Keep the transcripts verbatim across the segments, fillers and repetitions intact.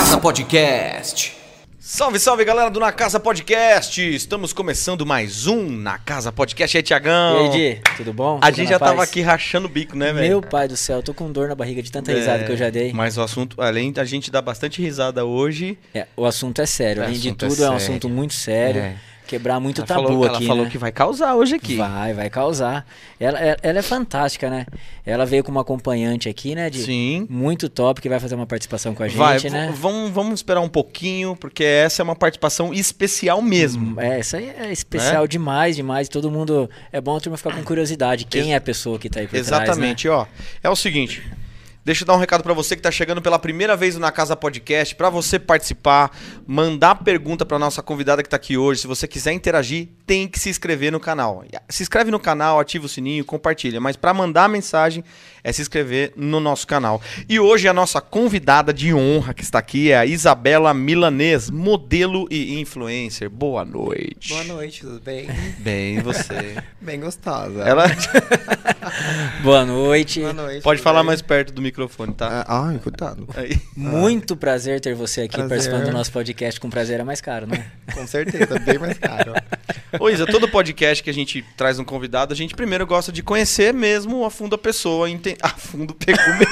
Casa Podcast. Salve, salve, galera do Na Casa Podcast. Estamos começando mais um Na Casa Podcast. E aí, Tiagão? E aí, Di? Tudo bom? A Tudo gente na já paz? tava aqui rachando o bico, né, velho? Meu pai do céu, tô com dor na barriga de tanta risada É, que eu já dei. Mas o assunto, além da gente dar bastante risada hoje... É, o assunto é sério. É, Além de assunto é tudo, é, um sério. assunto muito sério. É. Quebrar muito ela tabu falou, aqui, Ela falou né? que vai causar hoje aqui. Vai, vai causar. Ela, ela, ela é fantástica, né? Ela veio com uma acompanhante aqui, né, Di? Sim. Muito top, que vai fazer uma participação com a gente, Vai, né? v- vamos, vamos esperar um pouquinho, porque essa é uma participação especial mesmo. É, essa aí é especial É? demais, demais. Todo mundo... É bom a turma ficar com curiosidade. Quem Ex- é a pessoa que tá aí por Exatamente, trás, né? ó. É o seguinte, deixa eu dar um recado pra você que tá chegando pela primeira vez no Na Casa Podcast, pra você participar, mandar pergunta pra nossa convidada que tá aqui hoje. Se você quiser interagir, tem que se inscrever no canal. Se inscreve no canal, ativa o sininho, compartilha. Mas pra mandar mensagem é se inscrever no nosso canal. E hoje a nossa convidada de honra que está aqui é a Isabela Milanês, modelo e influencer. Boa noite. Boa noite, tudo bem? Bem, e você? Bem gostosa. Ela Boa noite. Boa noite. pode tudo falar bem? mais perto do microfone, tá? Ah, ai, cuidado. Aí. Muito prazer ter você aqui Prazer. participando do nosso podcast. Com prazer é mais caro, né? Com certeza, bem mais caro. Ô Isa, todo podcast que a gente traz um convidado, a gente primeiro gosta de conhecer mesmo a fundo a pessoa. Ente... A fundo pegou mesmo.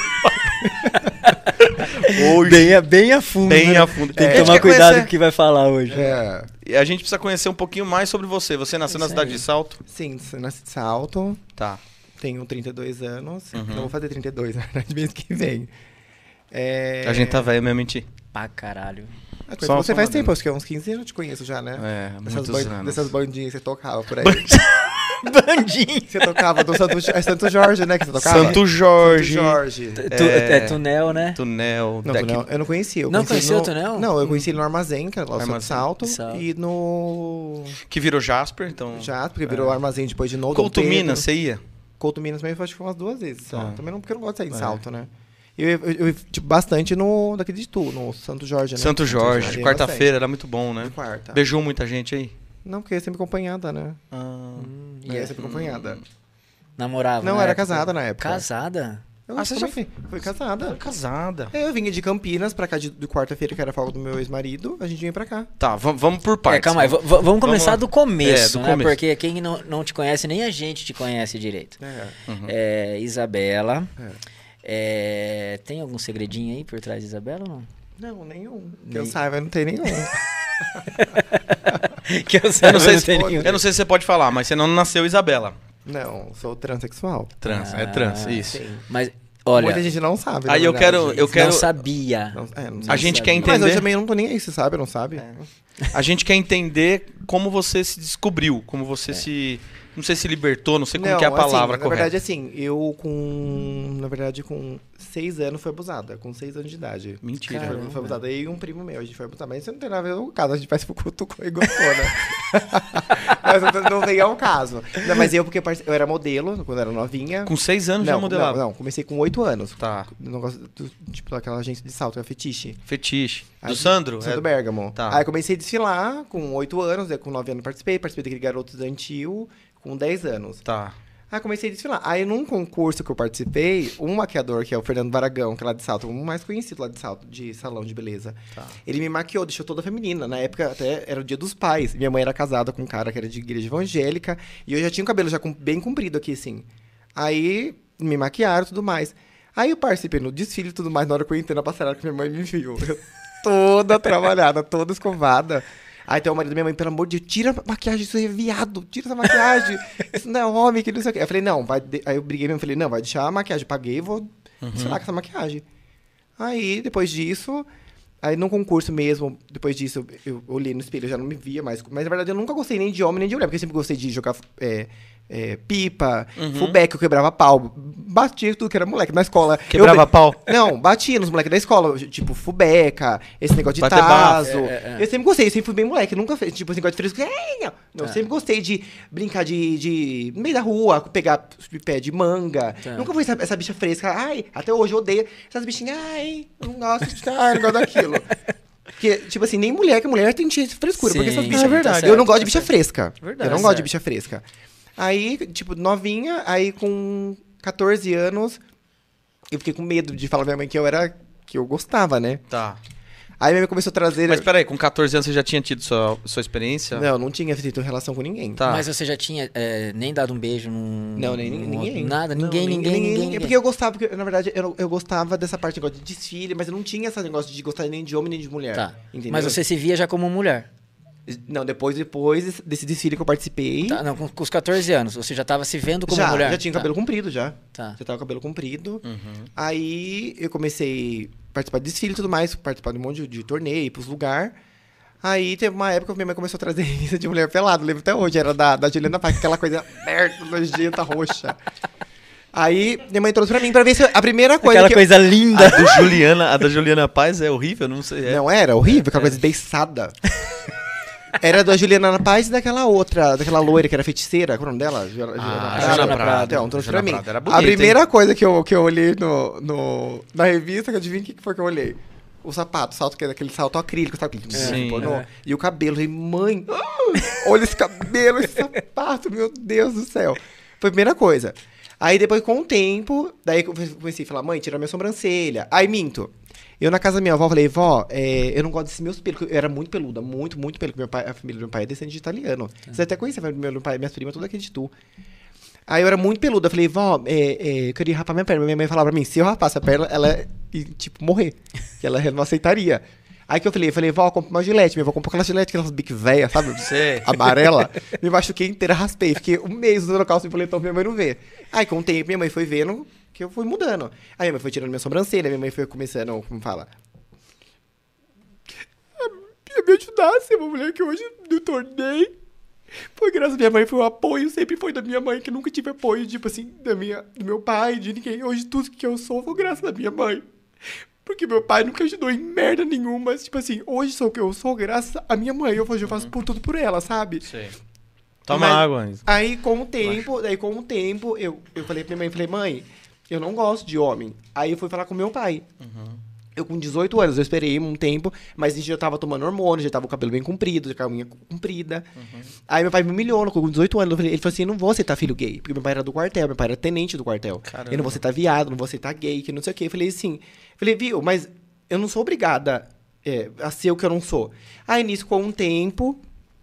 Hoje, Bem, a- bem a fundo. bem né? a fundo. Tem A que gente tomar quer cuidado conhecer- com o que vai falar hoje. É. E a gente precisa conhecer um pouquinho mais sobre você. Você nasceu na Isso cidade aí. de Salto? Sim, nasci de Salto, Tá. tenho trinta e dois anos. Uhum. Não vou fazer trinta e dois, na verdade, mês que vem. É... A gente tá velho mesmo, mentir. Pra caralho. Ah, conheço Só- você só faz uma tempo, dentro. acho que há uns quinze anos eu te conheço já, né? É, Dessas, muitos ban- anos. dessas bandinhas que você tocava por aí. Bandinho. Você tocava do Santo, é Santo Jorge, né? Que você tocava? Santo Jorge, Santo Jorge. Tu- É. é tunel, né? Tunel, Não, deck- Tunel, eu não conhecia. Eu Não conheci conheceu no- o Tunel? Não, eu conheci ele no Armazém, que era lá o Armazém. Salto, Salto. e no que virou Jasper, então... Já, porque virou Armazém depois de novo. Couto Minas, você ia? Couto Minas também acho que foi umas duas vezes só. Ah. Também não, porque eu não gosto de sair de É. Salto, né? Eu, eu, eu, eu tipo, bastante no daquele de tu, no Santo Jorge, né? Santo Jorge, Ali eu quarta-feira, era muito bom, né? gostei. Quarta. Beijou muita gente aí? Não, porque eu sempre acompanhada, né? Ah, E é sempre acompanhada. Namorava. Não, na era época? casada na época. Casada? Eu Ah, você também já fui, fui casada. casada. É, eu vinha de Campinas pra cá de, de quarta-feira, que era a folga do meu ex-marido. A gente vinha pra cá. Tá, vam- vamos por É, partes. calma aí, v- v- vamos começar lá. do começo, É, do né? começo. Porque quem não, não te conhece, nem a gente te conhece direito. É. Uhum. É, Isabela. É. É, tem algum segredinho aí por trás de Isabela ou não? Não, nenhum. Que Nem- eu saiba, não tem nenhum. que eu Eu saiba, não, sei não se, tem nenhum. eu não sei se você pode falar, mas você não nasceu Isabela. Não, sou transexual. Trans, é Ah, trans, isso. Sim. Mas, olha, Muita gente não sabe. Aí na eu verdade. quero- eu quero- não sabia. Não, é, não A sabe. gente sabia. quer Mas eu entender, também não tô nem aí, você sabe, não sabe? a gente quer entender como você se descobriu, como você se, não sei se libertou, não sei como Não, que é a palavra assim, na correta. verdade, assim, eu com... Na verdade, com seis anos fui abusada. Com seis anos de idade. Mentira. Caramba. Foi, foi abusada. Eu e um primo meu, a gente foi abusado. Mas isso não tem nada a ver com o caso. A gente parece que cutucou e gostou, né? Mas não, não vem ao caso. Não, mas eu, porque parce- eu era modelo, quando era novinha. Com seis anos já não, modelava. não, não, comecei com oito anos. Tá. Eu não gosto do, tipo, daquela agência de salto, é a Fetiche. Fetiche. Do Aí, Sandro? Sandro É- Bergamo. Tá. Aí comecei a desfilar com oito anos, aí com nove anos participei, participei daquele garoto estudantil com dez anos. Tá. Aí comecei a desfilar. Aí num concurso que eu participei, um maquiador, que é o Fernando Baragão, que é lá de Salto, um mais conhecido lá de Salto, de salão de beleza. Tá. Ele me maquiou, deixou toda feminina. Na época até era o dia dos pais. Minha mãe era casada com um cara que era de igreja evangélica. E eu já tinha o cabelo já com- bem comprido aqui, assim. Aí me maquiaram e tudo mais. Aí eu participei no desfile e tudo mais, na hora que eu entrei na passarela que minha mãe me viu. Eu toda trabalhada, toda escovada. Aí tem o marido da minha mãe, pelo amor de Deus, tira a maquiagem, isso aí é viado, tira essa maquiagem. Isso não é homem, que não sei o quê. Eu falei, não, vai. de- Aí eu briguei mesmo, falei, não, vai deixar a maquiagem, paguei, vou desfilar com essa maquiagem. Aí, depois disso, aí num concurso mesmo, depois disso, eu, eu olhei no espelho, eu já não me via mais. Mas na verdade eu nunca gostei nem de homem nem de mulher, porque eu sempre gostei de jogar é, é, pipa, fullback, eu quebrava pau, batia tudo que era moleque na escola. Quebrava eu, pau? Não, batia nos moleques da escola, tipo fubeca, esse negócio de Bater bafo. tazo. É, é, é. Eu sempre gostei, eu sempre fui bem moleque, nunca fiz, tipo, esse negócio de frescura. Não, eu Tá. sempre gostei de brincar de, de. no meio da rua, pegar pé de manga. Tá. Nunca fui essa, essa bicha fresca. Ai, até hoje eu odeio essas bichinhas. Ai, eu não gosto de. Ai, não gosto daquilo. Porque, tipo assim, nem mulher que mulher tem cheio de frescura. Sim, porque essas sim, bichas. tá verdade. certo, eu não gosto tá de bicha certo. fresca. Verdade. eu não Tá gosto de certo. bicha fresca. Aí, tipo, novinha, aí com catorze anos, eu fiquei com medo de falar pra minha mãe que eu era. Que eu gostava, né? Tá. Aí minha mãe começou a trazer... Mas peraí, com catorze anos você já tinha tido sua, sua experiência? Não, não tinha tido relação com ninguém. Tá. Mas você já tinha é, nem dado um beijo num... Não, nem, num ninguém. outro- Nada, Não, ninguém, nem- ninguém, ninguém, ninguém. Porque eu gostava, porque, na verdade, eu, eu gostava dessa parte negócio de desfile, mas eu não tinha esse negócio de gostar nem de homem nem de mulher. Tá. Entendeu? Mas você se via já como mulher. Não, depois, depois desse desfile que eu participei... Tá, não, com, com os catorze anos, você já tava se vendo como já, mulher? já tinha Tá. cabelo comprido, já. Tá. Já tava com cabelo comprido. Uhum. Aí eu comecei a participar de desfile e tudo mais, participar de um monte de, de torneio, ir pros lugares. Aí teve uma época que minha mãe começou a trazer revista de mulher pelada, lembro até hoje, era da, da Juliana Paz, aquela coisa aberta, nojenta, roxa. Aí minha mãe trouxe pra mim pra ver se a primeira coisa Aquela que eu- coisa linda. A, do Juliana, a da Juliana Paz é horrível, não sei. É. Não era horrível, aquela coisa beiçada. Era da Juliana Paz e daquela outra, daquela loira que era feiticeira, qual é o nome dela? Ju- Juliana Ah, Prado. Juliana Prado. Então, trouxe Juliana pra mim. Prado era bonita, a primeira hein? coisa que eu, que eu olhei no, no, na revista, que adivinha o que que foi que eu olhei? O sapato, o salto que é daquele salto acrílico, sabe? Aquele Sim, pornô. é. E o cabelo, eu falei, mãe, olha esse cabelo, esse sapato, meu Deus do céu. Foi a primeira coisa. Aí depois, com o tempo, daí eu comecei a falar, mãe, tira minha sobrancelha. Aí minto. Eu na casa da minha avó falei, vó, é, eu não gosto desses meus pelos, porque eu era muito peluda, muito, muito peluda. Meu pai, a família do meu pai é descendente de italiano. Você até conhece a família do meu pai, minhas primas, tudo aqui de Tu. Aí eu era muito peluda, eu falei, vó, é, é, eu queria rapar minha perna. Minha mãe falava pra mim, se eu rapasse a perna, ela ia, tipo, morrer. Que ela não aceitaria. Aí que eu falei, eu falei, vó, compra uma gilete. Minha avó comprou aquela gilete, aquelas bic véia, sabe? Sei. Amarela. Me machuquei inteira, raspei. Fiquei um mês usando calça e boletão pra minha mãe não ver. Aí com o tempo, minha mãe foi vendo que eu fui mudando. Aí minha mãe foi tirando minha sobrancelha, minha mãe foi começando, como fala... A me ajudar a ser uma mulher que hoje no torneio. Foi graças à minha mãe, foi o apoio, sempre foi da minha mãe, que nunca tive apoio, tipo assim, da minha, do meu pai, de ninguém. Hoje tudo que eu sou foi graças à minha mãe. Porque meu pai nunca ajudou em merda nenhuma, mas tipo assim, hoje sou o que eu sou graças à minha mãe. Eu, hoje eu faço por tudo por ela, sabe? Sei. Toma Mas- água. Aí com o tempo, daí com o tempo, eu, eu falei pra minha mãe, falei, mãe, eu não gosto de homem. Aí eu fui falar com meu pai. Eu com dezoito anos, eu esperei um tempo, mas a gente já tava tomando hormônio, já tava com o cabelo bem comprido, já com a unha comprida. Aí meu pai me humilhou, com dezoito anos, eu falei- ele falou assim, eu não vou aceitar filho gay, porque meu pai era do quartel, meu pai era tenente do quartel. Caramba. Eu não vou aceitar viado, não vou aceitar gay, que não sei o quê. Eu falei assim, falei, viu, mas eu não sou obrigada é, a ser o que eu não sou. Aí nisso, com um tempo...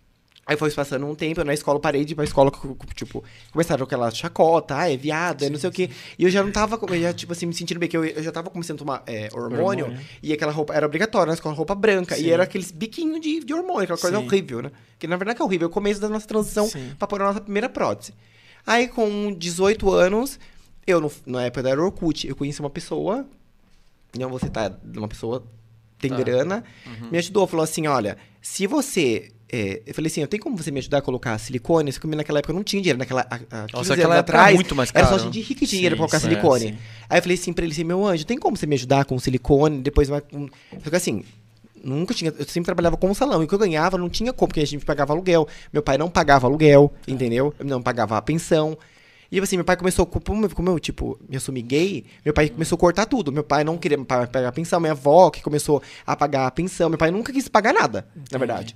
Aí foi passando um tempo, eu na escola parei de ir pra escola, tipo, começaram aquela chacota, ah, é viado, é não sei o quê. E eu já não tava, eu já, tipo assim, me sentindo bem, que eu, eu já tava começando a tomar é, hormônio, Hormônio. e aquela roupa era obrigatória na escola, roupa branca, Sim. e era aqueles biquinhos de, de hormônio, aquela coisa Sim. horrível, né? Que na verdade é horrível, é o começo da nossa transição Sim. pra pôr a nossa primeira prótese. Aí com dezoito anos, eu, no, na época da Orkut, eu conheci uma pessoa, não vou citar, uma pessoa tem Tá. grana, me ajudou, falou assim, olha, se você... é, eu falei assim, tem como você me ajudar a colocar silicone? Só que naquela época eu não tinha dinheiro, naquela, há, há quinze Nossa, anos aquela época era atrás, muito mais era só caro, gente né? rica que tinha dinheiro pra Sim, colocar sim, silicone. sim. Aí eu falei assim pra ele assim, meu anjo, tem como você me ajudar com silicone? Depois vai... Com... Só que assim, nunca tinha... Eu sempre trabalhava como salão, e o que eu ganhava não tinha como, porque a gente pagava aluguel. Meu pai não pagava aluguel, entendeu? Não pagava a pensão. E assim, meu pai começou, como eu, como eu, tipo, me assumi gay, meu pai começou a cortar tudo. Meu pai não queria pa- pagar a pensão, minha avó que começou a pagar a pensão. Meu pai nunca quis pagar nada, na verdade.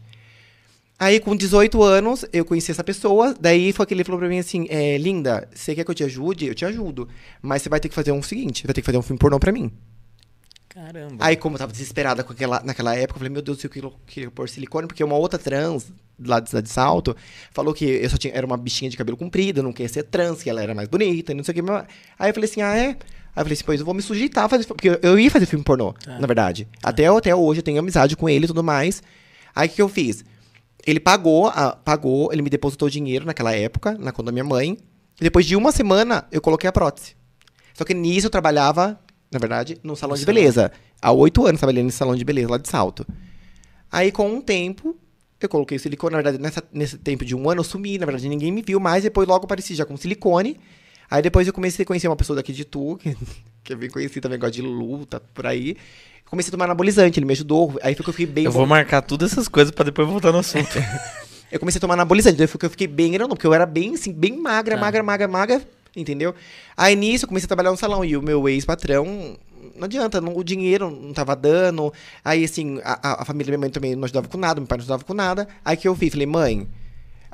Aí, com dezoito anos, eu conheci essa pessoa, daí foi que ele falou pra mim assim, é, linda, você quer que eu te ajude? Eu te ajudo. Mas você vai ter que fazer um seguinte, vai ter que fazer um filme pornô pra mim. Caramba. Aí, como eu tava desesperada com aquela, naquela época, eu falei, meu Deus, eu queria, queria pôr silicone, porque uma outra trans, lá de Cidade de Salto, falou que eu só tinha, era uma bichinha de cabelo comprido, não queria ser trans, que ela era mais bonita, e não sei o que. mas- Aí eu falei assim, ah, é? Aí eu falei assim, pois eu vou me sujeitar a fazer, porque eu, eu ia fazer filme pornô, na verdade. Até, até hoje eu tenho amizade com ele e tudo mais. Aí o que, que eu fiz? Ele pagou, a, pagou, ele me depositou dinheiro naquela época, na conta da minha mãe. E depois de uma semana, eu coloquei a prótese. Só que nisso eu trabalhava, na verdade, num salão No de salão. beleza. Há oito anos trabalhando nesse salão de beleza lá de Salto. Aí, com um tempo, eu coloquei o silicone. Na verdade, nessa, nesse tempo de um ano, eu sumi. Na verdade, ninguém me viu mais. Depois, logo, apareci já com silicone. Aí, depois, eu comecei a conhecer uma pessoa daqui de Tu, que, que é bem conhecida também, gosta de luta, por aí. Comecei a tomar anabolizante, ele me ajudou. Aí, foi que eu fiquei bem... Eu vou marcar todas essas coisas pra depois voltar no assunto. Eu comecei a tomar anabolizante, daí foi que eu fiquei bem grandão, porque eu era bem, assim, bem magra, Tá. magra, magra, magra, entendeu? Aí nisso eu comecei a trabalhar no salão, e o meu ex-patrão, não adianta, não- o dinheiro não tava dando, aí assim, a, a- a família da minha mãe também não ajudava com nada, meu pai não ajudava com nada, aí que eu fiz, falei, mãe,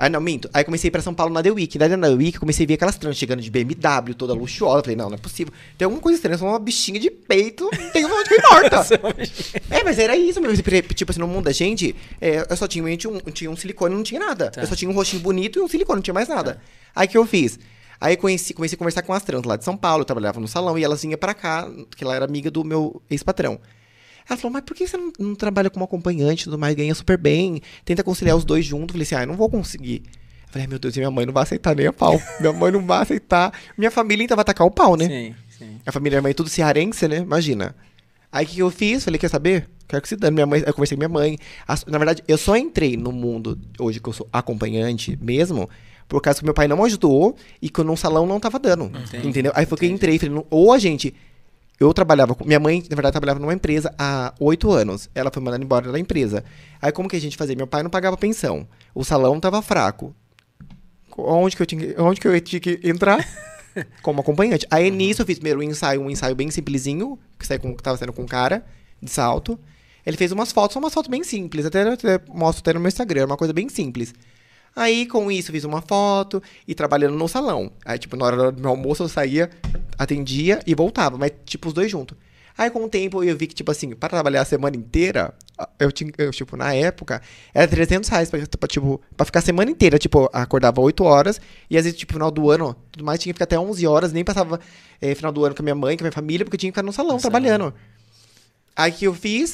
Aí, não, minto. Aí comecei a ir pra São Paulo na The Week. Daí na The Week, comecei a ver aquelas trans chegando de B M W, toda luxuosa. Falei, não, não é possível. Tem alguma coisa estranha, eu sou uma bichinha de peito, tem uma de morta. É, mas era isso mesmo. Tipo assim, no mundo da gente, é, eu só tinha um, tinha um silicone e não tinha nada. Tá. Eu só tinha um rostinho bonito e um silicone, não tinha mais nada. Tá. Aí o que eu fiz? Aí conheci, comecei a conversar com as trans lá de São Paulo, eu trabalhava no salão, e elas vinham pra cá, porque ela era amiga do meu ex-patrão. Ela falou, mas por que você não, não trabalha como acompanhante e tudo mais, ganha super bem, tenta conciliar os dois juntos? Eu falei assim, ah, eu não vou conseguir. Eu falei, meu Deus, minha mãe não vai aceitar nem a pau. Minha mãe não vai aceitar. Minha família ainda vai tacar o pau, né? Sim, sim. A família da minha mãe é tudo cearense, né? Imagina. Aí o que, que eu fiz? Falei, quer saber? Quero que se dane. Minha mãe, eu conversei com minha mãe. Na verdade, eu só entrei no mundo, hoje que eu sou acompanhante mesmo, por causa que meu pai não ajudou e que no salão não tava dando. Entendi. Entendeu? Aí foi que eu entrei. Falei, ou a gente... Eu trabalhava com... Minha mãe, na verdade, trabalhava numa empresa há oito anos. Ela foi mandada embora da empresa. Aí como que a gente fazia? Meu pai não pagava pensão. O salão tava fraco. Onde que eu tinha, onde que, eu tinha que entrar? Como acompanhante. Aí nisso eu fiz primeiro um ensaio, um ensaio bem simplesinho, que, saí com, que tava saindo com um cara de salto. Ele fez umas fotos, são umas fotos bem simples. Até, até mostro até no meu Instagram, uma coisa bem simples. Aí, com isso, eu fiz uma foto e trabalhando no salão. Aí, tipo, na hora do meu almoço, eu saía, atendia e voltava. Mas, tipo, os dois juntos. Aí, com o tempo, eu vi que, tipo assim, para trabalhar a semana inteira, eu tinha, eu, tipo, na época, era trezentos reais pra, pra, tipo, pra ficar a semana inteira. Tipo, acordava oito horas e, às vezes, tipo, final do ano, tudo mais, tinha que ficar até onze horas. Nem passava é, final do ano com a minha mãe, com a minha família, porque eu tinha que ficar no salão, trabalhando. Aí, o que eu fiz...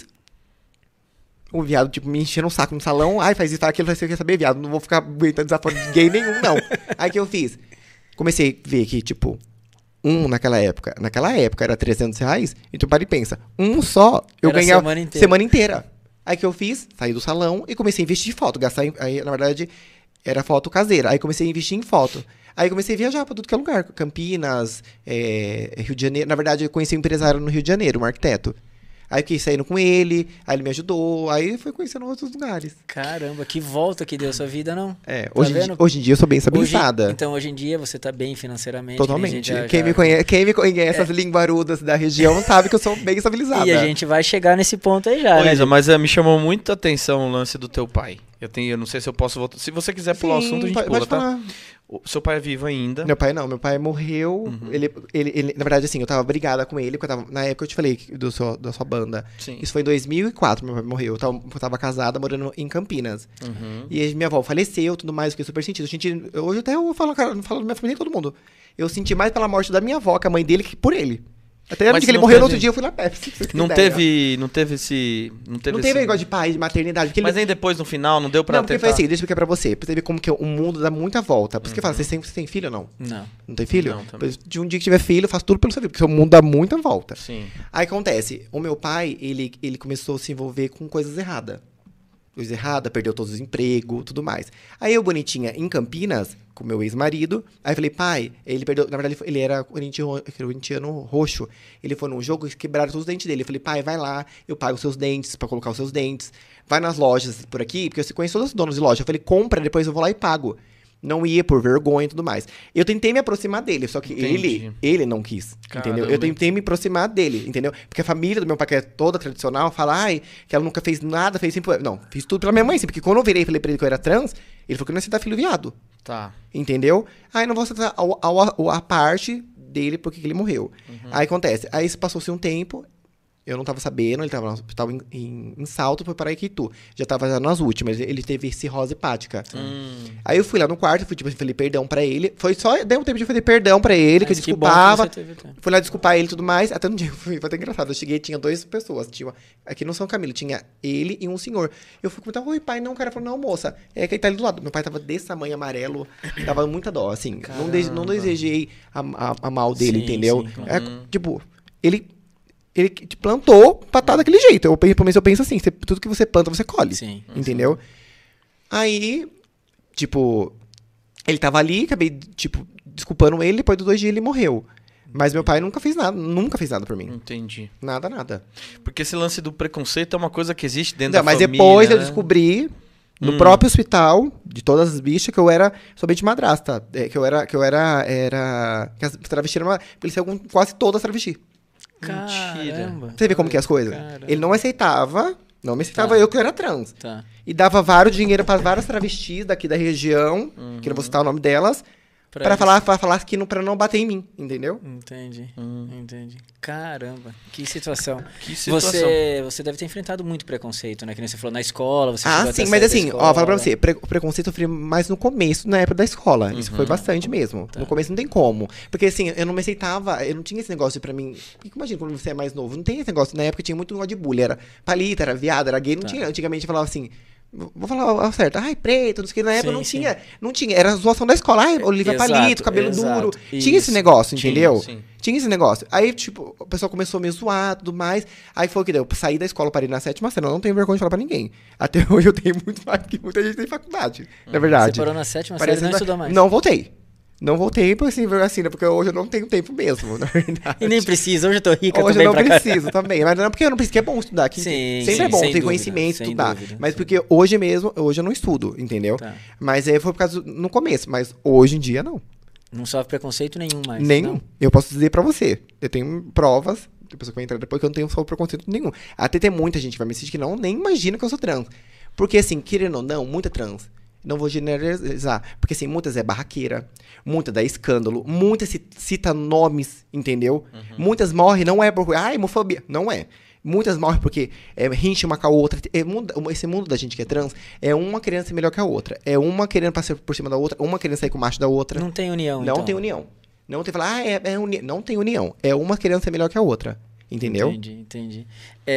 O viado, tipo, me enchendo um saco no salão. Ai, faz isso, faz aquilo, você quer saber, viado? Não vou ficar aguentando desaforo de gay nenhum, não. Aí, o que eu fiz? Comecei a ver que, tipo, um naquela época, naquela época era trezentos reais. Então, para e pensa, um só, eu era ganhava semana inteira. semana inteira. Aí, o que eu fiz? Saí do salão e comecei a investir em foto. Gastar, em, aí, na verdade, era foto caseira. Aí, comecei a investir em foto. Aí, comecei a viajar pra tudo que é lugar. Campinas, é, Rio de Janeiro. Na verdade, eu conheci um empresário no Rio de Janeiro, um arquiteto. Aí eu fiquei saindo com ele, aí ele me ajudou, aí foi conhecendo outros lugares. Caramba, que volta que deu a sua vida, não? É, Tá hoje, em, hoje em dia eu sou bem estabilizada. Hoje, então, hoje em dia você tá bem financeiramente. Totalmente. Já, quem, já... Me conhece, quem me conhece, é. As linguarudas da região, sabe que eu sou bem estabilizada. E a gente vai chegar nesse ponto aí já, Ô, né? Isa, mas uh, me chamou muita atenção o lance do teu pai. Eu, tenho, eu não sei se eu posso voltar. Se você quiser pular o assunto, a gente pode, pula, pode tá? falar. O seu pai é vivo ainda? Meu pai não, meu pai morreu. Uhum. Ele, ele, ele, na verdade, assim, eu tava brigada com ele, porque eu tava, na época eu te falei do seu, da sua banda. Sim. Isso foi em dois mil e quatro, meu pai morreu. Eu tava, eu tava casada, morando em Campinas. Uhum. E minha avó faleceu, tudo mais, eu fiquei super sentido. Eu senti, hoje até eu falo, cara, não falo da minha família e todo mundo. Eu senti mais pela morte da minha avó, que é a mãe dele, que por ele. Até antes que ele morreu, teve... no outro dia eu fui na Pepsi. Não teve, não teve esse... Não teve, não teve esse... negócio de pai, de maternidade. Mas ele... nem depois, no final, não deu pra Não, porque tentar... foi assim, deixa eu explicar pra você. Pra você ver como que o mundo dá muita volta. Por isso uhum. que eu falo, você tem, você tem filho ou não? Não. Não tem filho? Não, também. De um dia que tiver filho, eu faço tudo pelo seu filho, porque o mundo dá muita volta. Sim. Aí acontece, o meu pai, ele, ele começou a se envolver com coisas erradas. Coisa errada, perdeu todos os empregos, tudo mais. Aí eu, bonitinha, em Campinas, com meu ex-marido, aí eu falei, pai, ele perdeu, na verdade ele era corintiano, corintiano roxo, ele foi num jogo e quebraram todos os dentes dele. Eu falei, pai, vai lá, eu pago os seus dentes, pra colocar os seus dentes, vai nas lojas por aqui, porque eu conheço todos os donos de loja. Eu falei, compra, depois eu vou lá e pago. Não ia por vergonha e tudo mais. Eu tentei me aproximar dele, só que ele, ele não quis, Caramba. Entendeu? Eu tentei me aproximar dele, entendeu? Porque a família do meu pai, que é toda tradicional, fala, ai, que ela nunca fez nada, fez sempre... Não, fiz tudo pela minha mãe, sim, porque quando eu virei e falei pra ele que eu era trans, ele falou que eu não ia aceitar filho viado. Tá. Entendeu? Aí não vou aceitar a, a, a, a parte dele porque que ele morreu. Uhum. Aí acontece, aí passou-se um tempo... Eu não tava sabendo, ele tava, tava em, em, em Salto, foi para Iquitu. Já tava já nas últimas, ele teve cirrose hepática. Hum. Aí eu fui lá no quarto, fui tipo, falei perdão pra ele. Foi só, deu um tempo de fazer perdão pra ele, Mas que eu desculpava. Que fui lá desculpar ele e tudo mais. Até no dia, foi, foi até engraçado. Eu cheguei, tinha duas pessoas. Tinha, aqui no São Camilo, tinha ele e um senhor. Eu fui comentar, oi pai, não, o cara falou, não, moça, é que ele tá ali do lado. Meu pai tava desse tamanho amarelo, dava muita dó, assim. Não, de, não desejei a, a, a mal dele, sim, entendeu? Sim, é, hum. Tipo, ele... Ele te plantou pra estar daquele jeito. Eu, pelo menos eu penso assim, você, tudo que você planta, você colhe. Sim. Entendeu? Sim. Aí, tipo, ele tava ali, acabei, tipo, desculpando ele, depois dos dois dias ele morreu. Mas meu pai nunca fez nada, nunca fez nada por mim. Entendi. Nada, nada. Porque esse lance do preconceito é uma coisa que existe dentro Não, da mas família, depois né? eu descobri, no hum. próprio hospital, de todas as bichas, que eu era somente madrasta. Que eu era, que eu era, era... Que as travestis eram uma... Eles são quase todas travestis. Caramba. Você vê como que é as coisas? Caramba. Ele não aceitava, Não me aceitava Tá. eu que eu era trans. Tá. E dava vários dinheiro para várias travestis daqui da região, Uhum. que eu não vou citar o nome delas, Pra pra eles- falar, pra falar que não, pra não bater em mim, entendeu? Entendi, Hum. entendi. Caramba, que situação. Que situação. Você, você deve ter enfrentado muito preconceito, né? Que nem você falou na escola, você chegou Ah, até sim, a mas sair da assim, ó, escola. fala pra você, pre o preconceito eu sofri mais no começo, na época da escola. Isso foi bastante mesmo. Tá. No começo não tem como. Porque assim, eu não me aceitava, eu não tinha esse negócio pra mim. Porque imagina quando você é mais novo, não tem esse negócio. Na época tinha muito negócio de bullying, era palita, era viado, era gay, não Tá. tinha. Antigamente eu falava assim. Vou falar ao certo. Ai, preto, não sei o que. Na época Sim, não sim. tinha. Não tinha. Era a zoação da escola. Ai, Olivia Exato, Palito, cabelo exato. duro. Tinha esse Isso. negócio, Tinha, entendeu? sim. Tinha esse negócio. Aí, tipo, o pessoal começou a me zoar e tudo mais. Aí foi o que deu. Eu saí da escola, parei na sétima série. Eu não tenho vergonha de falar pra ninguém. Até hoje eu tenho muito mais que muita gente tem faculdade. Na verdade. Você parou na sétima Parei série e não na- estudou mais. Não voltei. Não voltei por assim, assim, né, porque hoje eu não tenho tempo mesmo, na verdade. E nem precisa, hoje eu tô rica Hoje também eu não pra caralho. preciso também. Mas não é porque eu não preciso, que é bom estudar. Aqui Sim, sempre sim, é bom sem ter dúvida, conhecimento, sem estudar. dúvida, Mas sim. porque hoje mesmo, hoje eu não estudo, entendeu? Tá. Mas aí foi por causa do- no começo, mas hoje em dia não. Não sofre preconceito nenhum mais. Nenhum. não? Eu posso dizer pra você. Eu tenho provas, depois que vai entrar depois, que eu não tenho só preconceito nenhum. Até tem muita gente que vai me assistir que não nem imagina que eu sou trans. Porque assim, querendo ou não, muita trans. Não vou generalizar. Porque assim, muitas é barraqueira, muita dá escândalo, muitas ci- cita nomes, entendeu? Muitas morrem, não é por. Ai, homofobia. Não é. Muitas morrem porque é, rinche uma com a outra. É, mundo- esse mundo da gente que é trans é uma querendo ser melhor que a outra. É uma querendo passar por cima da outra, uma querendo sair com o macho da outra. Não tem união, Não então. tem união. Não tem falar, ah, é, é uni... não tem união. É uma querendo ser melhor que a outra. Entendeu? Entendi, entendi.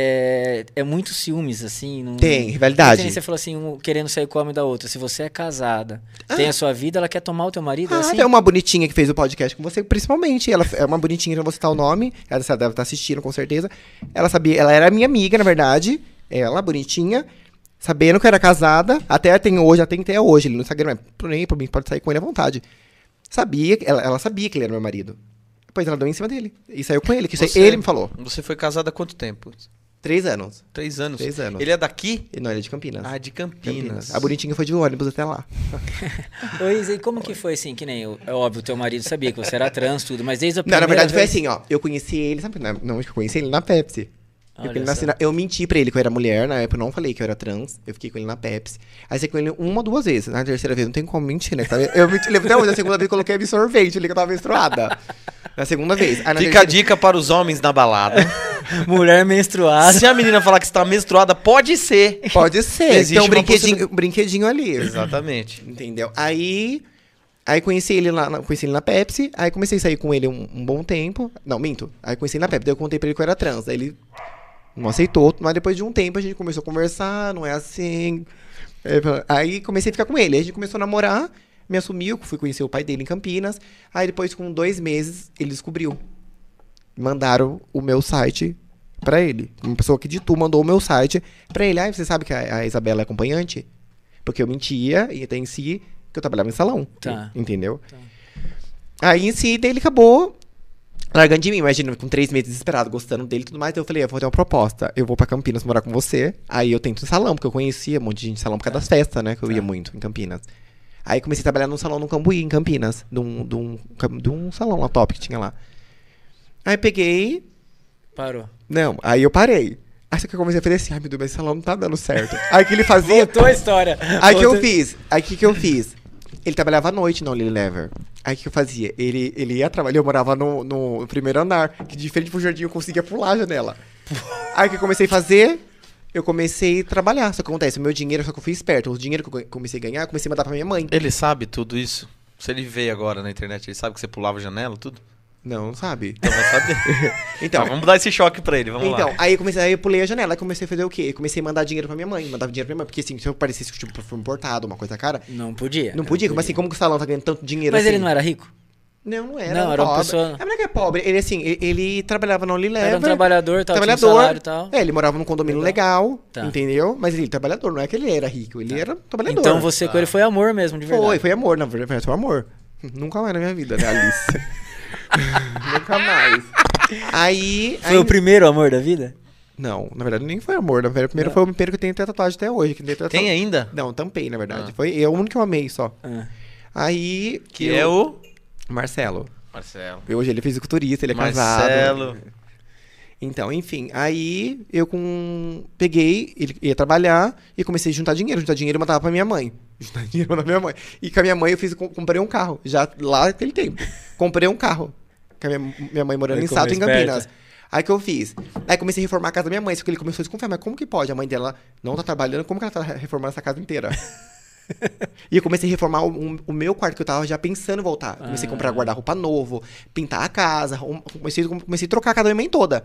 É, é muito ciúmes, assim. Não... Tem, rivalidade. Porque nem você falou assim, um querendo sair com o homem da outra. Se você é casada, tem a sua vida, ela quer tomar o teu marido, é Ah, assim? tem uma bonitinha que fez o podcast com você, principalmente. Ela é uma bonitinha, não vou citar o nome. Ela deve estar assistindo, com certeza. Ela sabia, ela era minha amiga, na verdade. Ela, bonitinha. Sabendo que eu era casada. Até tem hoje, até tem até hoje ele no Instagram. Mas por aí, por mim, pode sair com ele à vontade. Sabia, ela, ela sabia que ele era meu marido. Depois ela deu em cima dele. E saiu com ele, que isso aí Você- ele me falou. Você foi casado há quanto tempo? Três anos. Três anos. Três anos. Ele é daqui? E não, ele é de Campinas. Ah, de Campinas. A bonitinha foi de ônibus até lá. Ô, Isa, e como que foi assim, que nem, o- é óbvio, teu marido sabia que você era trans, tudo, mas desde a Não, primeira na verdade vez... foi assim, ó. Eu conheci ele, sabe? na- Não, eu conheci ele na Pepsi. Eu, Olha ele nasci só. na- eu menti pra ele que eu era mulher, na época eu não falei que eu era trans. Eu fiquei com ele na Pepsi. Aí saí com ele uma ou duas vezes. Na terceira vez não tem como mentir, né? Tava- Eu menti, lembro até hoje, na segunda vez eu coloquei absorvente ali que eu tava menstruada. Na segunda vez. Aí, na Fica a terceira- dica para os homens na balada. Mulher menstruada. Se a menina falar que está menstruada, pode ser. Pode ser. Existe Tem um uma brinquedinho, um brinquedinho ali. Exatamente. Entendeu? Aí. Aí conheci ele lá, na- conheci ele na Pepsi, aí comecei a sair com ele um, um bom tempo. Não, minto. Aí conheci ele na Pepsi, daí eu contei pra ele que eu era trans. Aí ele não aceitou, mas depois de um tempo a gente começou a conversar, não é assim. Aí, aí comecei a ficar com ele. Aí a gente começou a namorar, me assumiu, fui conhecer o pai dele em Campinas. Aí depois, com dois meses, ele descobriu. Mandaram o meu site pra ele. Uma pessoa que de tu mandou o meu site pra ele. Ah, você sabe que a, a Isabela é acompanhante? Porque eu mentia, e até em si, que eu trabalhava em salão. Tá. Entendeu? Tá. Aí em si, daí ele acabou largando de mim. Imagina, com três meses desesperado, gostando dele e tudo mais. Então eu falei, eu vou ter uma proposta. Eu vou pra Campinas morar com você. Aí eu tento em salão, porque eu conhecia um monte de gente em salão por causa das festas, né? Que eu ia muito em Campinas. Aí comecei a trabalhar num salão no Cambuí, em Campinas. De um, de um, de um salão lá top que tinha lá. Aí peguei. Parou. Não, aí eu parei. Aí só que eu comecei a fazer assim, ai meu Deus, mas esse salão não tá dando certo. Aí que ele fazia. Voltou a história. Aí que eu Voltou- fiz? Aí que que eu fiz? Ele trabalhava à noite na Unilever. Aí que eu fazia? Ele, ele ia trabalhar, eu morava no, no primeiro andar, que diferente pro jardim eu conseguia pular a janela. Aí que eu comecei a fazer? Eu comecei a trabalhar. Só que acontece, o meu dinheiro, só que eu fui esperto. O dinheiro que eu comecei a ganhar, eu comecei a mandar pra minha mãe. Ele sabe tudo isso? Se ele veio agora na internet, ele sabe que você pulava a janela, tudo? Não, não sabe. Então vai saber. Então, Então, vamos dar esse choque pra ele, vamos então lá. aí eu comecei, aí eu pulei a janela, aí comecei a fazer o quê? Eu comecei a mandar dinheiro pra minha mãe, mandava dinheiro pra minha mãe, porque assim, se eu parecesse tipo perfume importado, uma coisa cara, Não podia. não podia, como assim, como que o salão tá ganhando tanto dinheiro Mas assim? ele não era rico? Não, não era. Não, era uma pobre. pessoa- É, não é que é pobre. Ele, assim, ele, ele trabalhava na Unilever. Era um trabalhador, tal, tinha um trabalhador. salário e tal. É, ele morava num condomínio legal, Tá. entendeu? Mas ele trabalhador, não é que ele era rico, ele era trabalhador. Então você com ele foi amor mesmo, de verdade. Foi, foi amor, na verdade, foi amor. Nunca mais na minha vida, né, Alice? Nunca mais. Aí... Foi aí... o primeiro amor da vida? Não, na verdade nem foi amor. Na verdade, o primeiro Não. foi o primeiro que eu tenho até tatuagem até hoje. Que tem, tatu... Tem ainda? Não, tampei, na verdade. Ah. Foi eu, o único que eu amei só. Ah. Aí... Que eu... é o... Marcelo. Marcelo. Hoje ele é fisiculturista, ele é Marcelo. casado. Então, enfim, aí eu com... peguei, ele ia trabalhar e comecei a juntar dinheiro. Juntar dinheiro e mandava pra minha mãe. Juntar dinheiro e mandava pra minha mãe. E com a minha mãe eu fiz, comprei um carro, já lá naquele tempo. Comprei um carro. Com a minha, minha mãe morando Foi em como Salto, em esperta. Campinas. Aí que eu fiz? Aí comecei a reformar a casa da minha mãe, só que ele começou a desconfiar, mas como que pode? A mãe dela não tá trabalhando, como que ela tá reformando essa casa inteira? E eu comecei a reformar o, o meu quarto, que eu tava já pensando em voltar. Comecei a comprar guarda-roupa novo, pintar a casa, arrum- comecei, comecei a trocar a casa da minha mãe toda.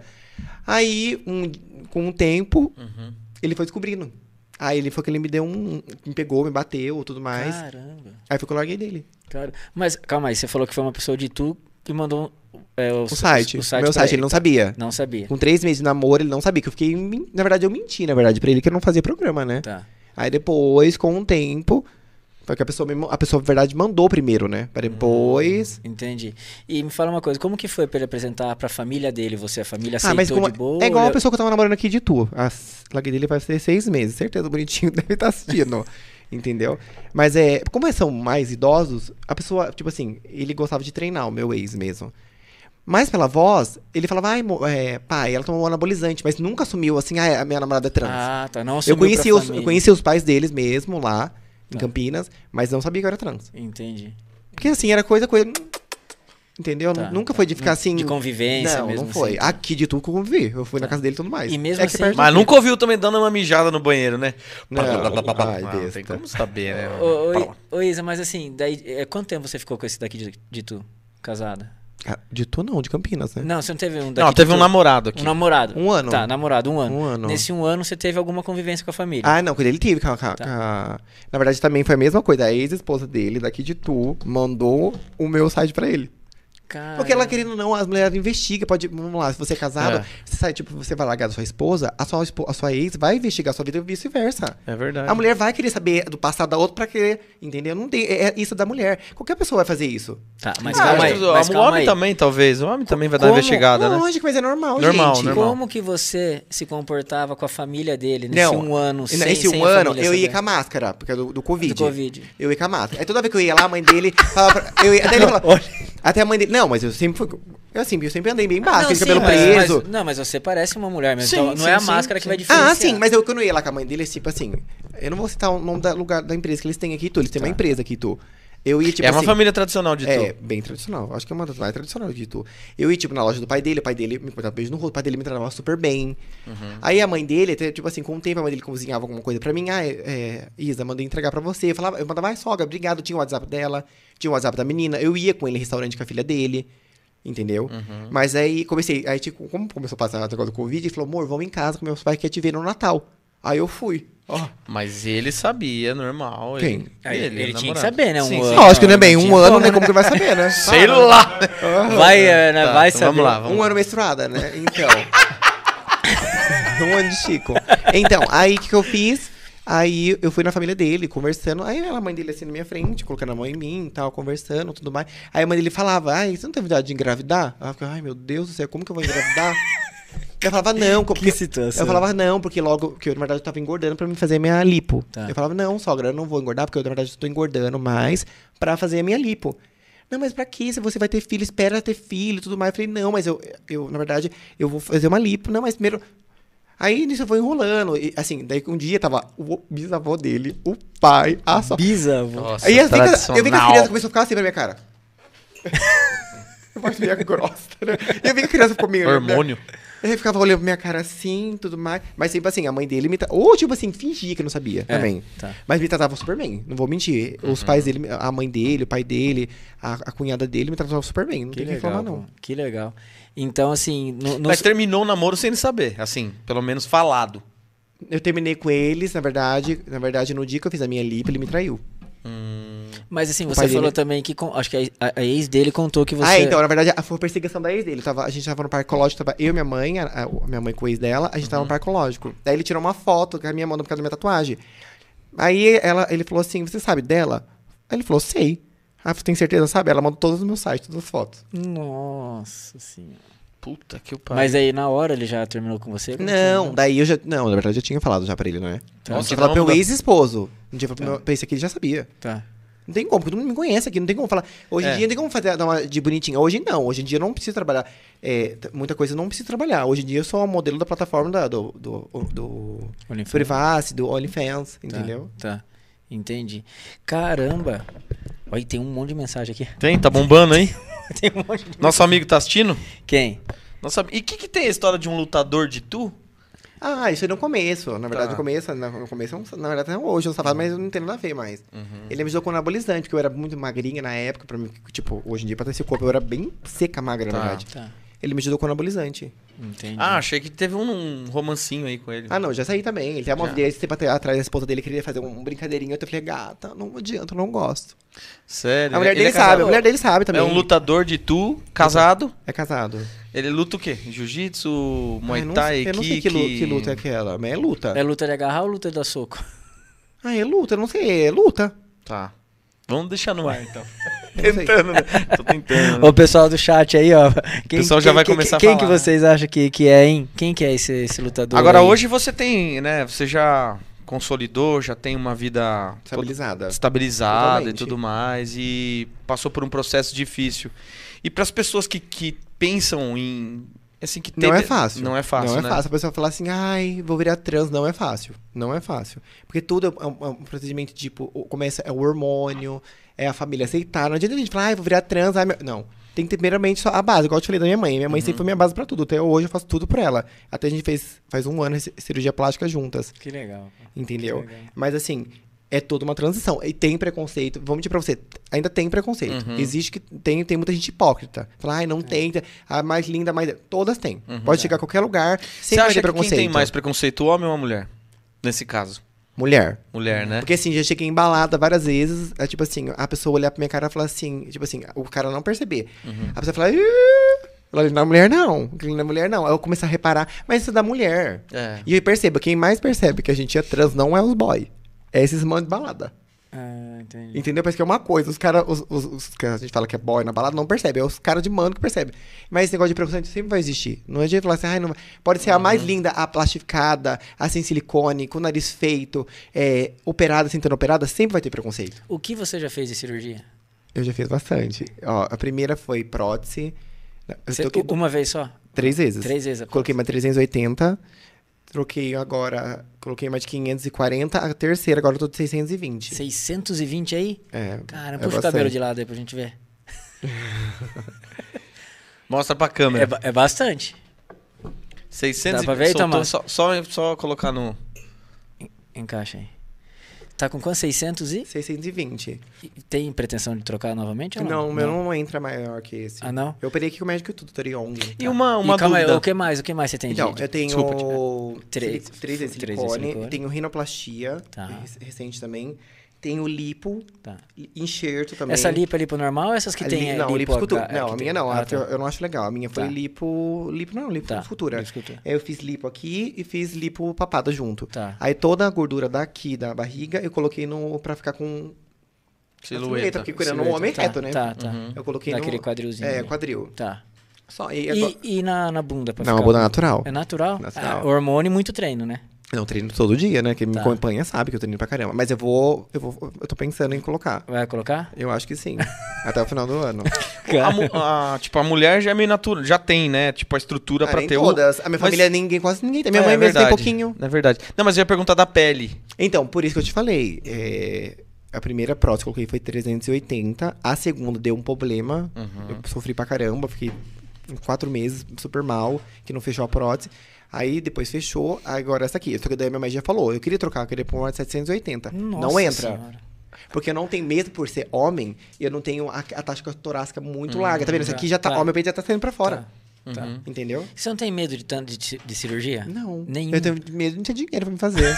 Aí, um- com o tempo, Uhum. ele foi descobrindo. Aí ele foi que ele me deu um... me pegou, me bateu, tudo mais. Caramba. Aí foi que eu larguei dele. Cara. Mas, calma aí, você falou que foi uma pessoa de tu que mandou é, o, O site. O, O site meu pra site, ele não sabia. Não sabia. Com três meses de namoro, ele não sabia. Que eu fiquei... men- Na verdade, eu menti, na verdade, pra ele, que eu não fazia programa, né? Tá. Aí depois, com o tempo... Foi que a pessoa, me, a pessoa, na verdade, mandou primeiro, né? Pra depois... Entendi. E me fala uma coisa, como que foi pra ele apresentar pra família dele? Você, a família aceitou Ah, mas como, de boa? é igual a Ele- pessoa que eu tava namorando aqui de tu. A larguei dele vai ser seis meses. Certeza, o bonitinho deve estar assistindo. Entendeu? Mas é... Como eles são mais idosos, a pessoa... Tipo assim, ele gostava de treinar, o meu ex mesmo. Mas pela voz, ele falava... Ai, mo- é, pai, ela tomou um anabolizante. Mas nunca assumiu assim... Ah, a minha namorada é trans. Ah, tá. Não eu, assumiu conheci pra os, família. eu conheci os pais deles mesmo lá, em Tá. Campinas. Mas não sabia que eu era trans. Entendi. Porque assim, era coisa... coisa entendeu? Tá, Nunca tá. foi de ficar assim... De convivência Não, mesmo. não foi. assim. Aqui de tudo que eu convivi. Eu fui na casa dele e tudo mais. E mesmo é que assim- perto Mas daqui. nunca ouviu também dando uma mijada no banheiro, né? Não. Ai, Não, tem besta. como saber, né? Ô, ô, ô, Isa, mas assim, daí, é, quanto tempo você ficou com esse daqui de, de tu, casada? Ah, de tu não, de Campinas, né? Não, você não teve um daqui Não, de teve um tu? namorado aqui. Um namorado. Um ano. Tá, namorado, um ano. Um ano. Nesse um ano você teve alguma convivência com a família? Ah, não, quando ele teve. Com a- com a- Tá. com a- Na verdade, também foi a mesma coisa. A ex-esposa dele, daqui de tu, mandou o meu site pra ele. Cara... Porque ela querendo ou não, as mulheres investigam. Pode, vamos lá, se você é casado, É. você sai, tipo, você vai largar da sua esposa, a sua, espo- a sua ex vai investigar a sua vida e vice-versa. É verdade. A mulher vai querer saber do passado da outra pra querer, entendeu? Não tem, é, é isso da mulher. Qualquer pessoa vai fazer isso. Tá, mas Ah, calma aí. mas Mas o calma homem aí. também, talvez. O homem também vai dar uma Como- investigada, né? Lógico, mas é normal, Normal, gente. normal. Como que você se comportava com a família dele nesse Não, um ano? Sem, nesse sem um a ano, família eu ia saber? com a máscara, porque é do, do Covid. Do Covid. Eu ia com a máscara. Aí toda vez que eu ia lá, a mãe dele falava pra, eu ia, até ele falava, até a mãe dele, não, mas eu sempre fui, eu assim, eu sempre andei bem Ah, básico, não, de cabelo sim, mas- preso. mas- não, mas você parece uma mulher mesmo. Sim, então, não sim, é a sim, máscara que sim. vai diferenciar. Ah, sim, mas eu quando eu ia lá com a mãe dele, tipo assim, eu não vou citar o nome do lugar da empresa que eles têm aqui, tu, eles têm uma empresa aqui, tu. Eu ia, tipo é uma assim, família tradicional de É, tu. bem tradicional. Acho que é uma das mais tradicionais de tu. Eu ia, tipo, na loja do pai dele, o pai dele me dava beijo no rosto, o pai dele me tratava super bem. Aí a mãe dele, até, tipo assim, com o tempo a mãe dele cozinhava alguma coisa pra mim. Ah, é, é, Isa, mandei entregar pra você. Eu falava, eu mandava, ai, sogra, obrigado. Tinha o WhatsApp dela, tinha o WhatsApp da menina. Eu ia com ele em restaurante com a filha dele. Entendeu? Mas aí comecei, aí tipo, como começou a passar o negócio do Covid, ele falou, amor, vamos em casa que meus pais querem te ver no Natal. Aí eu fui. Ó. Mas ele sabia, normal. Quem? Ele, Aí, ele tinha namorado. que saber, né? Um Sim, ano. sim. Lógico, né, bem? não Um tinha ano, como, né? Como que vai saber, né? Sei lá. Vai, eh, né? Tá, vai então saber. vamos lá, vamos Um lá. ano menstruada, né? Então. um ano de Chico. Então, aí o que, que eu fiz? Aí eu fui na família dele, conversando. Aí a mãe dele assim na minha frente, colocando a mão em mim e tal, conversando tudo mais. Aí a mãe dele falava, ai, você não tem vontade de engravidar? Ela ficava, ai, meu Deus do céu, como que eu vou engravidar? Eu falava, não, porque... Que situação. Eu falava, não, porque logo, que eu, na verdade, eu tava engordando pra mim fazer a minha lipo. Tá. Eu falava, não, sogra, eu não vou engordar, porque eu, na verdade, estou engordando mais pra fazer a minha lipo. Não, mas pra quê? Se você vai ter filho, espera ter filho e tudo mais. Eu falei, não, mas eu, eu, na verdade, eu vou fazer uma lipo. Não, mas primeiro... Aí, nisso, eu fui enrolando. E, assim, daí um dia tava o bisavô dele, o pai, a sogra. Bisavô. Nossa, Aí, assim, que- eu vi que as tradicional. crianças começaram a ficar assim na minha cara. Eu posso meio grossa, né? Eu vi que a criança ficou meio... Hormônio. Ele ficava olhando pra minha cara assim, tudo mais. Mas sempre assim, a mãe dele me... Tra... Ou, tipo assim, fingia que não sabia É, também. tá. Mas me tratavam super bem, não vou mentir. Os pais dele, a mãe dele, o pai dele, a, a cunhada dele me tratavam super bem. Não Que tem que legal, reclamar, não. pô. Que legal. Então, assim... No, no- Mas terminou o namoro sem ele saber, assim, pelo menos falado. Eu terminei com eles, na verdade. Na verdade, no dia que eu fiz a minha lipo, ele me traiu. Mas assim, O você pai falou dele- também que... com- Acho que a, a- a ex dele contou que você... Ah, então, na verdade, a- foi a perseguição da ex dele. Tava, a gente tava no parque ecológico, tava eu e minha mãe, a, a minha mãe com o ex dela, a gente tava no parque ecológico. Daí ele tirou uma foto com a minha mão por causa da minha tatuagem. Aí ela, ele falou assim, você sabe dela? Aí ele falou, sei. Ah, você tem certeza, sabe? Ela mandou todos os meus sites, todas as fotos. Nossa senhora. Puta que o pai. Mas aí, na hora, ele já terminou com você? Como Não, que- daí eu já... Não, na verdade, eu já tinha falado já pra ele, né? Não Nossa, tinha falado pro vamos meu dar- ex-esposo. Não tinha falado pro meu... Pra esse aqui, ele já sabia. Tá. Não tem como, porque todo mundo me conhece aqui, não tem como falar. Hoje em É. dia não tem como fazer dar uma de bonitinha. Hoje não, hoje em dia eu não preciso trabalhar é, t- muita coisa eu não preciso trabalhar. Hoje em dia eu sou o modelo da plataforma da, do, do, do OnlyFans. Privacy, do OnlyFans, entendeu? Tá, entendi. Caramba. Olha, tem um monte de mensagem aqui. Tem? Tá bombando aí? Tem um monte de... Nosso amigo tá assistindo? Quem? Nossa, e o que, que tem a história de um lutador de tu? Ah, isso aí no começo. Na verdade, Tá. no começo, na- no começo, é um- na verdade, até hoje é um safado, mas não tem nada a ver mais. Ele me ajudou com anabolizante, porque eu era muito magrinha na época, pra mim, tipo, hoje em dia, pra ter esse corpo, eu era bem seca, magra, Tá. na verdade. Tá, Ele me ajudou com anabolizante. entendi. Ah, achei que teve um, um romancinho aí com ele. Ah, não, já saí também. Ele tem uma Já. vez, esse tempo até- atrás da esposa dele, queria fazer um brincadeirinho, eu falei, gata, não adianta, eu não gosto. Sério? A mulher Ele dele é sabe, casado? a mulher dele sabe também. É um lutador de tu, casado. É casado. Ele luta o quê? Jiu-jitsu, Muay Ah, eu não Thai, sei- Eu não sei kick... que, lu- que luta é aquela, mas é luta. É luta de agarrar ou luta de dar soco? Ah, é luta, eu não sei, é luta. Tá. Vamos deixar no ar, então. Eu não sei. Tentando, né? Tô tentando. né? Ô, pessoal do chat aí, ó. Quem, pessoal já quem- vai quem- começar a Quem falar, que né? vocês acham que, que é, hein? Quem que é esse, esse lutador Agora, aí? hoje você tem, né? Você já consolidou, já tem uma vida toda Estabilizada. estabilizada Totalmente. e tudo mais. E passou por um processo difícil. E para as pessoas que, que pensam em... Assim, que Não teve- é fácil. Não é fácil, Não é né? fácil. A pessoa falar assim, ai, vou virar trans. Não é fácil. Não é fácil. Porque tudo é um, é um procedimento, tipo, o- começa, é o hormônio, é a família aceitar. Não adianta a gente falar, ai, vou virar trans. Ai, meu... Não. Tem que ter primeiramente só a base, igual eu te falei da minha mãe. Minha mãe Uhum. sempre foi minha base pra tudo. Até hoje eu faço tudo por ela. Até a gente fez, faz um ano, ci- cirurgia plástica juntas. Que legal. Entendeu? Que legal. Mas assim, é toda uma transição. E tem preconceito. Vamos dizer pra você, ainda tem preconceito. Uhum. Existe que tem, tem muita gente hipócrita. Fala, ai, não tem, a mais linda, mais. Todas têm. Uhum. Pode chegar a qualquer lugar, Você sempre vai acha ter que quem preconceito. tem mais preconceito, o homem ou a mulher? Nesse caso. Mulher. Mulher, né? Porque assim, já cheguei embalada várias vezes. É tipo assim, a pessoa olhar pra minha cara e falar assim, tipo assim, o cara não perceber. Uhum. A pessoa fala, "Ih, aquilo ali não é mulher, não. Aquilo não é mulher, não. Aí eu começo a reparar, mas isso é da mulher. É. E eu percebo, quem mais percebe que a gente é trans não é os boy. É esses mano de balada. Ah, entendi. Entendeu? Parece que é uma coisa. Os caras, os, os, os que a gente fala que é boy na balada, não percebem. É os caras de mano que percebem. Mas esse negócio de preconceito sempre vai existir. Não é de falar assim, ai, não vai. Pode ser a mais linda, a plastificada, a sem silicone, com o nariz feito, é, operada, sem ter operada, sempre vai ter preconceito. O que você já fez de cirurgia? Eu já fiz bastante. Ó, a primeira foi prótese. Eu Você- tô aqui uma vez só? três vezes. Três vezes. a Coloquei uma trezentos e oitenta. Troquei agora. Coloquei uma de quinhentos e quarenta. A terceira, agora eu tô de seiscentos e vinte. seiscentos e vinte aí? É. Cara, é puxa o bastante. cabelo de lado aí pra gente ver. Mostra pra É, câmera. ba- é bastante. seiscentos Dá pra ver aí, soltou, Tomás? só, só, só colocar no... Encaixa aí. Tá com quantos? seiscentos e? seiscentos e vinte. E tem pretensão de trocar novamente ou não? Não, o meu não entra maior que esse. Ah, não? Eu operei aqui com o médico e tudo, Toriong. E uma, uma e calma dúvida. aí, o que mais? O que mais você tem Então, de... eu tenho Desculpa, três, Três. três de Três de silicone, silicone. tenho rinoplastia, Tá. rec- recente também. Tenho lipo, Tá. enxerto também. Essa lipo é lipo normal ou essas que A tem li- é, Não, lipo liposcultura. H- Não, que a tem- minha não, Ah, a que eu, tá. eu não acho legal. A minha foi Tá. lipo... Lipo não, lipo Tá. futura. Liposcultura. Eu fiz lipo aqui e fiz lipo papada junto. Tá. Aí toda a gordura daqui da barriga eu coloquei no pra ficar com Silhueta. porque querendo um Silhueta. homem tá, reto, né? Tá, tá. Uhum. Eu coloquei Daquele no... quadrilzinho. É, ali. quadril. Tá. Só, e agora- E, e na, na bunda pra Não, ficar? a bunda natural. É natural? Natural. Ah, hormônio e muito treino, né? Não, eu treino todo dia, né? Quem Tá. me acompanha sabe que eu treino pra caramba. Mas eu vou, eu vou. Eu tô pensando em colocar. Vai colocar? Eu acho que sim. Até o final do ano. A, mu- a- tipo, a mulher já é meio natural, já tem, né? Tipo, a estrutura Ah, pra nem ter todas. A minha Mas- família, ninguém, quase ninguém tem. Minha É, mãe é mesmo tem verdade. pouquinho. É verdade. Não, mas eu ia perguntar da pele. Então, por isso que eu te falei. é, A primeira prótese que eu coloquei foi trezentos e oitenta. A segunda deu um problema. Uhum. Eu sofri pra caramba. Fiquei quatro meses super mal, que não fechou a prótese. Aí depois fechou. Agora essa aqui. Só que daí minha mãe já falou. Eu queria trocar, eu queria pôr uma de setecentos e oitenta. não Nossa entra. Senhora. Porque eu não tenho, mesmo por ser homem, eu não tenho a, a taxa torácica muito Hum, larga. Tá vendo? Isso aqui já tá. tá. Ó, meu peito já tá saindo pra fora. Tá. Tá. Uhum. Entendeu? Você não tem medo de tanto de, ci- de cirurgia? Não. Nenhum. Eu tenho medo de não ter dinheiro pra me fazer.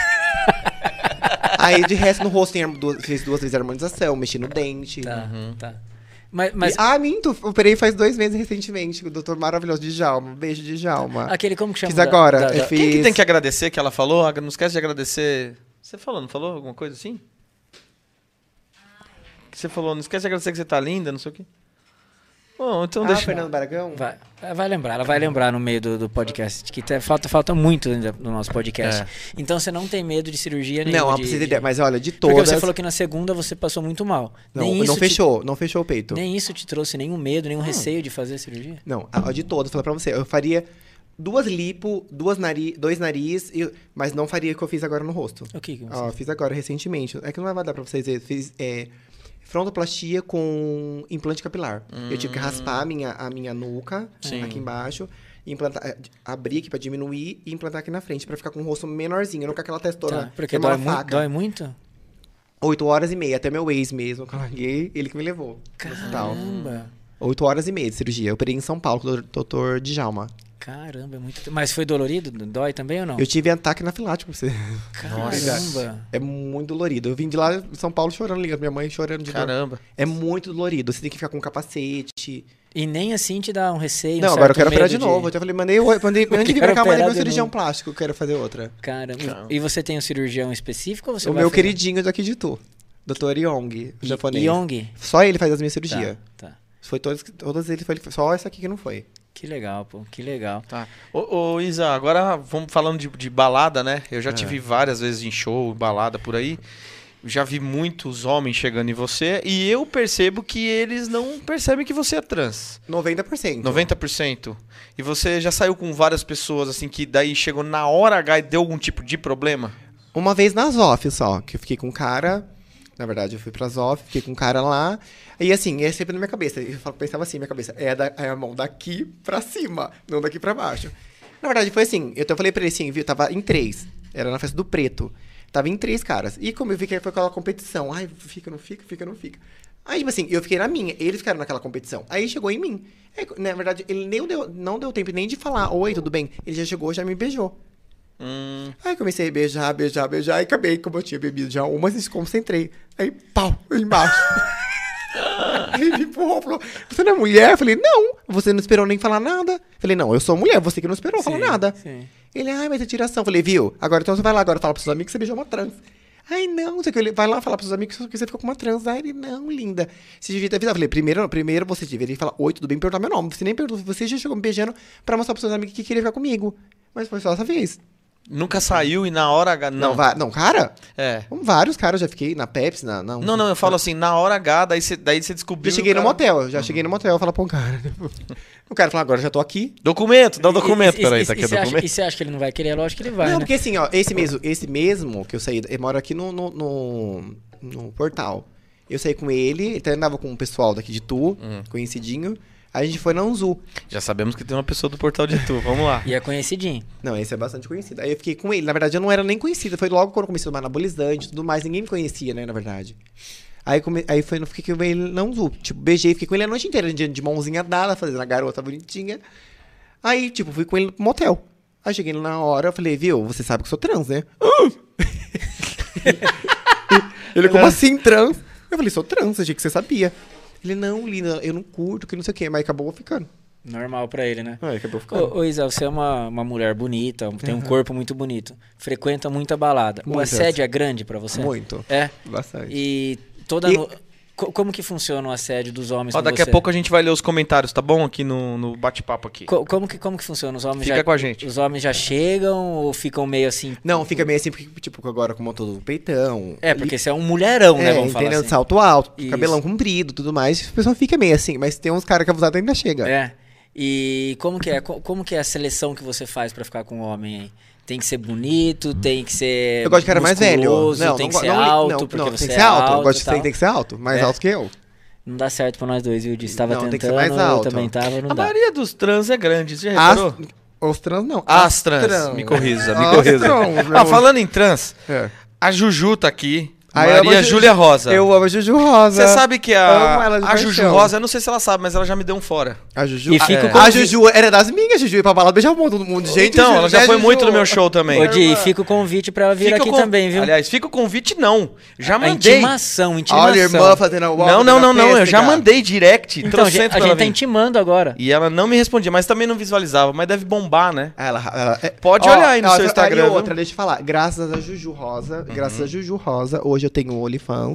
Aí, de resto, no rosto, tem harmo- duas, fiz duas vezes harmonização, mexi no dente. Tá, Uhum. tá. Mas, mas E- ah, minto. Operei faz dois meses recentemente. O doutor maravilhoso de Djalma. Beijo de Djalma. aquele, como que chama? Fiz agora. Da- da- Eu da- fiz- Quem que tem que agradecer que ela falou? Ah, não esquece de agradecer. Você falou, não falou alguma coisa assim? Que você falou, não esquece de agradecer que você tá linda, não sei o quê. Bom, então Ah, deixa... Fernando Baragão? Vai, vai lembrar, ela vai lembrar no meio do, do podcast. Que tá- falta, falta muito ainda no nosso podcast. É. Então você não tem medo de cirurgia Não, nenhuma. não de, precisa de- ideia. Mas olha, de Porque todas... você falou que na segunda você passou muito mal. Não, nem não isso fechou, não fechou o peito. Te, nem isso te trouxe nenhum medo, nenhum receio de fazer a cirurgia? Não, a, de todas, vou falar pra você. Eu faria duas lipo, duas nari, dois nariz, e, mas não faria o que eu fiz agora no rosto. O que que você Ó, eu fiz agora recentemente. É que não vai dar pra vocês verem. Fiz é, frontoplastia com implante capilar. Eu tive que raspar a minha, a minha nuca Sim. aqui embaixo, e implantar, é, abrir aqui pra diminuir e implantar aqui na frente, pra ficar com o rosto menorzinho, não com aquela testona. Tá, porque que é uma dói, mu faca. dói muito? Oito horas e meia, até meu ex mesmo, que eu larguei, ele que me levou no hospital. Caramba. Oito horas e meia de cirurgia. Eu operei em São Paulo com o doutor Djalma. Caramba, é muito tempo. Mas foi dolorido? Dói também ou não? Eu tive ataque anafilático pra você. Caramba. É muito dolorido. Eu vim de lá de São Paulo chorando, ligando minha mãe chorando de dor. Caramba. É muito dolorido. Você tem que ficar com capacete. E nem assim te dá um receio, um Não, agora eu certo quero operar medo de novo. Eu até falei, mandei, mandei antes de vir quero pra cá, mandei operar meu de cirurgião novo. plástico. Eu quero fazer outra. Caramba. E você tem um cirurgião específico ou você o vai meu fazer? queridinho daqui de Tu. doutor Yong, o japonês. Yong? Só ele faz as minhas cirurgias. Tá, tá. Foi todas, todas ele foi só essa aqui que não foi. Que legal, pô. Que legal. Tá. Ô, ô, Isa, agora vamos falando de, de balada, né? Eu já É. tive várias vezes em show, balada por aí. Já vi muitos homens chegando em você e eu percebo que eles não percebem que você é trans. noventa por cento. noventa por cento. E você já saiu com várias pessoas, assim, que daí chegou na hora H e deu algum tipo de problema? Uma vez na Zof só, que eu fiquei com um cara. Na verdade, eu fui pra Zof, fiquei com um cara lá. E assim, é sempre na minha cabeça. Eu falo- pensava assim, minha cabeça, é, da, é a mão daqui pra cima, não daqui pra baixo. Na verdade, foi assim, eu até falei pra ele assim, viu, tava em três. Era na festa do Preto. Tava em três caras. E como eu vi que foi aquela competição, ai, fica, não fica, fica, não fica. Aí, tipo assim, eu fiquei na minha, eles ficaram naquela competição. Aí chegou em mim. Aí, na verdade, ele nem deu, não deu tempo nem de falar, oi, tudo bem? Ele já chegou, já me beijou. Hum, Aí comecei a beijar, beijar, beijar, e acabei, como eu tinha bebido já uma, se concentrei. Aí, pau, embaixo. Aí ele me empurrou, falou, você não é mulher? Eu falei, não, você não esperou nem falar nada. Eu falei, não, eu sou mulher, você que não esperou falar nada. Sim. Ele, ai, mas é tiração. Eu falei, viu, agora então você vai lá agora falar pros seus amigos que você beijou uma trans. Ai, não, não sei o que. Ele vai lá falar pros seus amigos que você ficou com uma trans. Ai, ele, não, linda. Você devia ter avisado. Eu falei, primeiro, primeiro você deveria falar, oi, tudo bem, perguntar meu nome. Você nem perguntou, você já chegou me beijando pra mostrar pros seus amigos que queria ficar comigo. Mas foi só essa vez. nunca saiu e na hora H... Não, Não, vai, não, cara, é. com vários caras eu já fiquei na Pepsi, na... na Não, não, eu falo assim, na hora H, daí você daí você descobriu... Já cheguei o no cara- motel, já cheguei no motel, eu falo pra um cara. O cara fala, agora já tô aqui. Documento, dá o documento, E- e- peraí, e- tá aqui e o você acha- documento. E você acha que ele não vai querer? Lógico que ele vai, não, né? porque assim, ó, esse mesmo, esse mesmo que eu saí, eu moro aqui no, no, no, no portal. Eu saí com ele, ele até andava com o pessoal daqui de Tu, conhecidinho. Aí a gente foi na Anzu. Já sabemos que tem uma pessoa do Portal de Tu, vamos lá. E é conhecidinho. Não, esse é bastante conhecido. Aí eu fiquei com ele. Na verdade, eu não era nem conhecida. Foi logo quando eu comecei a tomar anabolizante e tudo mais. Ninguém me conhecia, né, na verdade. Aí, come... aí foi, eu fiquei com ele na Anzu. Tipo, beijei, fiquei com ele a noite inteira, de, de mãozinha dada, fazendo a garota bonitinha. Aí, tipo, fui com ele pro motel. Aí cheguei na hora, eu falei, viu, você sabe que eu sou trans, né? Ele, como assim, trans? Eu falei, sou trans, achei que você sabia. Ele, não, linda, eu não curto, que não sei o quê. Mas acabou ficando. Normal pra ele, né? Aí acabou ficando. Ô, ô Isa, você é uma, uma mulher bonita, tem um corpo muito bonito. Frequenta muita balada. O Muitas. assédio é grande pra você? Muito. É? Bastante. E toda... E- no- co- Como que funciona o assédio dos homens Ó, com daqui você? a pouco a gente vai ler os comentários, tá bom? Aqui no, no bate-papo aqui. Co- como, que, como que funciona? Os homens Fica já, com a gente. Os homens já chegam ou ficam meio assim... Não, fica meio assim, porque, tipo, agora com o todo o peitão. É, porque você é um mulherão, né? É, Vamos falar entendeu? assim. Salto alto, Isso. cabelão comprido, tudo mais. A pessoa fica meio assim, mas tem uns caras que abusados ainda chega. É. E como que é? Co- Como que é a seleção que você faz pra ficar com um homem aí? Tem que ser bonito, tem que ser Eu gosto de cara mais velho. musculoso, Não, tem não, que ser não, alto, não, porque não, você tem que é ser alto. Eu alto gosto e de tal. tem que ser alto, mais É. alto que eu. Não dá certo pra nós dois, viu? Você tava Não, tem tentando, que ser mais eu alto. também tava, não A dá. maioria dos trans é grande, você já As, reparou? os trans não. As trans, me corrija, me As corrija. trans, Ah, meu- falando em trans, É. a Juju tá aqui, Ah, eu amo Maria a Ju- Júlia Rosa. Eu amo a Juju Rosa. Você sabe que Amo ela de a, a Juju paixão. Rosa, eu não sei se ela sabe, mas ela já me deu um fora. A Juju. E fica a, com- a Juju era das minhas, Juju ia pra balada, beijar um monte todo mundo de gente. Então, Ju- ela já né, foi Juju? muito no meu show também. Ô, Di, fica o convite pra ela vir Fica aqui o con- também, viu? Aliás, fica o convite, não. Já a mandei. intimação, intimação. Olha a irmã fazendo a walk Não, não, na não, não. Eu já pêssega. mandei direct. Então, a trocentos gente, a pra ela gente tá vir. intimando agora. E ela não me respondia, mas também não visualizava. Mas deve bombar, né? Ela, ela- é- Pode olhar aí no seu Instagram, E viu? outra, deixa eu falar. Graças a Juju Rosa, graças a Juju Rosa, hoje eu tenho o OnlyFans,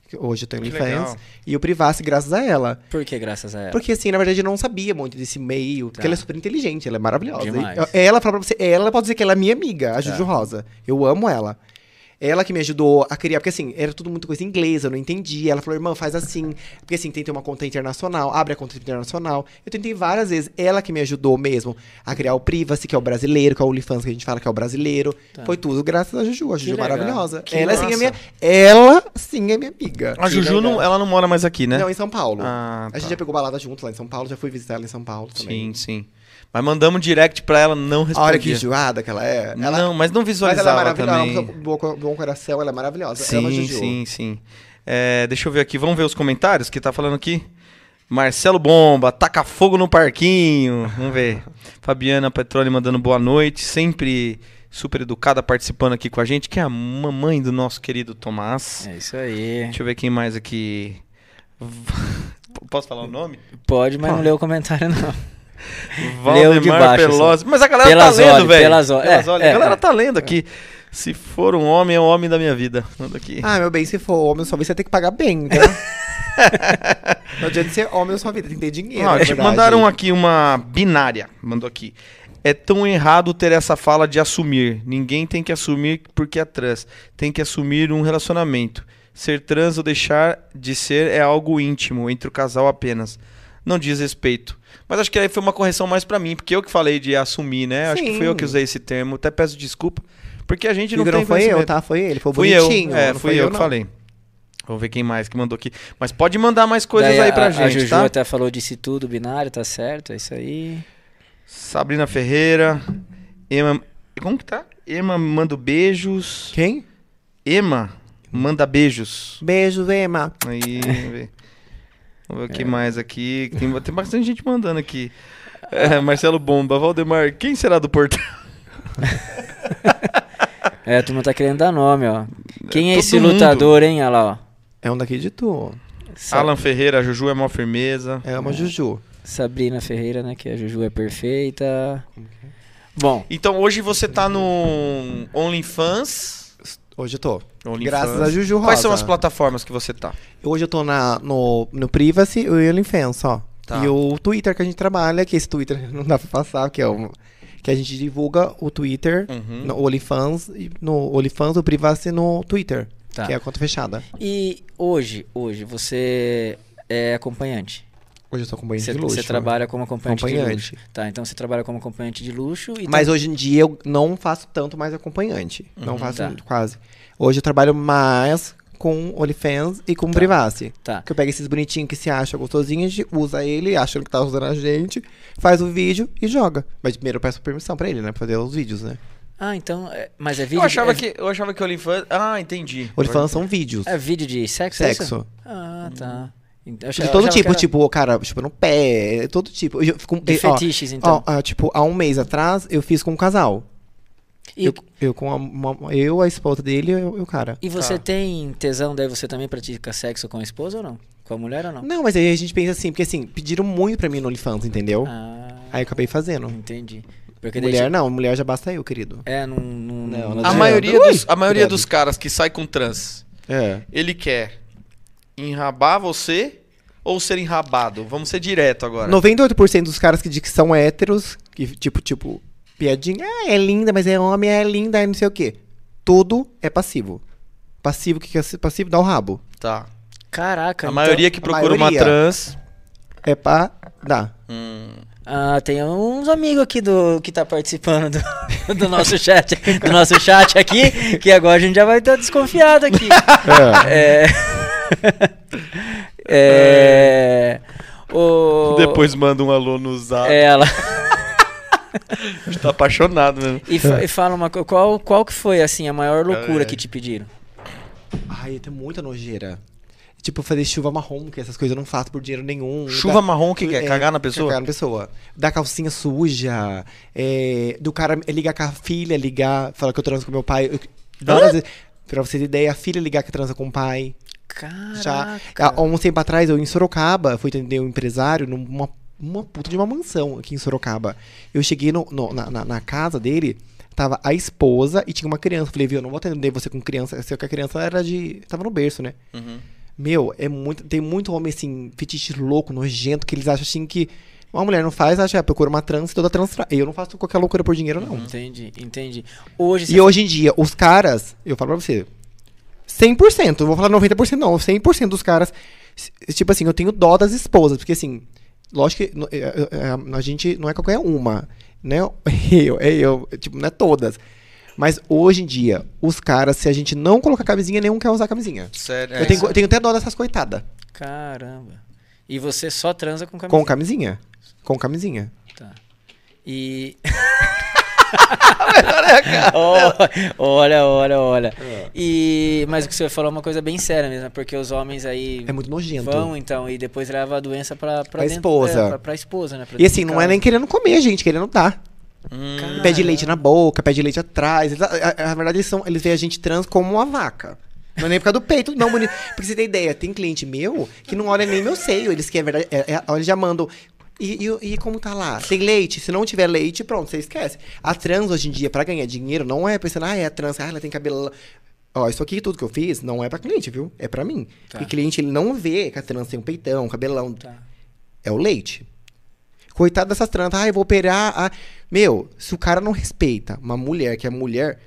que hoje eu tenho Que OnlyFans. legal. E o Privacy graças a ela. Por que graças a ela? Porque, assim, na verdade, eu não sabia muito desse meio. Porque Tá. ela é super inteligente, ela é maravilhosa. Demais. E ela fala pra você, ela pode dizer que ela é minha amiga, a Juju Tá. Rosa. Eu amo ela. Ela que me ajudou a criar, porque assim, era tudo muito coisa inglesa, eu não entendia. Ela falou, irmã, faz assim. Porque assim, tem que ter uma conta internacional, abre a conta internacional. Eu tentei várias vezes. Ela que me ajudou mesmo a criar o Privacy, que é o brasileiro, que é o OnlyFans que a gente fala que é o brasileiro. Tá. Foi tudo graças a Juju. A Juju é legal. maravilhosa. Que Ela, assim, é massa. minha, ela, sim, é minha amiga. A Juju, não, ela não mora mais aqui, né? Não, em São Paulo. Ah, A tá. gente já pegou balada junto lá em São Paulo, já fui visitar ela em São Paulo também. Sim, sim. Mas mandamos direct pra ela, não A respondia. hora que enjoada que ela é. Ela, Não, mas não mas visualizava ela é maravilhosa, também. ela é uma pessoa bom, bom coração, ela é maravilhosa. Ela é Sim, Juju. sim, sim. É, deixa eu ver aqui, vamos ver os comentários que tá falando aqui. Marcelo Bomba, taca fogo no parquinho. Vamos ver. Fabiana Petroni mandando boa noite, sempre super educada participando aqui com a gente, que é a mamãe do nosso querido Tomás. É isso aí. Deixa eu ver quem mais aqui. Posso falar o nome? Pode, mas não leu o comentário, não. Valdemar de baixo, Pelosi. Mas a galera Pelas tá lendo, olhos, velho. pelas olhos. É, olhos. é, a galera é. tá lendo aqui. Se for um homem, é o homem da minha vida. Manda aqui. Ah, meu bem, se for homem, sua vida você tem que pagar bem, né? Não adianta ser homem ou sua vida, tem que ter dinheiro. Ah, na tipo, verdade. mandaram aqui uma binária. Mandou aqui. É tão errado ter essa fala de assumir. Ninguém tem que assumir porque é trans. Tem que assumir um relacionamento. Ser trans ou deixar de ser é algo íntimo, entre o casal apenas. Não diz respeito. Mas acho que aí foi uma correção mais pra mim, porque eu que falei de assumir, né? Acho que Sim. foi eu que usei esse termo. Até peço desculpa, porque a gente não Digo, tem não foi eu, conhecimento. tá? Foi ele, foi o Fui eu, bonitinho. é, não fui foi eu que não. falei. Vamos ver quem mais que mandou aqui. Mas pode mandar mais coisas Daí aí a- pra a, gente, A Juju tá? até falou disse tudo, binário, tá certo, é isso aí. Sabrina Ferreira. Ema... Como que tá? Ema manda beijos. Quem? Ema manda beijos. Beijo, Ema. Aí, vamos ver. Vamos ver o que mais aqui. Tem, tem bastante gente mandando aqui. É, Marcelo Bomba. Valdemar, quem será do portão? É, a turma tá querendo dar nome, ó. Quem é todo esse mundo. lutador, hein? Olha lá, ó. É um daqui de tu. Sa- Alan Ferreira, a Juju é mó firmeza. É uma Juju. Sabrina Ferreira, né? Que a Juju é perfeita. Bom, Então hoje você tá no OnlyFans. Hoje eu tô. OnlyFans. Graças a Juju Rosa. Quais são as plataformas que você tá? Hoje eu tô na, no, no Privacy e o OnlyFans, ó. Tá. E o Twitter que a gente trabalha, que esse Twitter não dá pra passar, que é o... Que a gente divulga o Twitter, Uhum. no OnlyFans, e no OnlyFans, o Privacy no Twitter, Tá. que é a conta fechada. e hoje, hoje, você é acompanhante. Hoje eu tô com banho Você, de luxo. você trabalha como acompanhante, de Acompanhante. luxo. Tá, então você trabalha como acompanhante de luxo. E Mas tá- hoje em dia eu não faço tanto mais acompanhante. não faço tá. muito, quase. Hoje eu trabalho mais com OnlyFans e com Privacy. Tá. Que eu pego esses bonitinhos que se acham gostosinhos, a gente usa ele, achando que tá usando a gente, faz o vídeo e joga. Mas primeiro eu peço permissão pra ele, né? Pra fazer os vídeos, né? Ah, então. é- mas é vídeo. Eu achava, é, que, eu achava que o OnlyFans... Ah, entendi. OnlyFans são vídeos. É vídeo de sexo? é isso? Sexo. Ah, tá. Então, eu De achava- todo achava tipo, que era tipo, cara, tipo, no pé, é todo tipo. Eu fico, De ó, fetiches, então. ó, ó, tipo, há um mês atrás, eu fiz com um casal. E, Eu, eu com a, uma- eu, a esposa dele e eu- e o cara. e você Tá. tem tesão, daí você também pratica sexo com a esposa ou não? Com a mulher ou não? Não, mas aí a gente pensa assim, porque assim, pediram muito pra mim no OnlyFans, entendeu? Ah, Aí eu acabei fazendo. entendi. Porque daí Mulher você- não, mulher já basta eu, querido. É, não. não, Não, não- não A Ui, maioria, dos, a maioria credo. dos caras que sai com trans, É. ele quer enrabar você ou ser enrabado? Vamos ser direto agora. noventa e oito por cento dos caras que dizem que são héteros, que tipo, tipo, piadinha, ah, é linda, mas é homem, é linda, é não sei o quê. Tudo é passivo. Passivo, o que que é passivo? Dá o rabo. Tá. Caraca. A então- maioria que a procura uma maioria. trans... É pra dar. Hum, Ah, tem uns amigos aqui do que tá participando do, do nosso chat, do nosso chat aqui, que agora a gente já vai estar desconfiado aqui. É. É. O, depois manda um alô no zap. ela. A gente tá apaixonado mesmo. E, fa- e fala uma coisa, qual, qual que foi, assim, a maior loucura É. que te pediram? Ai, tem muita nojeira. Tipo, fazer chuva marrom, que essas coisas eu não faço por dinheiro nenhum. Chuva Dá- marrom, o que que é? Cagar na pessoa? Cagar na pessoa. Da calcinha suja, é, do cara ligar com a filha, ligar, falar que eu transo com meu pai. Eu, várias vezes, pra você ter ideia, a filha ligar que transa com o pai. Já, Caraca. há um tempo atrás, eu em Sorocaba, fui atender um empresário numa uma puta de uma mansão aqui em Sorocaba. Eu cheguei no, no- na, na, na casa dele, tava a esposa e tinha uma criança. Falei, viu, eu não vou atender você com criança. Se eu que a criança era de... Tava no berço, né? Uhum. Meu, é muito, tem muito homem, assim, fetiche louco, nojento, que eles acham, assim, que uma mulher não faz, acha, ah, procura uma trans, toda trans... Tra... Eu não faço qualquer loucura por dinheiro, não. Entendi, entendi. Hoje e hoje em dia, os caras, eu falo pra você, cem por cento, eu vou falar noventa por cento não, cem por cento dos caras, tipo assim, eu tenho dó das esposas, porque assim, lógico que a gente não é qualquer uma, né? Eu, é eu, tipo, não é todas. Mas hoje em dia, os caras, se a gente não colocar camisinha, nenhum quer usar camisinha. Sério? Eu, É. tenho, eu tenho até dó dessas coitadas. Caramba. E você só transa com camisinha? Com camisinha. Com camisinha. Tá. E... oh, olha, olha, olha. É. E... Mas o que você falou é uma coisa bem séria mesmo, porque os homens aí É muito nojento. vão, então, e depois leva a doença pra, pra, Pra dentro, esposa. É, pra, pra esposa, né? Pra E assim, dentro de não é casa. nem querendo comer, gente, querendo dar. Hum. Cara. Pede leite na boca, pede leite atrás. Eles, a- a- na verdade, eles, são, eles veem a gente trans como uma vaca. Não é nem por causa do peito, não, bonito. Porque você tem ideia, tem cliente meu que não olha nem meu seio. Eles querem, verdade, é, é, eles já mandam. E, e, e como tá lá? Tem leite? Se não tiver leite, pronto, você esquece. A trans, hoje em dia, pra ganhar dinheiro, não é pensando, ah, é a trans, ah, ela tem cabelo. Ó, isso aqui, tudo que eu fiz, não é pra cliente, viu? É pra mim. Tá. Porque cliente, ele não vê que a trans tem um peitão, um cabelão. Tá. É o leite. Coitado dessas trans. Ah, eu vou operar. Ah. Meu, se o cara não respeita uma mulher que é mulher,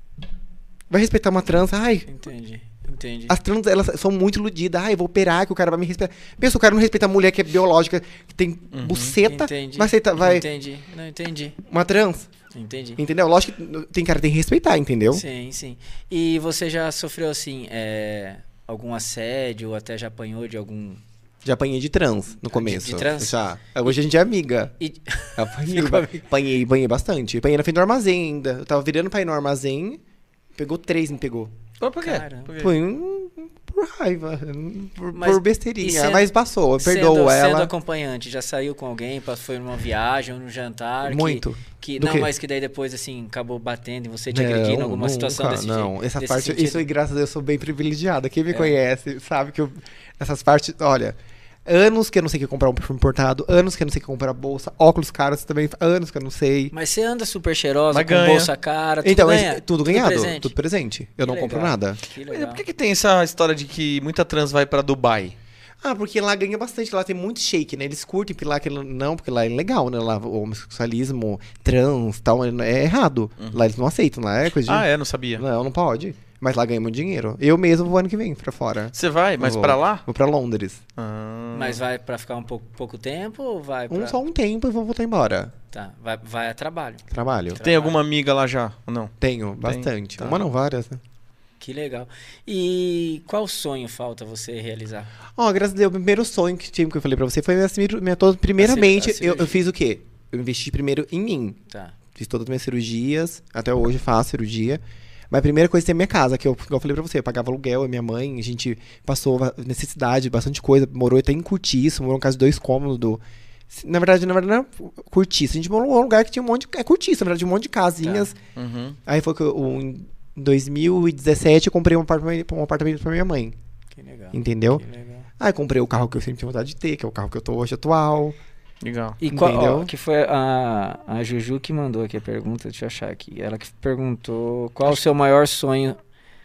vai respeitar uma trans. Ai, Entendi, entendi. as trans, elas são muito iludidas. Ai, eu vou operar que o cara vai me respeitar. Meu, se o cara não respeita a mulher que é biológica, que tem buceta, Entendi. vai aceitar, vai... Entendi, não entendi. Uma trans. Entendi. Entendeu? Lógico que tem cara que tem que respeitar, entendeu? Sim, sim. E você já sofreu, assim, é, algum assédio ou até já apanhou de algum... Já apanhei de trans no de- começo. de trans? Já. Hoje a gente é amiga. E... Apanhei, Ficou amiga. apanhei, apanhei bastante. Apanhei na frente do armazém ainda. Eu tava virando pra ir no armazém, pegou três, me pegou. Pô, por quê? Caramba. Por quê? Foi um, por raiva, por, Mas- por e besteirinha. sendo- mas passou, eu Sendo, perdoo sendo ela. acompanhante, já saiu com alguém, pa- foi numa viagem ou num jantar? que- Muito. Que, Do não, quê? mas que daí depois, assim, acabou batendo em você, te agredindo em alguma nunca, situação desse não. jeito? Essa desse parte, sentido? isso aí, graças a Deus, eu sou bem privilegiada. Quem me É. conhece sabe que eu, essas partes, olha, anos que eu não sei o que comprar um perfume importado, anos que eu não sei o que comprar bolsa, óculos caros também, anos que eu não sei. Mas você anda super cheirosa, Mas com ganha. bolsa cara, tudo Então, ganha? esse- tudo ganhado, presente? tudo presente. Eu Que não compro legal. nada. Que Mas legal. por que, que tem essa história de que muita trans vai pra Dubai? Ah, porque lá ganha bastante, lá tem muito shake, né? Eles curtem, porque lá aquilo não, porque lá é legal, né? Lá o homossexualismo, trans, tal, é errado. Lá eles não aceitam, lá é coisa de... Ah, é? Não sabia. Não, não pode. Mas lá ganha muito dinheiro. Eu mesmo vou ano que vem pra fora. Você vai, mas Vou. pra lá? Vou pra Londres. Ah. Mas vai pra ficar um pouco, pouco tempo ou vai pra... Um só um tempo e vou voltar embora. Tá, vai, vai a trabalho. Trabalho. Tem alguma amiga lá já? Ou não? Tenho, bastante. Tá. Uma não, várias, né? Que legal. E qual sonho falta você realizar? Ó, graças a Deus, o primeiro sonho que, tive, que eu falei pra você foi minha, cir- minha toda, primeiramente, A cir- a eu, eu cirurgia. fiz o quê? Eu investi primeiro em mim. Tá. Fiz todas as minhas cirurgias, até hoje faço cirurgia. Mas a primeira coisa é ter minha casa, que eu, que eu falei pra você, eu pagava aluguel, a minha mãe, a gente passou va- necessidade, bastante coisa, morou até em Curtiço, morou em casa de dois cômodos do... Na verdade, na verdade, não é Curtiço, a gente morou num lugar que tinha um monte de... É Curtiço, na verdade, um monte de casinhas. Uhum. Aí foi que eu, em dois mil e dezessete eu comprei um apartamento, um apartamento pra minha mãe, Que legal. entendeu? Que legal. Aí comprei o carro que eu sempre tinha vontade de ter, que é o carro que eu tô hoje atual. Legal. E qual, Entendeu? ó, que foi a, a Juju que mandou aqui a pergunta, deixa eu achar aqui. Ela que perguntou qual o seu maior sonho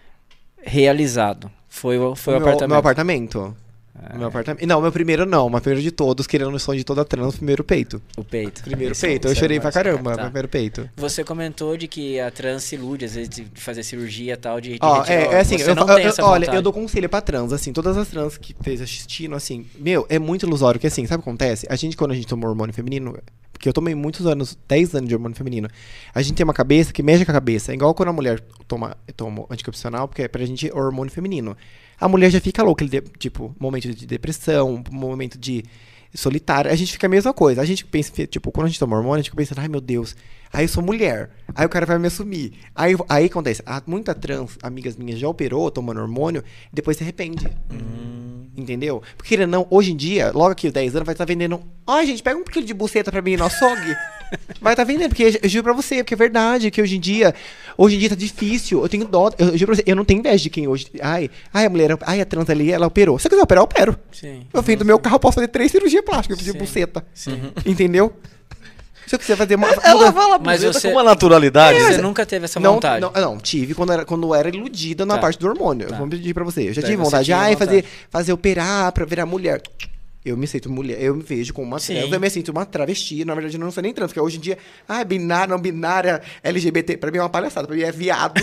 realizado? Foi, o- foi o, meu, apartamento. Meu apartamento? Ah, Meu apartamento. Não, meu primeiro não, mas primeiro de todos, querendo o sonho de toda trans, primeiro peito. O peito. Primeiro Esse é- peito, eu esse é chorei o pra mais- caramba, tá. primeiro peito. Você comentou de que a trans se ilude, às vezes, de de fazer cirurgia e tal, de, de Ó, retirar- é, é assim, você eu, não fa- tem eu- essa olha, vontade. eu dou conselho pra trans, assim, todas as trans que fez assistindo, assim, meu, é muito ilusório, que assim, sabe o que acontece? A gente, quando a gente toma hormônio feminino, porque eu tomei muitos anos, dez anos de hormônio feminino, a gente tem uma cabeça que mexe com a cabeça, é igual quando a mulher toma, toma anticoncepcional, porque é pra gente hormônio feminino. A mulher já fica louca, ele de- tipo, momento de depressão, momento de solitário, a gente fica a mesma coisa. A gente pensa, tipo, quando a gente toma hormônio, a gente fica pensando, ai meu Deus, aí eu sou mulher, aí o cara vai me assumir. Aí, aí acontece, a, muita trans, amigas minhas, já operou tomando hormônio, e depois se arrepende. Entendeu? Porque querendo ou não, hoje em dia, logo aqui, dez anos, vai estar vendendo. Ai, gente, pega um quilo de buceta pra mim no açougue. Vai estar vendendo, porque eu, eu juro pra você, porque é verdade, que hoje em dia, hoje em dia tá difícil. Eu tenho dó. Eu, eu juro pra você, eu não tenho inveja de quem hoje. Ai, ai, a mulher, ai, a trans ali, ela operou. Se eu quiser operar, eu opero. Sim. Eu vendo do meu carro, eu posso fazer três cirurgias plásticas de Sim. buceta. Sim. Entendeu? Se eu quiser fazer uma... Ela fala Mas buzeta você- com uma naturalidade. Você né? nunca teve essa Não, vontade? não, não, tive quando era, quando eu era iludida na Tá. parte do hormônio. Tá. Eu vou pedir pra você. Eu já Daí tive você vontade de tinha ai, vontade. fazer, fazer operar pra virar mulher. Eu me sinto mulher, eu me vejo como uma Sim. trans, eu me sinto uma travesti. Na verdade, eu não sou nem trans, porque hoje em dia, ah, binária, não binária, L G B T, pra mim é uma palhaçada. Pra mim é viado,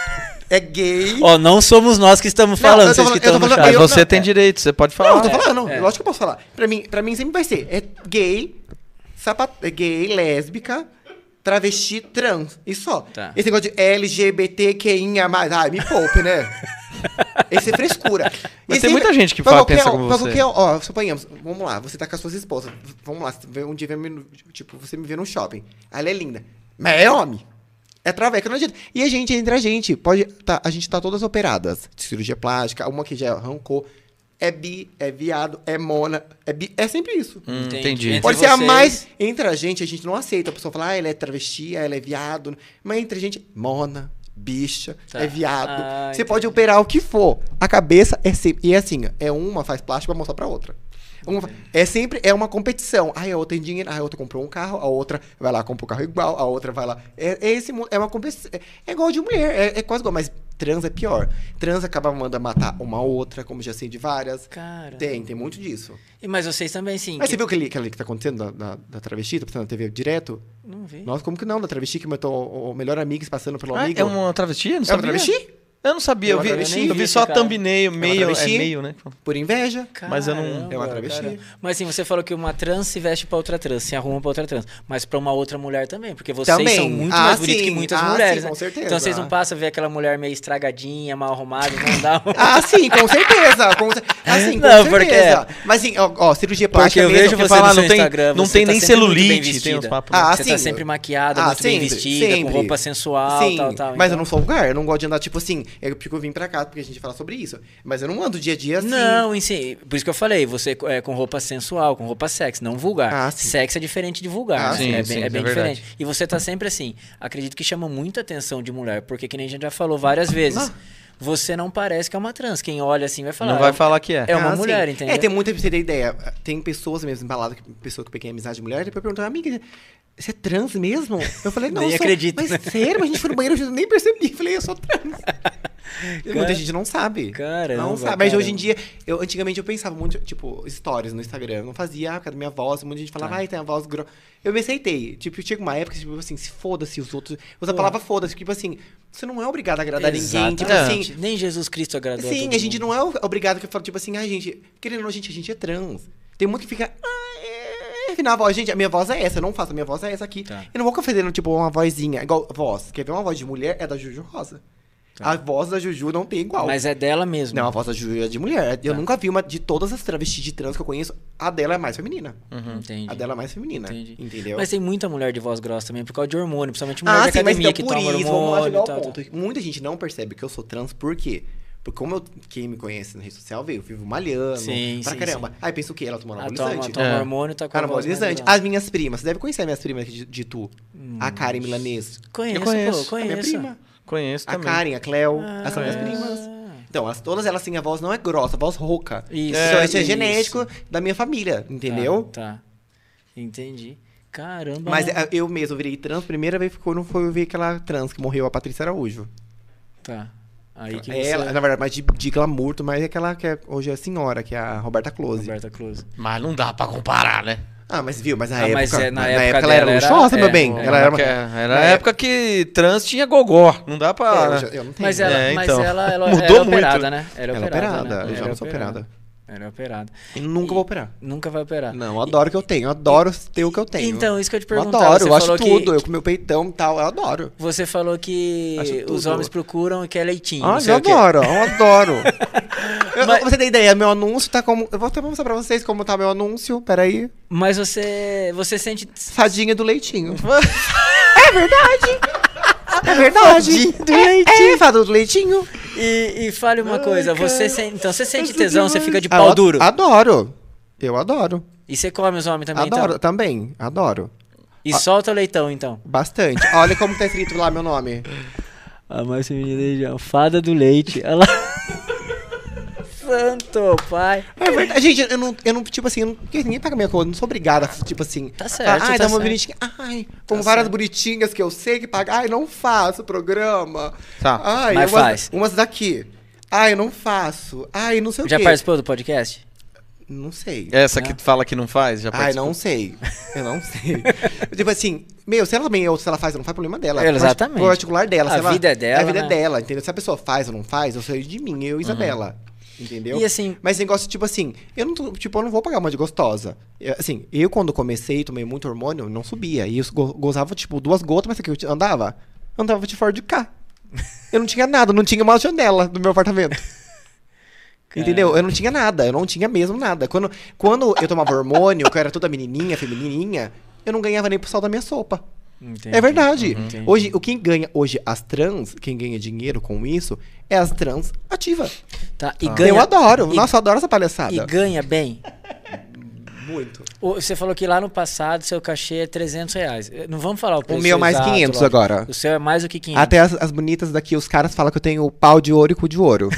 é gay. Ó, não somos nós que estamos Não, falando, eu tô vocês falando- que eu tô estão no falando- chat. Mas eu- você não, tem é. direito, você pode falar. Não, eu tô falando, é. lógico que eu posso falar. Pra mim, pra mim sempre vai ser, é gay, sapat, é gay, lésbica, travesti, trans, e só. Tá. Esse negócio de L G B T Q I A mais, ai, me poupe, né? Esse é frescura. Mas E tem muita gente que pra fala- qualquer- pensa como pra você. qualquer- ó, suponhamos, vamos lá, você tá com as suas esposas, vamos lá, um dia vem me- tipo, você me vê no shopping, aí ela é linda, mas é homem. É traveca, não adianta. E a gente, entre a gente, pode. Tá, a gente tá todas operadas. De cirurgia plástica, uma que já arrancou. É bi, é viado, é mona, é bi. É sempre isso. Hum, Entendi. entendi. Entre Pode ser a vocês- mais. Entre a gente, a gente não aceita. A pessoa fala, ah, ela é travesti, ah, ela é viado. Mas entre a gente, mona, bicha, Tá. é viado. Ah, Você entendi. pode operar o que for. A cabeça é sempre. E é assim, é uma faz plástico pra mostrar pra outra. Uma fa- é sempre é uma competição. Aí a outra tem dinheiro, aí a outra comprou um carro, a outra vai lá compra um carro igual, a outra vai lá. É, é esse mu- é uma competição. É, é igual de mulher, é, é quase igual, mas trans é pior. Trans acaba mandando matar uma outra, como já sei de várias. Cara. Tem, tem muito disso. E- Mas vocês também, sim. Mas que- você viu aquele, aquele que tá acontecendo da, da, da travesti? Tá passando na T V direto? Não vi. Nossa, como que não? Da travesti que matou o, o melhor amigo se passando pelo Ah, amigo? é uma travesti? Eu não É uma sabia. travesti? Eu não sabia, É eu uma vi, travesti? eu vi só a Cara. thumbnail, meio, é travesti? meio, né? Por inveja? Mas eu não- Caramba, É uma travesti. cara. Mas assim, você falou que uma trans se veste pra outra trans, se arruma pra outra trans. Mas pra uma outra mulher também, porque vocês Também. são muito Ah, mais bonitos sim. que muitas Ah, mulheres, sim, né? com certeza. Então vocês não passam a ver aquela mulher meio estragadinha, mal arrumada, não dá um... Ah, sim, com certeza. Com, cer- assim, com Não, certeza. porque- Mas assim, ó, ó, cirurgia Porque plástica eu mesmo. vejo porque você fala, no seu não tem- Instagram, não você tem tá nem sempre muito bem celulite, tem vestida. uns papos. Ah, Você sim. tá sempre maquiada, Ah, muito bem sempre, vestida, com sempre. roupa sensual, Sim, tal, tal. mas então- eu não sou vulgar, eu não gosto de andar, tipo assim, é porque eu vim pra cá, porque a gente fala sobre isso. Mas eu não ando dia a dia assim. Não, em si, por isso que eu falei, você é com roupa sensual, com roupa sexy, não vulgar. Ah, sim. Sexy é diferente de vulgar, Ah, né? sim, é sim, bem, é é bem verdade. diferente. E você tá sempre assim, acredito que chama muita atenção de mulher, porque que nem a gente já falou várias vezes, Não. você não parece que é uma trans. Quem olha assim vai falar. Não vai é- falar que é. É uma Ah, mulher, sim. entendeu? É, tem muita pra você ter ideia. Tem pessoas mesmo embaladas, que- pessoa que eu peguei amizade de mulher, depois perguntou, amiga, você é trans mesmo? Eu falei, não, Nem eu sou. acredito, Mas né? sério, mas a gente foi no banheiro, eu nem percebi. Eu falei, eu sou trans. E muita gente não sabe. Caramba, Não sabe. Mas caramba. hoje em dia, eu, antigamente eu pensava muito, tipo, stories no Instagram. Eu não fazia, ah, por causa da minha voz. Muita gente falava, Tá. ai, tem a voz grossa. Eu me aceitei. Tipo, chega uma época, tipo assim, se foda-se os outros. Usa a Pô. palavra foda-se. Tipo assim, você não é obrigado a agradar ninguém. Tipo Exatamente. assim, Nem Jesus Cristo agradou sim, todo a gente mundo. não é obrigado que eu falo, tipo assim, ai, gente, querendo ou não, gente, a gente é trans. Tem muito que fica, ah, é, afinal, a voz, gente, a minha voz é essa, eu não faço, a minha voz é essa aqui. Tá. Eu não vou ficar fazendo, tipo, uma vozinha, igual voz. Quer ver uma voz de mulher? É da Juju Rosa. A voz da Juju não tem igual. Mas é dela mesmo. Não, a voz da Juju é de mulher. Eu Tá. nunca vi uma, de todas as travestis de trans que eu conheço, a dela é mais feminina. Entendi. A dela é mais feminina, Entendi. entendeu? Mas tem muita mulher de voz grossa também, por causa de hormônio, principalmente mulher Ah, de sim, mas academia então que por toma isso, vamos lá hormônio chegar e ao tal, ponto. tal. Muita gente não percebe que eu sou trans, por quê? Porque como eu, quem me conhece na rede social vê, eu vivo malhando Sim, pra sim, caramba. sim. Aí penso o quê? Ela tomou Ah, anabolizante? toma, toma É. hormônio, tá com a voz mais Anabolizante. grossa. As minhas primas, você deve conhecer minhas primas aqui de, de tu. A Karen Milanês. Conheço, Eu conheço. pô, A minha conheço. prima. Conheço A também. Karen, a Cleo. Ah, Essas são minhas conheço. primas. Então, elas, todas elas, assim, a voz não é grossa, a voz rouca. Isso. Então, É, isso é isso. genético da minha família, entendeu? Tá, tá. Entendi. Caramba. Mas né? é, eu mesmo virei trans, primeira vez que quando foi eu ver aquela trans que morreu, a Patrícia Araújo. Tá. Aí que É você... ela, na verdade, mais de, de glamour, mas é aquela que é, hoje é a senhora, que é a Roberta Close. Roberta Close. Mas não dá pra comparar, né? Ah, mas viu, mas na Ah, época, mas é, na na, na época época ela era dela era- luxuosa, meu é, bem. é, Ela era, Que uma- era na a época que trans tinha gogó. Não dá pra... É, eu, já- eu não tenho. Mas ela, É, mas então. ela, ela Mudou era muito. operada, né? Era Ela é operada, operada, né? eu já Era não sou operada. Era operada. E nunca E- vou operar. Nunca vai operar. Não, eu adoro o que eu tenho. Eu adoro ter o que eu tenho. Então, isso que eu te eu perguntava. adoro, você eu acho falou tudo. que, Eu com meu peitão e tal, eu adoro. Você falou que Acho os tudo. homens procuram e quer leitinho. Ah, não sei eu o quê. adoro, eu adoro. Eu- Mas- Pra você ter ideia, meu anúncio tá como... Eu vou até mostrar pra vocês como tá meu anúncio. Peraí. Mas você, você sente... Fadinha do leitinho. É verdade. É verdade. Fadinha do É- leitinho. É, fada do leitinho. E, e fale uma coisa, você sente, então você sente Essa tesão, demais. você fica de Ah, pau eu duro. Adoro. Eu adoro. E você come os homens também, adoro, então? também. Adoro. E solta o leitão, então. Bastante. Olha como tá escrito lá meu nome. A mais feminina região, fada do leite. Ela... Santo pai. É verdade. Gente, eu não, eu não tipo assim, eu não, porque ninguém paga minha conta, eu não sou obrigada, tipo assim. Tá certo, Ai, tá dá uma certo. bonitinha. Ai, como Tá várias certo. bonitinhas que eu sei que paga. Ai, não faço programa. Tá. Ai, Mas umas, faz. umas daqui. Ai, eu não faço. Ai, não sei o Já quê. participou do podcast? Não sei. Essa que fala que não faz? Já Ai, participou? não sei. Eu não sei. Tipo assim, meu, se ela bem ou se ela faz ou não faz, problema dela. Exatamente. O particular dela. A se ela- vida é dela, A vida né? é dela, entendeu? Se a pessoa faz ou não faz, eu sei de mim, eu e Isabela. Entendeu? E assim- Mas negócio, tipo assim, eu não, tô- tipo, eu não vou pagar uma de gostosa. Eu, assim, eu quando comecei, tomei muito hormônio, não subia. E eu go- gozava, tipo, duas gotas, mas aqui eu andava. Andava de fora de cá. Eu não tinha nada, não tinha uma janela no meu apartamento. Entendeu? Eu não tinha nada, eu não tinha mesmo nada. Quando, quando eu tomava hormônio, que eu era toda menininha, feminininha, eu não ganhava nem pro sal da minha sopa. Entendi. É verdade. Entendi. Hoje, o quem ganha, hoje, as trans, quem ganha dinheiro com isso, é as trans ativas. Tá, e ganha, eu adoro. e- Nossa, eu adoro essa palhaçada. E ganha bem. Muito. O- Você falou que lá no passado seu cachê é trezentos reais. Não vamos falar o preço O meu é mais exato, quinhentos lógico. agora. O seu é mais do que quinhentos. Até as, as bonitas daqui, os caras falam que eu tenho pau de ouro e cu de ouro.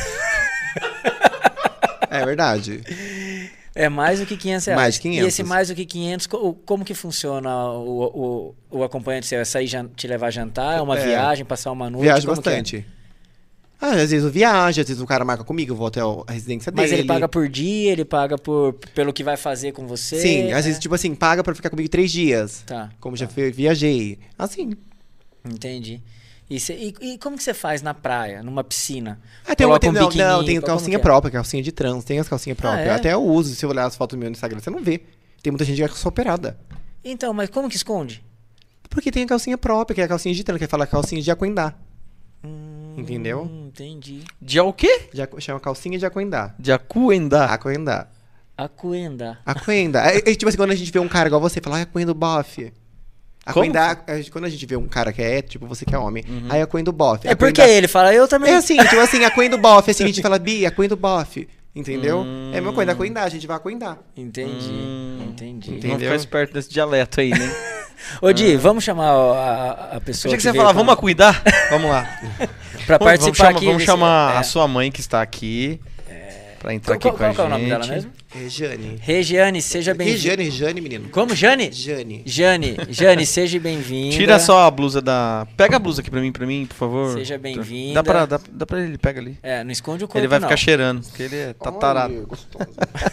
É verdade. É mais do que quinhentos reais. Mais de quinhentos. E esse mais do que quinhentos, co- como que funciona o, o, o acompanhante seu? É sair jan- te levar a jantar? É uma É. viagem, passar uma noite? Viajo como que é? bastante. Ah, às vezes eu viajo, às vezes o cara marca comigo, eu vou até a residência Mas dele. ele paga por dia, ele paga por, pelo que vai fazer com você? Sim, às É. vezes, tipo assim, paga pra ficar comigo três dias. Tá, Como já fui, viajei. Assim. entendi. E, cê- e- e como que você faz na praia, numa piscina? Ah, tem uma, Coloca tem, um não, biquininho, não, tem como calcinha que é? própria, calcinha de trans, tem as calcinhas próprias. é? Até eu uso, se eu olhar as fotos minhas no Instagram, você não vê. Tem muita gente que é só operada. Então, mas como que esconde? Porque tem a calcinha própria, que é a calcinha de trans, que fala calcinha de aquendá. Entendeu? Hum, entendi. De o quê? De acu- chama calcinha de aquendá. De acuendá. Aquendá. Acuenda. Aquenda. É, é tipo assim, quando a gente vê um cara igual você, fala, ai, aquendo bofe. Como? Aquendá, é, quando a gente vê um cara que é, tipo, você que é homem, aí aquendo bofe. É porque Aquendá- ele fala, eu também. É assim, tipo assim, aquendo bofe, assim, a gente fala, bi, aquendo bofe. Entendeu? É a mesma coisa, aquendá, a gente vai aquendar. Entendi, Hum, entendi. entendi. Vamos Entendeu? ficar esperto nesse dialeto aí, né? Ô, Di, vamos chamar a, a, a pessoa Achei que você ia veio falar, pra- vamos cuidar? Vamos lá. pra Vamos- participar vamos chamar, aqui. Vamos desse- chamar é. a sua mãe que está aqui. Pra entrar Qual, aqui qual, com qual a que é o nome gente. dela mesmo? Regiane. Regiane, seja bem-vinda. Regiane, Regiane, menino. Como, Jane? Jane. Jane, Jane, seja bem-vinda. Tira só a blusa da... Pega a blusa aqui pra mim, pra mim, por favor. Seja bem-vinda. Dá pra, dá, dá pra ele, pega ali. É, não esconde o corpo, Ele vai não. ficar cheirando, porque ele é tatarado. Olha, gostoso.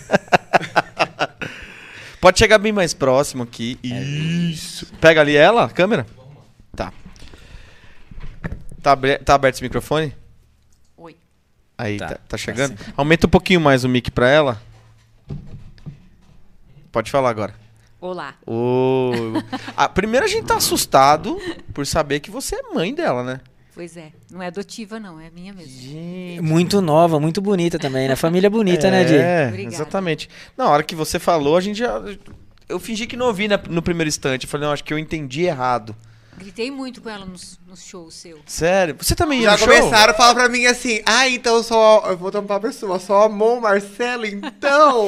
Pode chegar bem mais próximo aqui. Isso. Pega ali ela, a câmera. Tá. Tá, abre- tá aberto esse microfone? Oi. Aí, Tá, tá, tá tá chegando? Aumenta um pouquinho mais o mic pra ela. Pode falar agora. Olá. Ô. Ah, primeiro a gente tá assustado por saber que você é mãe dela, né? Pois é. Não é adotiva, não. É minha mesmo. Gente. Muito nova, muito bonita também, né? Família bonita, né, Di? É, Obrigada. exatamente. Na hora que você falou, a gente já... Eu fingi que não ouvi na- no primeiro instante. Eu falei, não, acho que eu entendi errado. Gritei muito com ela nos, nos shows seu. Sério? Você também ia Já no show? começaram a falar pra mim assim, ah, então só. Eu vou tampar a pessoa, só amou o Marcelo, então.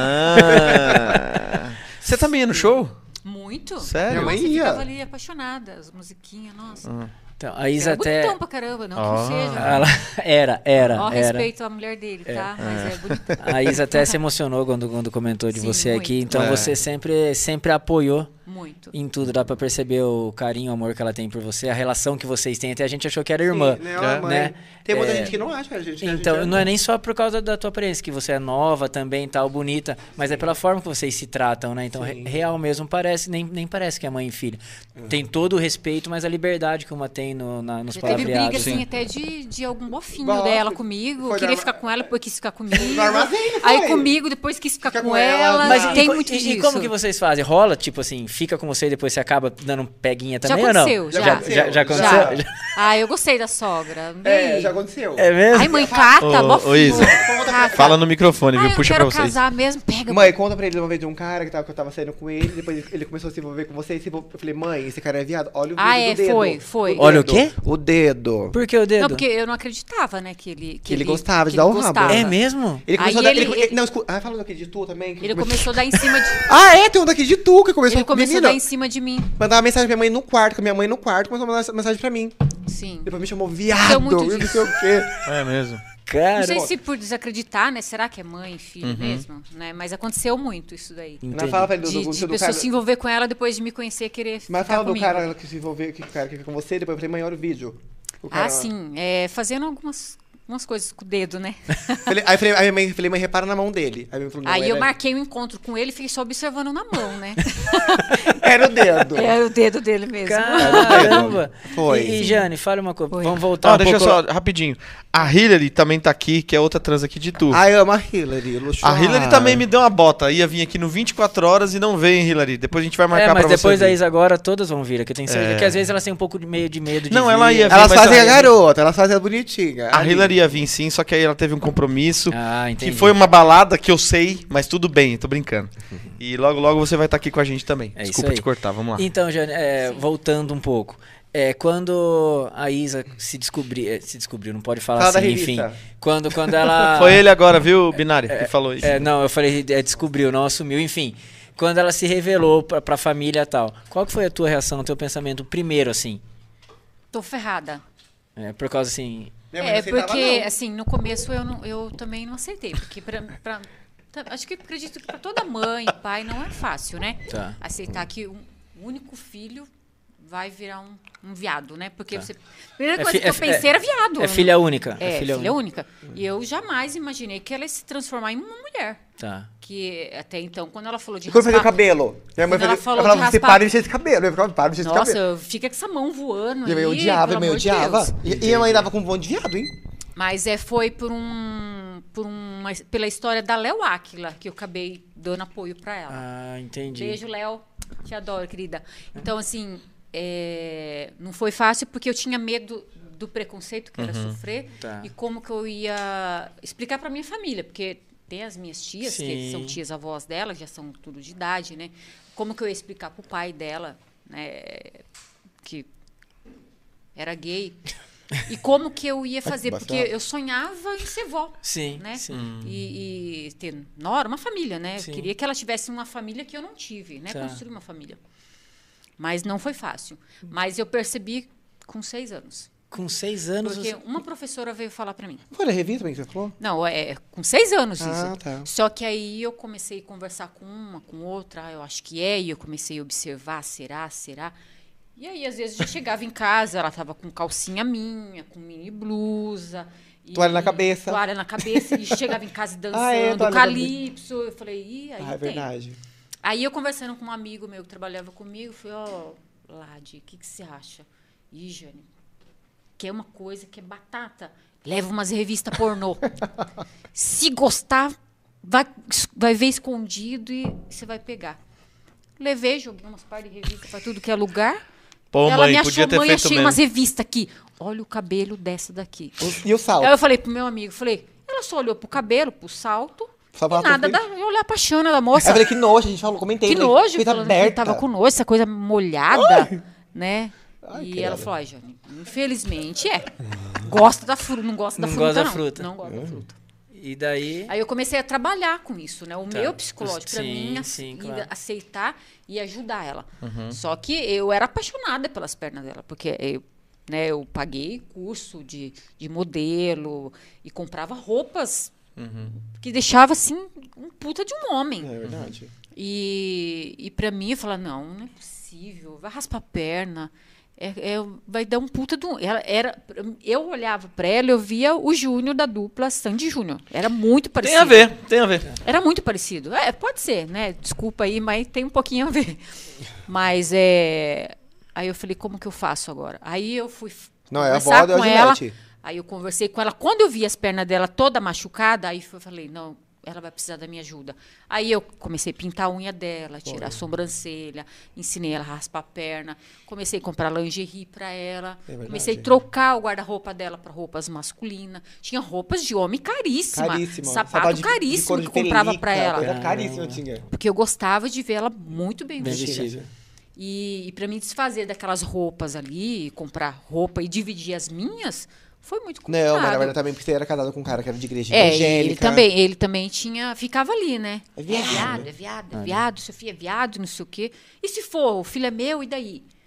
Ah. Você também ia no show? Muito? Sério? Minha mãe Nossa, eu ia. ficava ali apaixonada. As musiquinhas, nossa. Então, a Isa Era até... bonitão pra caramba, não Ó. que não seja. Ela... Era, era, Ó, era. respeito à mulher dele, tá? Mas é bonitão. A Isa até se emocionou quando, quando comentou de Sim, você aqui. muito. Então É. você sempre, sempre apoiou Muito. em tudo. Dá pra perceber o carinho, o amor que ela tem por você, a relação que vocês têm. Até a gente achou que era irmã. Sim, né, É. mãe? Né? Tem muita É. gente que não acha, a gente. que a gente Então, não é nem só por causa da tua aparência, que você é nova também, tal, bonita, mas é pela forma que vocês se tratam, né? Então, re- real mesmo, parece, nem, nem parece que é mãe e filha. Tem todo o respeito, mas a liberdade que uma tem no, na, nos Já teve briga, palavreados. assim, Sim. até de, de algum bofinho Bofe. dela comigo. Foi Queria da- ficar com ela, depois quis ficar comigo. No armazém, não Aí foi? comigo, depois quis ficar Fica com, com ela, ela. Mas Mas e, tem co- muito e, disso. e como que vocês fazem? Rola, tipo assim, fica com você e depois você acaba dando um peguinha também ou não? aconteceu, já. Já, já, já Já. aconteceu? Já. Ah, eu gostei da sogra. É, Bem. já aconteceu. É mesmo? Ai, mãe, cata, Ô, bofinho. ô, Isa, Cata. Fala no microfone, Ai, viu? eu Puxa quero pra vocês. casar mesmo, pega. Mãe, conta pra ele uma vez de um cara que, tava, que eu tava saindo com ele, depois ele começou a se envolver com você, e se envol- eu falei, mãe, esse cara é viado, olha o dedo Ah, do é, dedo. foi, foi. dedo. Olha o quê? O dedo. Por que o dedo? Não, porque eu não acreditava, né, que ele... Que ele gostava de dar ele o rabo. gostava. É mesmo? Ele começou Aí a dar... ele- ele- ele- Não, escuta... Ah, fala daquele de tu também. que Ele come- começou a dar em cima de... Ah, é? Tem um daqui de tu que começou... Ele começou a Menina, dar em cima de mim. mandava mensagem pra minha mãe no quarto, com a minha mãe no quarto, começou a mandar mensagem pra mim. Sim. Depois me chamou viado, muito eu não disso. sei o quê. É mesmo. Cara, Não sei se por desacreditar, né? Será que é mãe e filho Uhum. mesmo? Né? Mas aconteceu muito isso daí. Não fala, velho, do, De, do, de do, do pessoa cara... se envolver com ela depois de me conhecer e querer Mas ficar fala do comigo. cara que se envolveu, que o cara que fica com você, depois eu falei, mãe, olha o vídeo. O cara... Ah, sim. É, fazendo algumas, algumas coisas com o dedo, né? Falei- aí eu falei, aí minha mãe, falei, mãe, repara na mão dele. Aí minha mãe falou, não, Aí era... eu marquei o um encontro com ele e fiquei só observando na mão, né? Era o dedo. Era o dedo dele mesmo. caramba. Foi. E, e Jane, fala uma coisa. Foi. Vamos voltar Ó, um deixa pouco... eu só, rapidinho. A Hillary também tá aqui, que é outra trans aqui de tu. Ai, eu amo a Hillary, luxuosa. A Hillary também me deu uma bota. Ia vir aqui no vinte e quatro horas e não veio, hein, Hillary? Depois a gente vai marcar É, mas pra depois você da vir. Isa agora, todas vão vir. Que eu tenho certeza É. que às vezes elas têm um pouco de meio de medo de Não, vir. ela ia vir, Elas mas fazem a- a garota, elas fazem a bonitinha. A Ali. Hillary ia vir sim, só que aí ela teve um compromisso. Ah, entendi. Que foi uma balada que eu sei, mas tudo bem, tô brincando. E logo, logo você vai estar aqui com a gente também. É isso Desculpa aí. te cortar, vamos lá. Então, Jane, é, voltando um pouco. É, quando a Isa se descobriu, se descobriu, não pode falar Fala da assim, enfim. revista. Quando, quando ela... Foi ele agora, viu, Binário, que falou isso. É, não, eu falei, é, descobriu, não assumiu, enfim. Quando ela se revelou pra, pra família e tal, qual que foi a tua reação, o teu pensamento primeiro, assim? Tô ferrada. É, por causa, assim... Minha mãe não É, aceitava, porque, não. assim, no começo eu, não, eu também não aceitei. Porque pra, pra- tá- acho que acredito que pra toda mãe e pai não é fácil, né? Tá. Aceitar que um único filho vai virar um, um viado, né? Porque Tá. você... A primeira É coisa fi- que eu é fi- pensei é- era viado. É filha única. É, filha, filha única. única. E eu jamais imaginei que ela ia se transformar em uma mulher. Tá. Que até então, quando ela falou de E quando fazia o raspar... cabelo? Minha mãe Quando ela fazia, falou ela falava, de você raspar- para de mexer esse cabelo. Eu ficava, para de mexer esse Nossa, cabelo. fica com essa mão voando E aí, eu odiava, pelo eu amor de odiava. Deus. E, e minha mãe dava com um monte de viado, hein? Mas é, foi por um, por uma, pela história da Léo Áquila que eu acabei dando apoio pra ela. Ah, entendi. Beijo, Léo. Te adoro, querida. Então, assim, é, não foi fácil porque eu tinha medo do preconceito que era sofrer Tá. e como que eu ia explicar pra minha família, porque tem as minhas tias, que Sim. são tias avós dela, já são tudo de idade, né? Como que eu ia explicar pro pai dela, né, que era gay? E como que eu ia fazer? Porque Bastante. eu sonhava em ser vó, Sim, né? sim. E, e ter nora, uma família, né? Sim. Eu queria que ela tivesse uma família que eu não tive, né? Tá. Construir uma família. Mas não foi fácil. Mas eu percebi com seis anos. Com seis anos... Porque você- uma professora veio falar pra mim. Foi na revista também que você falou? Não, é com seis anos Ah, isso. tá. Só que aí eu comecei a conversar com uma, com outra, ah, eu acho que é, e eu comecei a observar, será, será? E aí, às vezes, eu já chegava em casa, ela tava com calcinha minha, com mini blusa. e- Toalha na cabeça. Toalha na cabeça, e chegava em casa dançando, Ah, é, toalha na calypso. Eu falei, ih, aí Ah, é tem. verdade. Aí eu conversando com um amigo meu que trabalhava comigo, falei, ó, Lade, o que, que você acha? Ih, Jane, quer uma coisa que é batata? Leva umas revistas pornô. Se gostar, vai, vai ver escondido e você vai pegar. Levei, joguei umas par de revistas pra tudo que é lugar. Pô, Ela mãe, me podia achou, ter mãe, feito achei mesmo. umas revistas aqui. Olha o cabelo dessa daqui. O- E o salto? Aí eu falei pro meu amigo, falei, ela só olhou pro cabelo, pro salto, Só e pra nada, frente. da, eu olhar pra chana da moça. Aí eu falei, que nojo, a gente falou, comentei. Que falei, nojo, coisa falando que aberta. tava com nojo, essa coisa molhada, né? Ai, e credo. ela falou, ai, Jane, infelizmente é. Gosta da fruta, não gosta da Não fruta, gosta da não. fruta. Não gosta da fruta. E daí... Aí eu comecei a trabalhar com isso, né? O Tá. meu psicológico, pra Sim, mim, ace- sim, e claro. aceitar e ajudar ela. Só que eu era apaixonada pelas pernas dela, porque eu, né, eu paguei curso de, de modelo e comprava roupas que deixava, assim, um puta de um homem. É verdade. E, e pra mim, eu falava, não, não é possível, vai raspar a perna, é, é- vai dar um puta do... Ela era, eu olhava pra ela, eu via o Júnior da dupla Sandy Júnior. Era muito parecido. Tem a ver, tem a ver. Era muito parecido. É, pode ser, né? Desculpa aí, mas tem um pouquinho a ver. Mas é... Aí eu falei, como que eu faço agora? Aí eu fui f- Não, é a conversar avó da com ela. Gillette. Aí eu conversei com ela. Quando eu vi as pernas dela toda machucada, aí eu falei, não, ela vai precisar da minha ajuda. Aí eu comecei a pintar a unha dela, tirar a sobrancelha, ensinei ela a raspar a perna, comecei a comprar lingerie para ela, É verdade. comecei a trocar o guarda-roupa dela para roupas masculinas. Tinha roupas de homem caríssima, Caríssima. sapato de- de caríssimo couro que de comprava pelica, para ela. Coisa caríssima tinha. Porque eu gostava de ver ela muito bem, Bem vestida. vestida. E, e para mim desfazer daquelas roupas ali, comprar roupa e dividir as minhas, foi muito complicado. Não, mas na verdade também porque você era casado com um cara que era de igreja É, e evangélica. ele também, ele também tinha, ficava ali, né? É É viado. viado, é viado, é viado, Sofia é viado, não sei o quê. E se for, o filho é meu, e daí?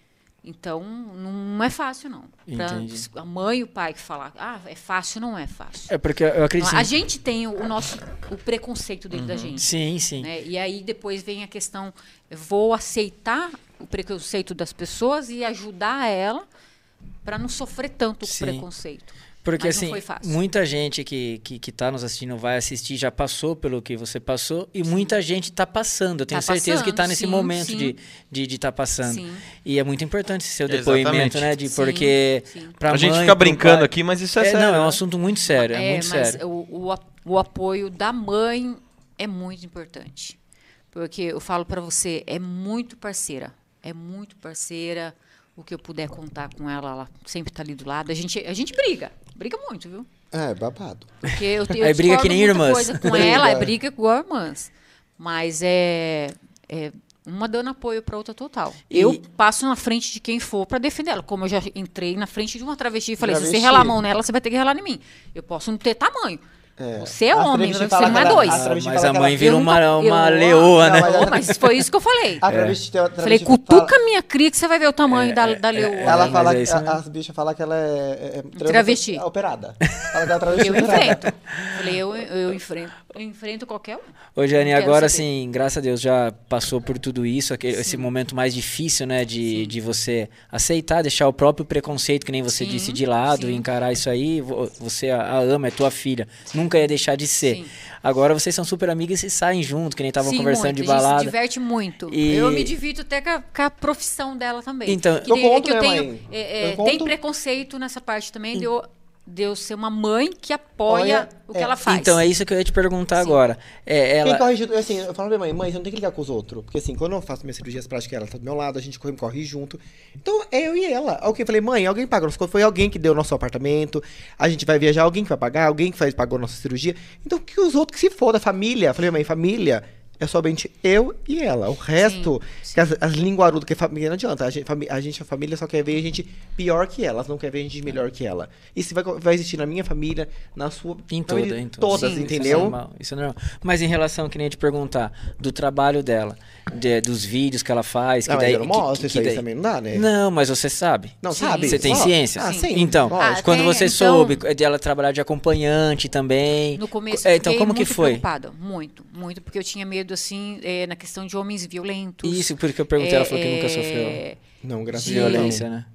Então, não é fácil, não. Pra Entendi. a mãe e o pai que falar, ah, é fácil, não é fácil. É porque eu acredito. A gente tem o nosso o preconceito dentro da gente. Sim, sim. Né? E aí depois vem a questão, eu vou aceitar o preconceito das pessoas e ajudar ela para não sofrer tanto com Sim. o preconceito. Porque Mas não assim, foi fácil. muita gente que, que, que tá nos assistindo vai assistir, já passou pelo que você passou, e muita gente tá passando. Eu tenho Tá certeza que tá passando, nesse sim, momento sim. de de de tá passando. Sim. E é muito importante esse seu Exatamente. depoimento, né? De, Sim, porque sim. pra A gente mãe, fica pro brincando pai- aqui, mas isso é, É, sério. não, é um né? assunto muito sério, é, É, muito mas sério. o, o, ap- o apoio da mãe é muito importante. Porque eu falo para você, é muito parceira. É muito parceira. O que eu puder contar com ela, ela sempre tá ali do lado. A gente, a gente briga. Briga muito, viu? É, babado. Porque eu, eu Aí briga discordo que nem muita irmãs. coisa com Briga. ela, é briga igual irmãs. Mas é, é uma dando apoio para outra total. E- Eu passo na frente de quem for para defender ela. Como eu já entrei na frente de uma travesti e falei, se você Travesti. relar a mão nela, você vai ter que relar em mim. Eu posso não ter tamanho. É. Você é As homem, travesti você fala não é que ela- dois. as travesti Mas fala a que mãe ela- vira Eu uma, nunca- uma eu- leoa, Não, né? mas Ô, mas foi isso que eu falei. A travesti, tem- a Falei, travesti cutuca fala- a minha cria que você vai ver o tamanho da, da leoa. Ela mas fala é que isso a- mesmo. as bichas falam que ela é, é trans- Travesti. operada. Fala que ela é travesti Eu operada. enfrento. Falei, eu, eu enfrento. Eu enfrento qualquer um. Ô, Jane, Não quero agora saber. sim, graças a Deus já passou por tudo isso, aquele, esse momento mais difícil, né, de, de você aceitar, deixar o próprio preconceito, que nem você Sim, disse, de lado, sim. e encarar isso aí. vo- Você a, a ama, é tua filha, nunca ia deixar de ser. Sim. Agora vocês são super amigas e saem junto, que nem estavam Sim, conversando muito. de A gente balada. se diverte muito. E- Eu me divirto até com a, com a profissão dela também. Então, que eu tem- é conto, que eu né, tenho, mãe? é, é, Eu tem conto. preconceito nessa parte também de eu, de eu ser uma mãe que apoia Olha, o que é, ela faz. Então é isso que eu ia te perguntar Sim. agora. É, ela... Quem corre junto, assim, eu falo pra minha mãe, mãe, você não tem que ligar com os outros. Porque assim, quando eu faço minhas cirurgias plásticas, ela tá do meu lado, a gente corre, corre junto. Então, é eu e ela. Aí eu falei, mãe, alguém paga nosso contas, foi alguém que deu o nosso apartamento, a gente vai viajar, alguém que vai pagar, alguém que faz, pagou a nossa cirurgia. Então, que os outros que se foda, família. Eu falei, mãe, família é somente eu e ela. O resto, Sim, que as, as linguarudas, que família não adianta. A gente, fami- a gente, a família só quer ver a gente pior que ela, elas não quer ver a gente melhor que ela. Isso vai, vai existir na minha família, na sua Em família, toda, em toda. todas, Sim, Isso é, entendeu? normal, isso é normal. Mas em relação, que nem eu te perguntar, do trabalho dela, de- dos vídeos que ela faz, que Não, mas daí... eu não que- mostro que- isso que aí daí- também, não dá, né? Não, mas você sabe. Não, Sim. sabe? Você tem Ó, ciência? Ah, sim. Então, lógico. Ah, quando tem, você então- soube de ela trabalhar de acompanhante também... No começo, É, eu então, fiquei como que muito foi? preocupada. Muito, muito. Porque eu tinha medo, assim, é, na questão de homens violentos. Isso, porque eu perguntei, ela falou que nunca é, sofreu Não, graças de a Deus. não. violência, né?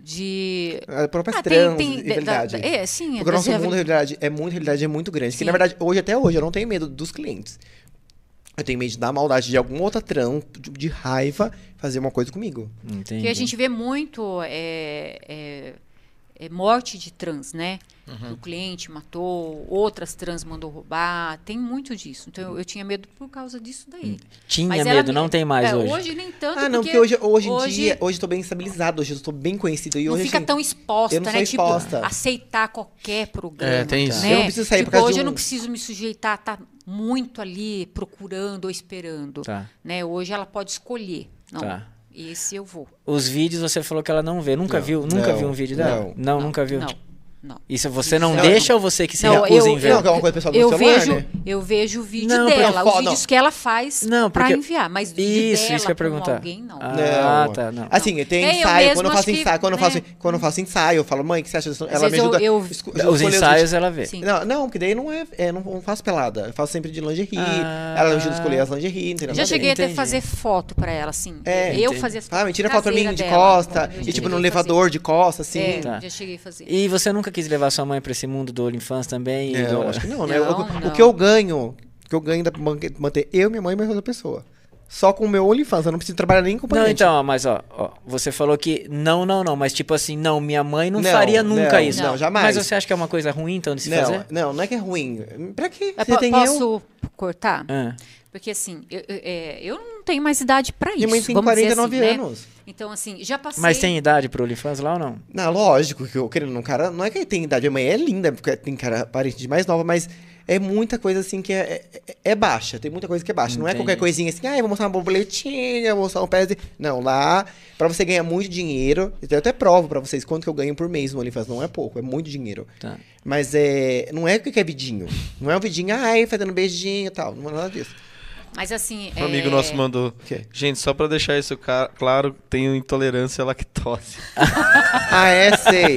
De... A própria Ah, trans, tem- tem- de realidade. da- da- é, sim, Porque o nosso dessa- mundo, realidade, é muito, realidade é muito grande. Que, Sim. na verdade, hoje, até hoje, eu não tenho medo dos clientes. Eu tenho medo da maldade de alguma outra trans, de, de raiva, fazer uma coisa comigo. Entendi. Porque a gente vê muito é, é, é, morte de trans, né? Uhum. O cliente matou, outras trans mandou roubar. Tem muito disso. Então eu, eu tinha medo por causa disso daí. Tinha Mas ela medo, me- não tem mais é, hoje. Hoje nem tanto. Ah, não, porque porque hoje, hoje em hoje dia, hoje eu tô bem estabilizado, hoje eu tô bem conhecido. E não hoje, fica assim, tão exposta, eu não né? sou Tipo, exposta. aceitar qualquer programa. É, tem isso. Né? Eu não preciso sair tipo, por causa hoje de eu não um- preciso me sujeitar a estar muito ali procurando ou esperando. Tá. Né? Hoje ela pode escolher. Não, Tá. esse eu vou. Os vídeos você falou que ela não vê. Nunca Não, viu? Nunca não, viu um vídeo dela? não. nunca viu? Não, não. Isso você não, Não, deixa ou você que se Não, recusa eu- em ver? Não, que é uma coisa pessoal do eu celular, vejo, né? eu vejo o vídeo Não, porque dela, eu os falo- vídeos que ela faz Não, pra porque- enviar, mas vídeo Isso, dela isso que eu ia com perguntar. alguém, não. Ah, Não. tá, não. Assim, tem É, eu ensaio, mesmo quando eu acho faço que, ensaio, quando eu faço, né? quando eu faço ensaio, eu falo, mãe, o que você acha disso? Às Ela me vezes eu- ajuda. eu- esco- Os escolher ensaios vídeos. ela vê. Sim. Não, não, porque daí não é, é, não, não faço pelada. Eu faço sempre de lingerie. Ah. Ela me ajuda a escolher as lingerie, entendeu? Já cheguei até Entendi. a fazer foto pra ela, assim. É, eu entendi. fazia as Ah, me tira foto pra mim caseira de dela. costa, Eu e já tipo no cheguei a elevador de costa, assim. fazer. É, Tá. já cheguei a fazer. E você nunca quis levar sua mãe pra esse mundo do OnlyFans também? E É, do- eu acho que não, né? Não, O- o, não. que eu ganho, o que eu ganho dá pra man- manter eu, minha mãe e mais outra pessoa. Só com o meu OnlyFans, eu não preciso trabalhar nem com Não, acompanhante. então, ó, mas ó, ó, você falou que não, não, não, mas tipo assim, não, minha mãe não, Não, faria nunca não, isso. não, jamais. Mas você acha que é uma coisa ruim, então, de se Não, fazer? não, não é que é ruim. Pra quê? Eu Você po- tem eu... posso cortar? Ah. Porque assim, eu, eu- é, eu não tenho mais idade pra isso. Minha mãe tem vamos dizer quarenta e nove assim, né? anos. Então, assim, já passei. Mas tem idade pro OnlyFans lá ou não? Não, lógico que eu querendo um cara. Não é que ele tem idade, minha mãe é linda, porque tem cara parente de mais nova, mas é muita coisa assim que é, é, é baixa. Tem muita coisa que é baixa. Não é Entendi. qualquer coisinha assim, ah, eu vou mostrar uma borboletinha, vou mostrar um pé. Não, lá, pra você ganhar muito dinheiro, eu até provo pra vocês quanto que eu ganho por mês no OnlyFans. Não é pouco, é muito dinheiro. Tá. Mas é. Não é o que é vidinho. Não é um vidinho, ai, fazendo beijinho e tal. Não é nada disso. Mas assim. Um é... amigo nosso mandou. quê? Gente, só pra deixar isso ca- claro, tenho intolerância à lactose. Ah, é, sei.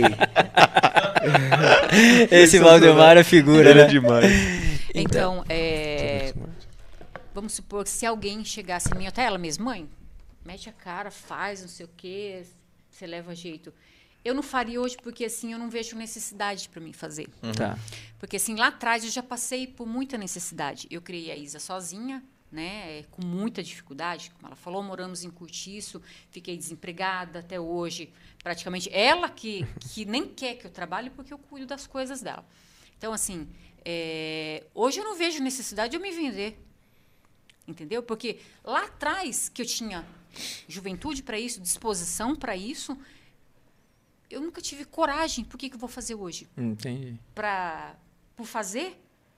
Esse Valdemar é figura, Ele é né? demais. Então, é... vamos supor que se alguém chegasse em mim, até ela mesma, mãe, mete a cara, faz, não sei o quê, você leva jeito. Eu não faria hoje porque, assim, eu não vejo necessidade para mim fazer. Tá. Porque, assim, lá atrás eu já passei por muita necessidade. Eu criei a Isa sozinha, né, com muita dificuldade. Como ela falou, moramos em Curtiço, fiquei desempregada até hoje. Praticamente ela que, que nem quer que eu trabalhe porque eu cuido das coisas dela. Então, assim, é, hoje eu não vejo necessidade de eu me vender. Entendeu? Porque lá atrás, que eu tinha juventude para isso, disposição para isso, eu nunca tive coragem. Por que, que eu vou fazer hoje? Entendi. Pra, por fazer?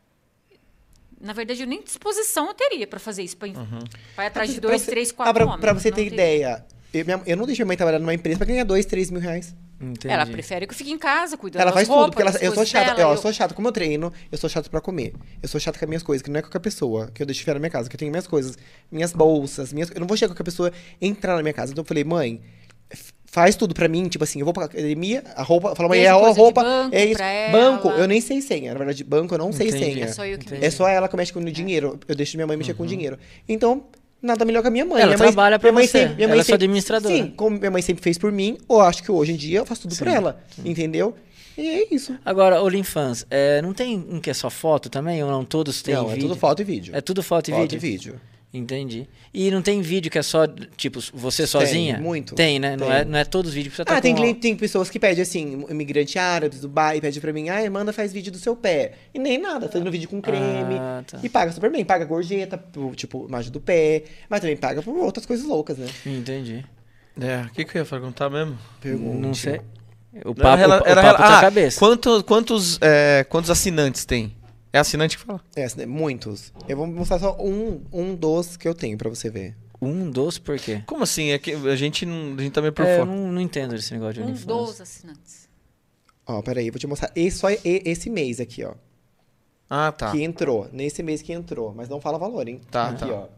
Na verdade, eu nem disposição eu teria para fazer isso. Para Uhum. ir atrás de Pra dois, você- três, Ah, quatro pra, homens. pra você Não ter teria. ideia, eu, minha- eu não deixei minha mãe trabalhar numa empresa pra ganhar dois, três mil reais. Entendi. Ela prefere que eu fique em casa, cuidando Ela das faz roupas, tudo, porque ela, das eu sou coisas chata. dela, eu, sou chata como eu treino, eu sou chato pra comer. Eu sou chato com as minhas coisas, que não é qualquer pessoa que eu deixo ficar na minha casa, que eu tenho minhas coisas, minhas bolsas, minhas. Eu não vou chegar com qualquer pessoa entrar na minha casa. Então eu falei, mãe, f- faz tudo pra mim, tipo assim, eu vou pra academia, a roupa, fala, mãe, Desde é a coisa de roupa, banco é isso. pra ela. Banco, eu nem sei senha. Na verdade, banco eu não sei Entendi. senha. É só eu que Entendi. É só ela que mexe com o dinheiro. Eu deixo minha mãe mexer com o dinheiro. Então, nada melhor que a minha mãe. Ela minha mãe, trabalha pra minha mãe você. Sempre, minha Ela mãe é sua sempre- administradora. Sim, como minha mãe sempre fez por mim, eu acho que hoje em dia eu faço tudo por ela. Entendeu? E é isso. Agora, OnlyFans, é, não tem um que é só foto também? Ou não todos têm não, é vídeo? tudo foto e vídeo. É tudo foto e foto vídeo? e vídeo. Entendi. E não tem vídeo que é só, tipo, você Tem, sozinha? muito. Tem, né? Não Tem. é, não é todos os vídeos que você tá Ah, tem, com... cliente, tem pessoas que pedem assim, imigrante árabe, Dubai, pede pra mim, ah, manda, faz vídeo do seu pé. E nem nada, fazendo vídeo com creme. Ah, tá. E paga super bem, paga gorjeta, por, tipo, imagem do pé, mas também paga por outras coisas loucas, né? Entendi. É, o que, que eu ia perguntar mesmo? Pergunte. Não sei. O Era papo, rela- o, o era papo rela- tá ah, cabeça. Quanto, quantos, é, quantos assinantes tem? É assinante que fala? É, assim, né, muitos. Eu vou mostrar só um, um dos que eu tenho pra você ver. Um dos por quê? Como assim? É que a gente, não, a gente tá meio por É, eu fora. não, não entendo esse negócio de Um OnlyFans. dos assinantes. Ó, peraí, eu vou te mostrar esse, só e- esse mês aqui, ó. Ah, tá. Que entrou, nesse mês que entrou. Mas não fala valor, hein? Tá, aqui, tá. ó.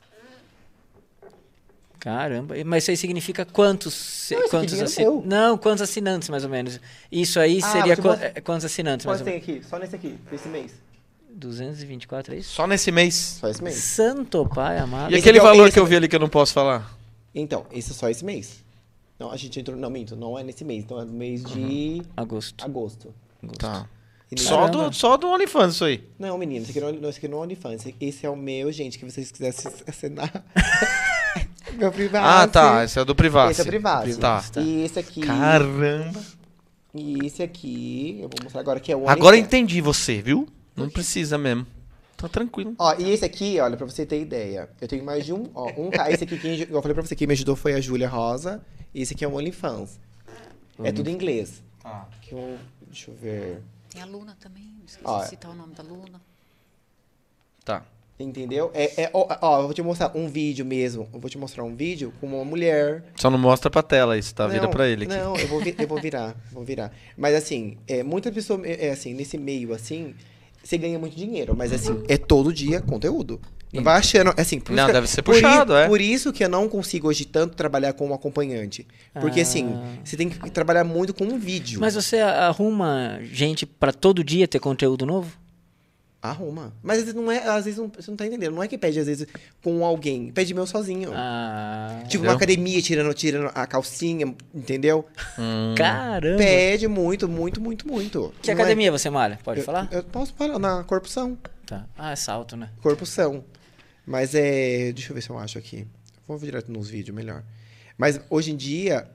Caramba, mas isso aí significa quantos, Não, esse quantos dinheiro assi- é meu. Não, quantos assinantes mais ou menos? Isso aí Ah, seria vou te qua- mostrar. é, quantos assinantes mais Quanto ou tem menos? aqui? Só nesse aqui, desse mês. duzentos e vinte e quatro, é isso? Só nesse mês. Só esse mês. Santo pai amado. E Esse aquele aqui é o- valor esse que eu é- vi ali que eu não posso falar? Então, esse é só esse mês. Não, a gente entrou. Não, minto, não é nesse mês. Então é no mês de Agosto. agosto. Agosto. Tá. E Só Caramba. do, só do OnlyFans isso aí. Não, menino, esse aqui não, não, esse aqui não é OnlyFans. Esse- Esse é o meu, gente, que vocês quisessem assinar. meu privado. Ah, tá. Esse é do privado. Esse é privado. Tá. E esse aqui. Caramba. E esse aqui, eu vou mostrar agora que é o Agora eu OnlyFans. entendi você, viu? Não precisa mesmo. Tá tranquilo. Ó, e esse aqui, olha, pra você ter ideia. Eu tenho mais de um. Ó, um cara. Esse aqui, quem, eu falei pra você, quem me ajudou foi a Júlia Rosa. E esse aqui é o OnlyFans. É tudo em inglês. Tá. Que eu, deixa eu ver. Tem a Luna também, não esqueci Ó, de citar o nome da Luna. Tá. Entendeu? É, é, ó, ó, eu vou te mostrar um vídeo mesmo. Eu vou te mostrar um vídeo com uma mulher. Só não mostra pra tela isso, tá? Vira Não, pra ele aqui. Não, eu vou, vi- eu vou virar, vou virar. Mas assim, é, muita pessoa, é, assim, nesse meio, assim, você ganha muito dinheiro. Mas assim, é todo dia conteúdo. Não vai achando, assim... Por Não, isso que- deve ser por i- puxado, é. Por isso que eu não consigo hoje tanto trabalhar como acompanhante. Porque Ah. assim, você tem que trabalhar muito com um vídeo. Mas você a- arruma gente pra todo dia ter conteúdo novo? Arruma. Mas às vezes não é, às vezes não, você não tá entendendo. Não é que pede, às vezes, com alguém. Pede meu sozinho. Ah, Tipo, Entendeu? uma academia, tirando, tirando a calcinha, entendeu? Hum. caramba. Pede muito, muito, muito, muito. Que Não é- academia você malha? Pode eu, falar? Eu posso falar, na corpusão. Tá. Ah, é salto, né? Corpusão. Mas é... Deixa eu ver se eu acho aqui. Vou direto nos vídeos, melhor. Mas hoje em dia,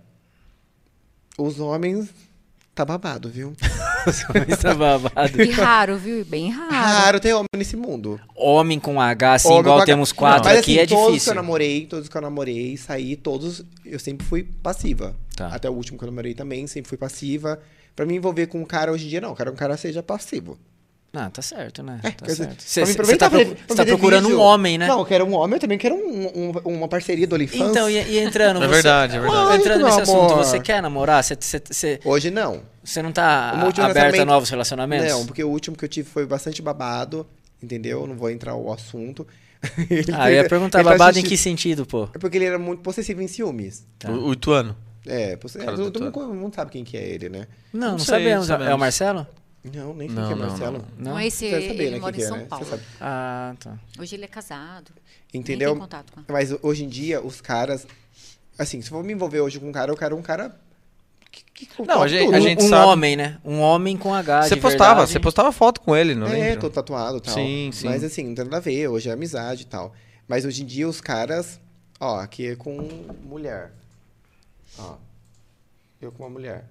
os homens... Tá babado, viu? Isso é babado. E raro, viu? Bem raro. Raro ter homem nesse mundo. Homem com H, assim, Homem igual com H. temos quatro Mas, aqui, assim, é todos que eu difícil. namorei, todos que eu namorei, saí, todos... Eu sempre fui passiva. Tá. Até o último que eu namorei também, sempre fui passiva. Pra me envolver com um cara hoje em dia, não. Eu quero que um cara seja passivo. Ah, tá certo, né? É, tá quer dizer, certo. pra Você me você aproveitar tá, pra- procu- pra você tá fazer procurando vídeo. um homem, né? Não, eu quero um homem, eu também quero um- um- uma parceria do OnlyFans. Então, e, e entrando... É você- verdade, é verdade. Entrando Ai, nesse meu assunto, amor. você quer namorar? Você, você, você, Hoje não. você não tá O meu último aberto a relacionamento- novos relacionamentos? Não, porque o último que eu tive foi bastante babado. entendeu? Não vou entrar o assunto. Ah, eu ia perguntar, Ele tá babado em assistindo- que sentido, pô? É porque ele era muito possessivo em ciúmes. Tá. O, o Ituano. É, posse- é, Cara todo, do todo Ituano. mundo sabe quem que é ele, né? Não, não, Não sei, sabemos. sabemos. É o Marcelo? Não, nem sei Não, quem é não, Marcelo. Não? Não, esse Você deve saber, ele né, mora quem em que é, São né? Você Paulo. sabe. Ah, tá. Hoje ele é casado. Entendeu? Nem tem contato com ela. Mas hoje em dia, os caras... Assim, se eu for me envolver hoje com um cara, eu quero um cara... Que, que Não, a gente- tudo. a Um, gente um sabe- homem, né? Um homem com H Você de postava, verdade. você postava foto com ele, não É, lembra? tô tatuado e tal. Sim, sim. Mas assim, não tem nada a ver, hoje é amizade e tal. Mas hoje em dia os caras, ó, aqui é com mulher. Ó. Eu com uma mulher.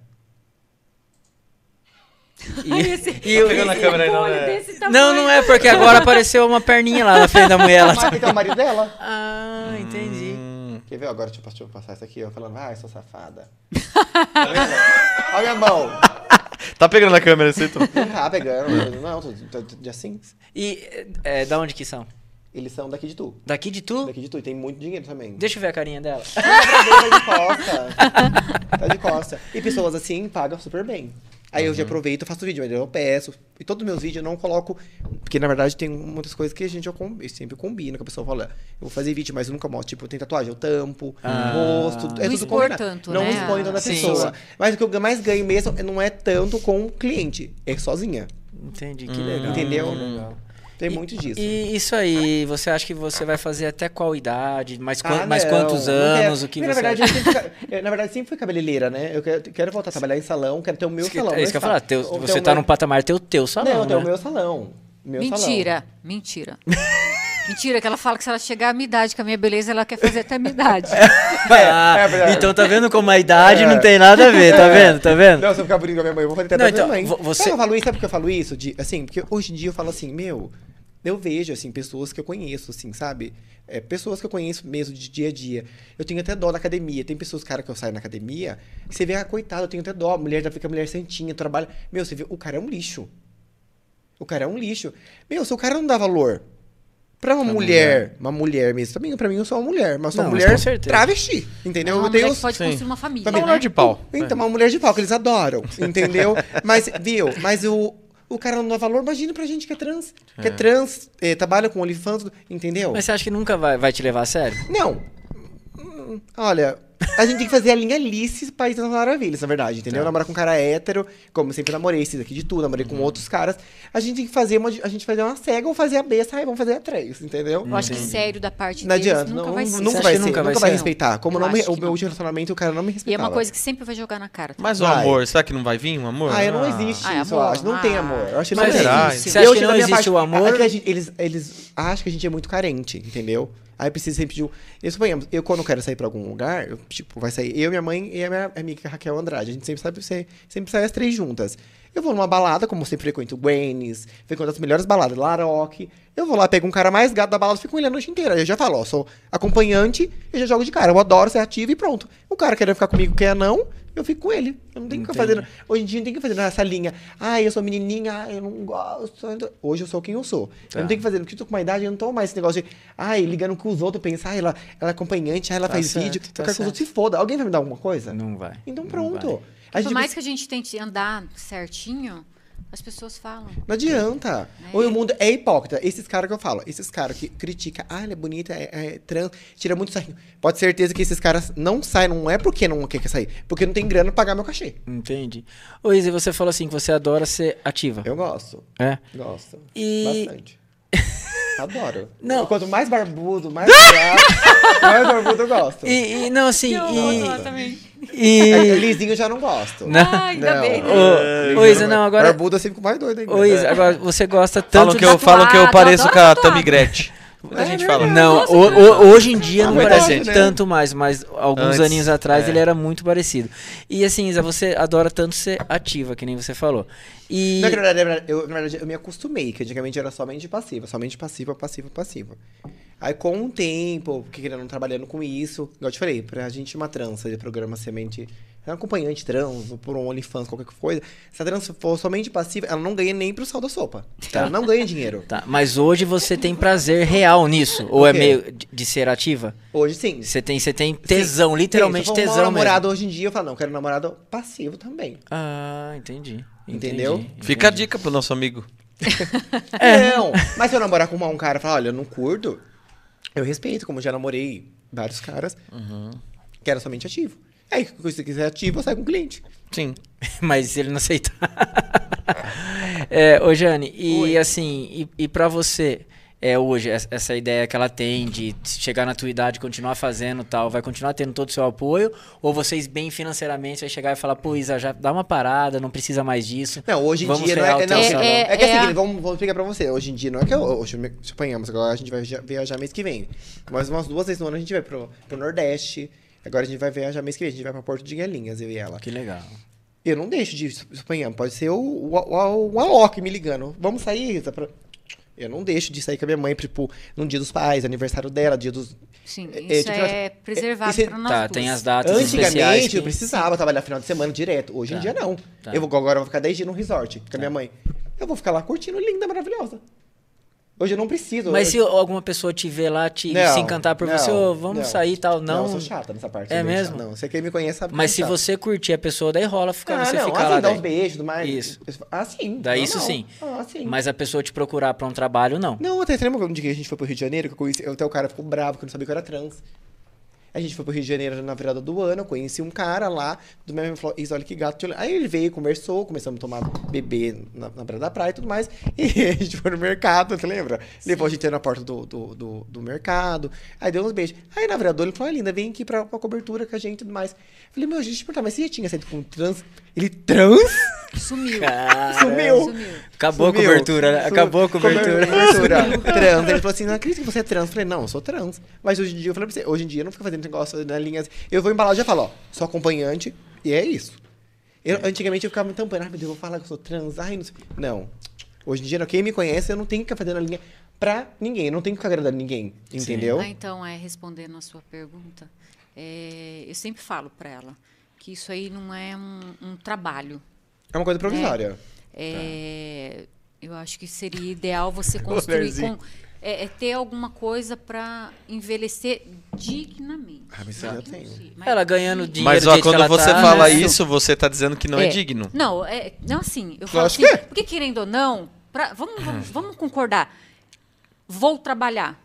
E, e eu, pegando a câmera aí, não, Olho né? desse tamanho. não, não é, porque agora apareceu uma perninha lá na frente da mulher. Ela tá... Mas então o marido dela. Ah, entendi. Hum, Quer ver? Agora deixa eu, deixa eu passar isso aqui, ó, falando, vai, sou safada. Tá vendo? Olha a minha mão. Tá pegando a câmera, você tô... Não tá pegando, não, tô, tô, tô de assim. E é, da onde que são? Eles são daqui de tu. Daqui de tu? Daqui de tu, e tem muito dinheiro também. Deixa eu ver a carinha dela. Tá de costa. Tá de costa. E pessoas assim pagam super bem. Aí eu já aproveito e faço vídeo, mas eu peço. E todos os meus vídeos eu não coloco. Porque na verdade tem muitas coisas que a gente eu, com- eu sempre combino, que a pessoa fala, eu vou fazer vídeo, mas eu nunca mostro. Tipo, eu tenho tatuagem, eu tampo, Ah. rosto. É Não tudo expor combinado. tanto, Não né? expõe tanto a Sim. pessoa. Mas o que eu mais ganho mesmo não é tanto com o cliente, é sozinha. Entendi, que Hum, legal. entendeu? Que legal. Tem E- muito disso. E isso aí, você acha que você vai fazer até qual idade? Mais, quan- Ah, mais não, quantos não anos? quero. O que Porque, você na verdade, acha? eu sempre, ca- eu, na verdade, sempre fui cabeleireira, né? Eu quero, quero voltar a trabalhar em salão, quero ter o meu Isso que- salão. é meu isso que eu ia spa- falar. Teu, ou ter você o tá meu- num patamar, tem o teu salão, Não, tem o né? meu salão. Meu salão. Mentira, mentira. Mentira, que ela fala que se ela chegar à minha idade com a minha beleza, ela quer fazer até a minha idade. Ah, é verdade. então tá vendo como a idade É. não tem nada a ver, tá É. vendo? Tá vendo? Não, se eu ficar bonito com a minha mãe, eu vou fazer até Não, pra minha então, mãe. vo- você- Sabe, eu falo isso, sabe por que eu falo isso? De, assim, porque hoje em dia eu falo assim, meu, eu vejo, assim, pessoas que eu conheço, assim, sabe? É, pessoas que eu conheço mesmo de dia a dia. Eu tenho até dó na academia. Tem pessoas, cara, que eu saio na academia, que você vê, ah, coitado, eu tenho até dó. A mulher já fica mulher santinha, trabalha. Meu, você vê, o cara é um lixo. O cara é um lixo. Meu, se o cara não dá valor pra uma Pra mulher, uma mulher mesmo, também, pra mim eu sou uma mulher, mas eu sou Não, uma mas mulher com certeza. travesti, entendeu? É uma eu tenho mulher os- que pode sim. construir uma família, Também Uma né? mulher de pau. então, uma mulher de pau, que eles adoram, entendeu? Mas, viu? Mas o, o cara não dá valor, imagina pra gente que é trans. Que é trans, eh, trabalha com OnlyFans, entendeu? Mas você acha que nunca vai, vai te levar a sério? Não. Hum, Olha, a gente tem que fazer a linha Alice País das Maravilhas, na verdade, entendeu? Tá. Namorar com um cara hétero, como eu sempre namorei, esses aqui de tudo, namorei Uhum. com outros caras. A gente tem que fazer uma, a gente fazer uma cega ou fazer a besta, aí vamos fazer a três, entendeu? Eu acho que sério da parte Não deles adianta, nunca não, vai ser. Você nunca acha vai que ser, nunca nunca vai vai ser? respeitar. Como Eu não me- acho o que meu não. último relacionamento, o cara não me E é respeitava. uma coisa que sempre vai jogar na cara. tá? Mas o Vai. amor, será que não vai vir um amor? Ah, não existe Ah, é isso, eu amor? acho. Não tem Ah. amor. Eu acho que Mas não será? existe. Você acha Eu, que da não minha existe parte, o amor? é que a gente- eles, eles acham que a gente é muito carente, entendeu? Aí precisa sempre de um... Eu, suponhamos, eu quando eu quero sair pra algum lugar, eu, tipo, vai sair eu, minha mãe e a minha amiga Raquel Andrade. A gente sempre sabe, sempre, sempre sai as três juntas. Eu vou numa balada, como eu sempre frequento o Gwennis, frequento as melhores baladas, Laroque. Eu vou lá, pego um cara mais gato da balada, fico com ele a noite inteira. Aí eu já falo, ó, sou acompanhante, eu já jogo de cara. Eu adoro ser ativo e pronto. O cara quer ficar comigo, quer não, eu fico com ele. Eu não tenho que ficar Entendi. fazendo... Hoje em dia não tem que fazer essa linha. Ah, eu sou menininha, ah, eu não gosto. Hoje eu sou quem eu sou. Tá. Eu não tenho que fazer, porque eu tô com uma idade, eu não tô mais esse negócio de... Ai, ligando com os outros, pensar, ah, ela, ela é acompanhante, ah, ela Tá faz certo, vídeo. tá eu quero que os certo. outros se foda. Alguém vai me dar alguma coisa? Não vai. Então Não pronto. vai. A Por gente mais que a gente tente andar certinho, as pessoas falam. Não adianta. É. Hoje o mundo é hipócrita. Esses caras que eu falo, esses caras que criticam, ah, ela é bonita, é, é trans, tira muito sarrinho. Pode ter certeza que esses caras não saem, não é porque não quer sair, porque não tem grana pra pagar meu cachê. Entendi. Ô, Izzy, você falou assim que você adora ser ativa. Eu gosto. É? Gosto. E- Bastante. Adoro. Não. Quanto mais barbudo, mais gato, mais barbudo eu gosto. E, e não, assim, e... também. e... É, lisinho eu já não gosto. Não. Ah, ainda Não. bem. né? Ô, ô, Isa, não, agora... Barbudo eu sempre fico mais doido ainda. Ô, Isa, agora você gosta tanto Falam que, eu, de... falam que eu tatuado, pareço adoro com a tatuado. Tammy Gretchen. Muita É gente verdade. fala. Não, Nossa, o- o- hoje em dia não Muita parece gente, né? tanto mais, mas alguns Antes, aninhos atrás é. ele era muito parecido. E assim, Isa, você adora tanto ser ativa, que nem você falou. E... Na verdade, na verdade, eu, na verdade, eu me acostumei, que antigamente era somente passiva, somente passiva, passiva, passiva. Aí, com o tempo, porque querendo trabalhando com isso, igual eu te falei, pra gente uma trança de programa semente, é um acompanhante trans, ou por um OnlyFans, qualquer coisa, se a trança for somente passiva, ela não ganha nem pro sal da sopa. Tá. Ela não ganha dinheiro. Tá, mas hoje você tem prazer real nisso? Ou é quê? meio de, de ser ativa? Hoje, sim. Você tem, você tem tesão, Sim. literalmente Sim, se eu for tesão um mesmo. namorado hoje em dia, eu falo, não, eu quero um namorado passivo também. Ah, entendi. Entendeu? Entendi, Fica a entendi. dica pro nosso amigo. Não, mas se eu namorar com um cara e falar, olha, eu não curto, eu respeito, como eu já namorei vários caras Uhum. que era somente ativo. Aí, se você quiser ativo, eu saio com o cliente. Sim. Mas se ele não aceitar. é, ô Jane, e Oi. assim, e, e pra você, é, hoje, essa- essa ideia que ela tem de chegar na tua idade, continuar fazendo tal, vai continuar tendo todo o seu apoio? Ou vocês, bem financeiramente, vai chegar e falar, pô, Isa, já dá uma parada, não precisa mais disso. Não, hoje em Vamos dia não criar é, o não, teu é, salão. é, É- que é assim, a- vamos, vamos explicar pra você. Hoje em dia não é que eu, hoje, suponhamos, agora a gente vai viajar, viajar mês que vem. Mas umas duas vezes no ano a gente vai pro, pro Nordeste. Agora a gente vai viajar mês que vem, a gente vai pra Porto de Galinhas, eu e ela. Que legal. Eu não deixo de, suponhamos, pode ser o, o, o, o Alok me ligando. Vamos sair, Rita? Pra... Eu não deixo de sair com a minha mãe, tipo, no dia dos pais, aniversário dela, dia dos... Sim, É, isso tipo, é, preservado isso é- para nós Tá, duas. tem as datas especiais Antigamente que- eu precisava trabalhar final de semana direto. Hoje em Tá. dia não. Tá. Eu vou, agora eu vou ficar dez dias no resort com a minha mãe. Eu vou ficar lá curtindo, linda, maravilhosa. Hoje eu não preciso. Mas eu... se alguma pessoa te ver lá, te Não, se encantar por não, você, ô, vamos não. sair e tal, Não, não... eu sou chata nessa parte. É eu sou bem mesmo? chata. Não, você quem me conhece sabe. Mas que se eu sou você curtir a pessoa, daí rola ficar, Ah, você não, ficar assim, lá. dá daí. uns beijos, tudo mais. Isso. Ah, sim. Daí isso normal. sim. Ah, sim. Mas a pessoa te procurar pra um trabalho, não. Não, até lembra um dia que a gente foi pro Rio de Janeiro, que eu conheci, até o cara ficou bravo, que eu não sabia que eu era trans. A gente foi pro Rio de Janeiro na virada do ano, eu conheci um cara lá, do mesmo falou, Isa, olha que gato. Aí ele veio, conversou, começamos a tomar bebê na, na beira da praia e tudo mais. E a gente foi no mercado, você lembra? Levou a gente na porta do, do, do, do mercado, aí deu uns beijos. Aí na virada do ano ele falou, ah, linda, vem aqui pra, pra cobertura com a gente e tudo mais. Falei, meu, a gente perguntar, mas você já tinha saído com um trans? Ele, trans? Sumiu. Cara, Sumiu. Sumiu. Acabou a Sumiu. cobertura, né? Su- Acabou a cobertura. cobertura. Trans. Ele falou assim, não acredito que você é trans. Eu falei, não, eu sou trans. Mas hoje em dia, eu falei pra você, hoje em dia eu não fico fazendo negócio na linha assim. Eu vou embalar e já falo, ó, sou acompanhante e é isso. Eu, antigamente eu ficava me tampando, ai meu Deus, eu vou falar que eu sou trans, ai não sei. Não. Hoje em dia, quem me conhece, eu não tenho que ficar fazendo a linha pra ninguém, eu não tenho que ficar agradando ninguém, entendeu? Ah, então, é, respondendo a sua pergunta, é, eu sempre falo para ela que isso aí não é um, um trabalho. É uma coisa provisória. É, eu acho que seria ideal você construir Olharzinho. com, é, é ter alguma coisa para envelhecer dignamente. Ah, mas isso eu já tenho. Mas Ela ganhando dign- dinheiro Mas do ó, jeito que quando ela você tá, fala né? isso, você tá dizendo que não é, É. digno. Não, é, não assim, eu falo Lógico assim, que é. porque querendo ou não, pra- vamos, vamos, vamos concordar, vou trabalhar.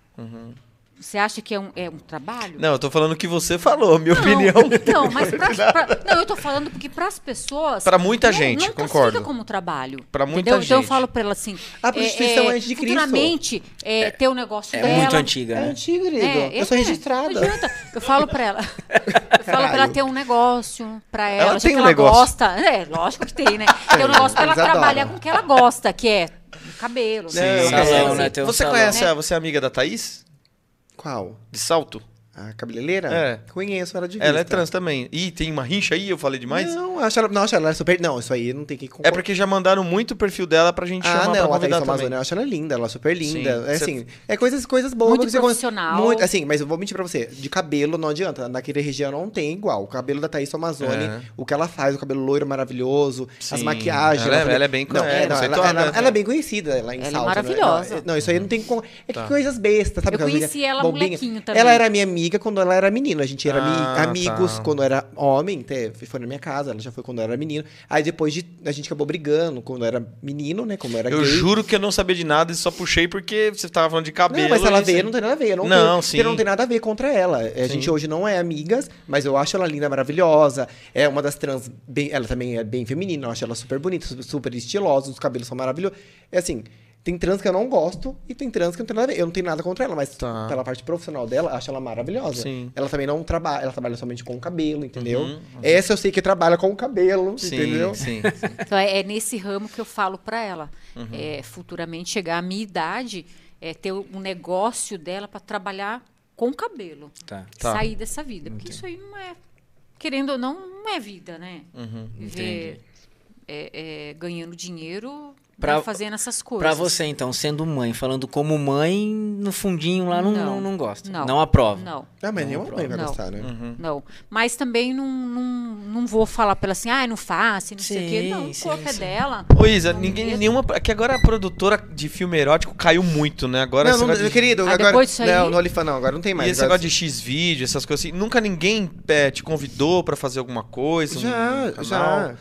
Você acha que é um, é um trabalho? Não, eu tô falando o que você falou, minha Não, opinião. Então, mas pra, pra- não, eu tô falando porque para as pessoas. Pra muita não, gente, não concordo. classifica como trabalho. Pra muita entendeu? Então eu gente. falo pra ela assim. A prostituição é antes de Cristo. Futuramente, é, ter o negócio É dela. muito antiga, É né? antigo, querido. É, eu sou é, registrada. Não adianta. Eu falo pra ela. Eu falo pra ela Caralho. ter um negócio pra ela. Ela já tem que um ela negócio. gosta. É, lógico que tem, né? Ter um negócio pra ela Eles adoram. trabalhar com o que ela gosta, que é cabelo. Sim. né? Salão, Assim, né? Tem um Você salão. conhece, né? a, você é amiga da Thaís? Qual? De salto? A cabeleireira? É. Conheço ela de vista. Ela é trans também. Ih, tem uma rincha aí? Eu falei demais? Não, acho ela, não, acho ela super... Não, isso aí não tem que É porque já mandaram muito o perfil dela pra gente Ah, chamar pra não, a Thaís convidar também. Amazônia, eu acho ela linda, ela é super linda. Sim. É Cê- assim, é coisas, coisas boas. Muito que você- profissional. Muito, assim, mas eu vou mentir pra você, de cabelo não adianta, naquela região não tem igual. O cabelo da Thaís Amazônia, É. o que ela faz, o cabelo loiro maravilhoso, as Sim. maquiagens. Ela é- faz- ela é bem não, con- é, é, não, ela, conceituada, ela- né? ela é bem conhecida lá em Ela é Salto, né? maravilhosa. Não, não, isso aí não tem como... É que Tá. coisas bestas, sabe? Eu aquelas conheci coisinhas ela bobinhas. molequinho também. Ela era minha amiga quando ela era menina, a gente era ami- Ah, amigos tá. quando eu era homem, até foi na minha casa, ela já foi quando eu era menino. Aí depois de, a gente acabou brigando quando eu era menino, né? Como eu era Eu gay. juro que eu não sabia de nada e só puxei porque você tava falando de cabelo. Não, mas se ela e vê, assim- não tem nada a ver. Eu Não, Não, tem, sim. porque não tem nada a ver contra ela. A gente hoje não é amigas, mas eu acho ela linda, maravilhosa. É uma das trans, bem, ela também é bem feminina, eu acho ela super bonita, super, super estilosa, os cabelos são maravilhosos. É assim, tem trans que eu não gosto e tem trans que não tem nada a ver. Eu não tenho nada contra ela, mas Tá. pela parte profissional dela, eu acho ela maravilhosa. Sim. Ela também não trabalha, ela trabalha somente com o cabelo, entendeu? Uhum, uhum. Essa eu sei que trabalha com o cabelo, Sim, entendeu? sim. Então, é, é nesse ramo que eu falo para ela. Uhum. É, futuramente chegar à minha idade, é, ter um negócio dela para trabalhar com cabelo. Tá. Tá. Sair dessa vida. Porque isso aí não é, querendo ou não, não é vida, né? Uhum, Viver é, é, ganhando dinheiro, Pra- né, fazendo essas coisas. Pra você, então, sendo mãe, falando como mãe, no fundinho lá não, não, Não. não gosta. Não, Não. aprova. Não. Ah, mas nenhuma mãe vai Não. gostar, né? Uhum. Não, mas também não, não, não vou falar pra ela assim, ah, não faça, não sei o quê. Sim, Não, o sim, corpo é sim. dela. Ô, Isa, Não ninguém, mesmo. nenhuma. É que agora a produtora de filme erótico caiu muito, né? Agora Não, esse não, negócio de- querido, Ah, agora... depois disso aí- Não, no OnlyFans não, agora não tem mais. E esse agora- negócio de X-Vídeo, essas coisas assim. Nunca ninguém é, te convidou pra fazer alguma coisa? um Já, canal? já.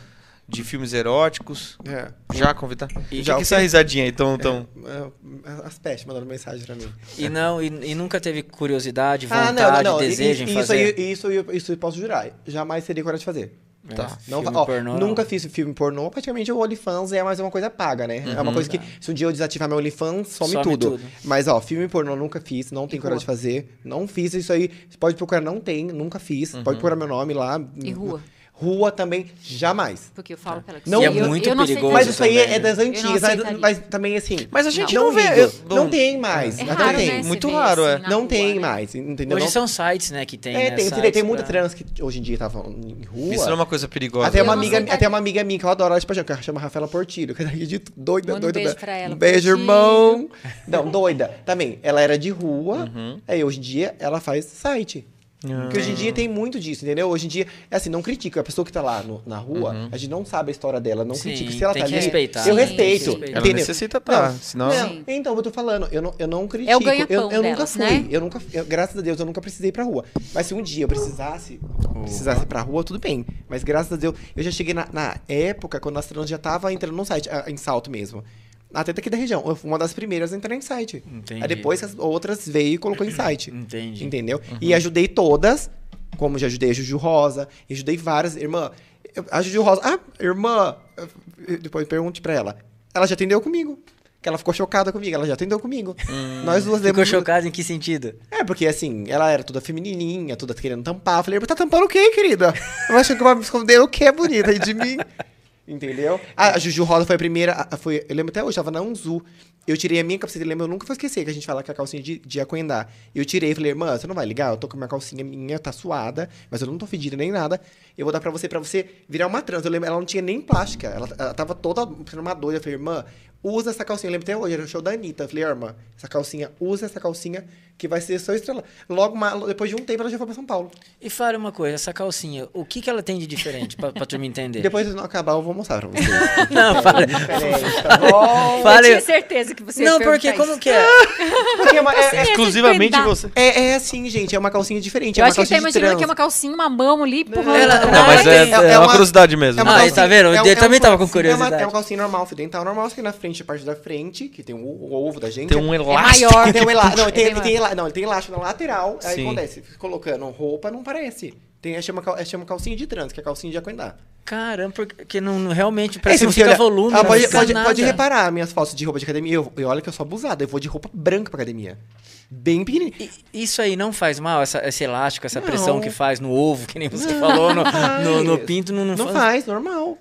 de filmes eróticos. É. Já convidar? E Já já que essa risadinha aí, tão... tão... É, as pestes mandando mensagem pra mim. E não, e, e nunca teve curiosidade, Ah, vontade, não, não, não. desejo isso, em fazer? Aí, isso, isso, isso eu posso jurar. Jamais teria coragem de fazer. Tá. Não, Filme ó, pornô, nunca não. fiz filme pornô, praticamente o OnlyFans é mais uma coisa paga, né? É uma coisa que, se um dia eu desativar meu OnlyFans, some, Some tudo. tudo. Mas, ó, filme pornô nunca fiz, não tenho coragem de fazer, não fiz isso aí. Você pode procurar, não tem, nunca fiz. Pode procurar meu nome lá. E rua? Rua também, jamais. Porque eu falo pra ela que Não, E é eu- muito eu não perigoso Mas aceitaria. isso aí também, é das Eu não antigas, mas, aceitaria. mas também assim. Mas a gente não, não, vê... ligo. eu- Não tem mais. É até raro, tem. né? Você Muito vê raro, assim é. na Não rua, tem né? mais, entendeu? Hoje Não- são sites, né, que tem, É, né, tem, sites tem muita pra- trans que hoje em dia estavam em rua. Isso não é uma coisa perigosa. Até Eu uma, não amiga, aceitaria. até uma amiga minha que eu adoro ela de paixão, que ela chama Rafaela Portilho, que é daqui de doida, Manda um doida. beijo da- pra ela, Um beijo, Portilho. irmão. Não, doida. Também, ela era de rua, Uhum. aí hoje em dia ela faz site. Porque hoje em dia tem muito disso, entendeu? Hoje em dia, é assim, não critica. A pessoa que tá lá no- na rua, a gente não sabe a história dela, não Sim, critica. Se ela tem tá que ali, respeitar. eu Sim, respeito. tem que respeitar. Ela entendeu? necessita tá, Não, senão... não, Sim. então, eu tô falando, eu não, eu não critico. É o ganha-pão eu, eu nunca delas, fui. né? Eu nunca, eu- graças a Deus, eu nunca precisei ir pra rua. Mas se um dia eu precisasse, precisasse ir pra rua, tudo bem. Mas graças a Deus, eu já cheguei na, na época, quando as trans já tava entrando no site, ah, em Salto mesmo. Até daqui da região. Eu fui uma das primeiras a entrar em site. Entendi. Aí depois as outras veio e colocou em site. Entendi. Entendeu? E ajudei todas, como já ajudei a Juju Rosa, e ajudei várias. Irmã, eu- a Juju Rosa. Ah, irmã. eu- Depois pergunte pra ela. Ela já atendeu comigo. Que ela ficou chocada comigo. Ela já atendeu comigo. Nós duas Ficou demos- chocado em que sentido? É, porque assim, ela era toda feminininha, toda querendo tampar. Eu falei, tá tampando o quê, querida? Eu achei que vai me esconder o quê, bonita, aí de mim? Entendeu? Ah, a Juju Rosa foi a primeira. a- a- Foi, eu lembro até hoje, tava na Unzu. Eu tirei a minha calcinha, eu lembro, eu nunca vou esquecer que a gente fala que a calcinha de, de Aquendá. Eu tirei e falei, irmã, você não vai ligar? Eu tô com a minha calcinha minha, tá suada, mas eu não tô fedida nem nada. Eu vou dar pra você, pra você virar uma trans. Eu lembro, ela não tinha nem plástica, ela, ela tava toda sendo uma doida. Eu falei, irmã, usa essa calcinha. Eu lembro até hoje, era o show da Anitta. Eu falei, irmã, essa calcinha, usa essa calcinha que vai ser sua estrela. Logo, uma- depois de um tempo, ela já foi pra São Paulo. E fale uma coisa, essa calcinha, o que, que ela tem de diferente, pra, pra turma entender? Depois de não acabar, eu vou mostrar pra vocês. Não, fala. Diferente, tá bom? Fale- Eu tinha certeza que você ia Não, porque perguntar como isso. que é? Porque é, uma- é- é- Exclusivamente Aguentar. você. é- é assim, gente, é uma calcinha diferente. Eu é uma acho que ele tá calcinha de imaginando trans. que é uma calcinha, uma mão ali, empurrando. Ela- atrás. Não, mas é, É- é é uma uma- curiosidade mesmo. É uma Ah, calcinha- tá vendo? é um- Ele é também um- tava com É uma, curiosidade. é uma calcinha normal, fio dental normal, só que na frente, a parte da frente, que tem o, o ovo da gente. Tem um É elástico. maior. Tem um elá- não, É tem, bem ele tem elá- não, ele tem elástico na lateral. Aí Sim. acontece, fica colocando roupa, não parece. Tem, chama, cal- chama calcinha de trans, que é calcinha de Aquendá. Caramba, porque não, não- realmente É, parece se que você não fica olhar- volume, Ah, não pode, fica pode, nada. pode reparar minhas fotos de roupa de academia. Eu, eu olha que eu sou abusada. Eu vou de roupa branca pra academia. Bem pequenininha. E Isso aí não faz mal, essa, esse elástico, essa Não. pressão que faz no ovo, que nem você falou, no, no, no pinto, não, não, Não faz, faz, normal.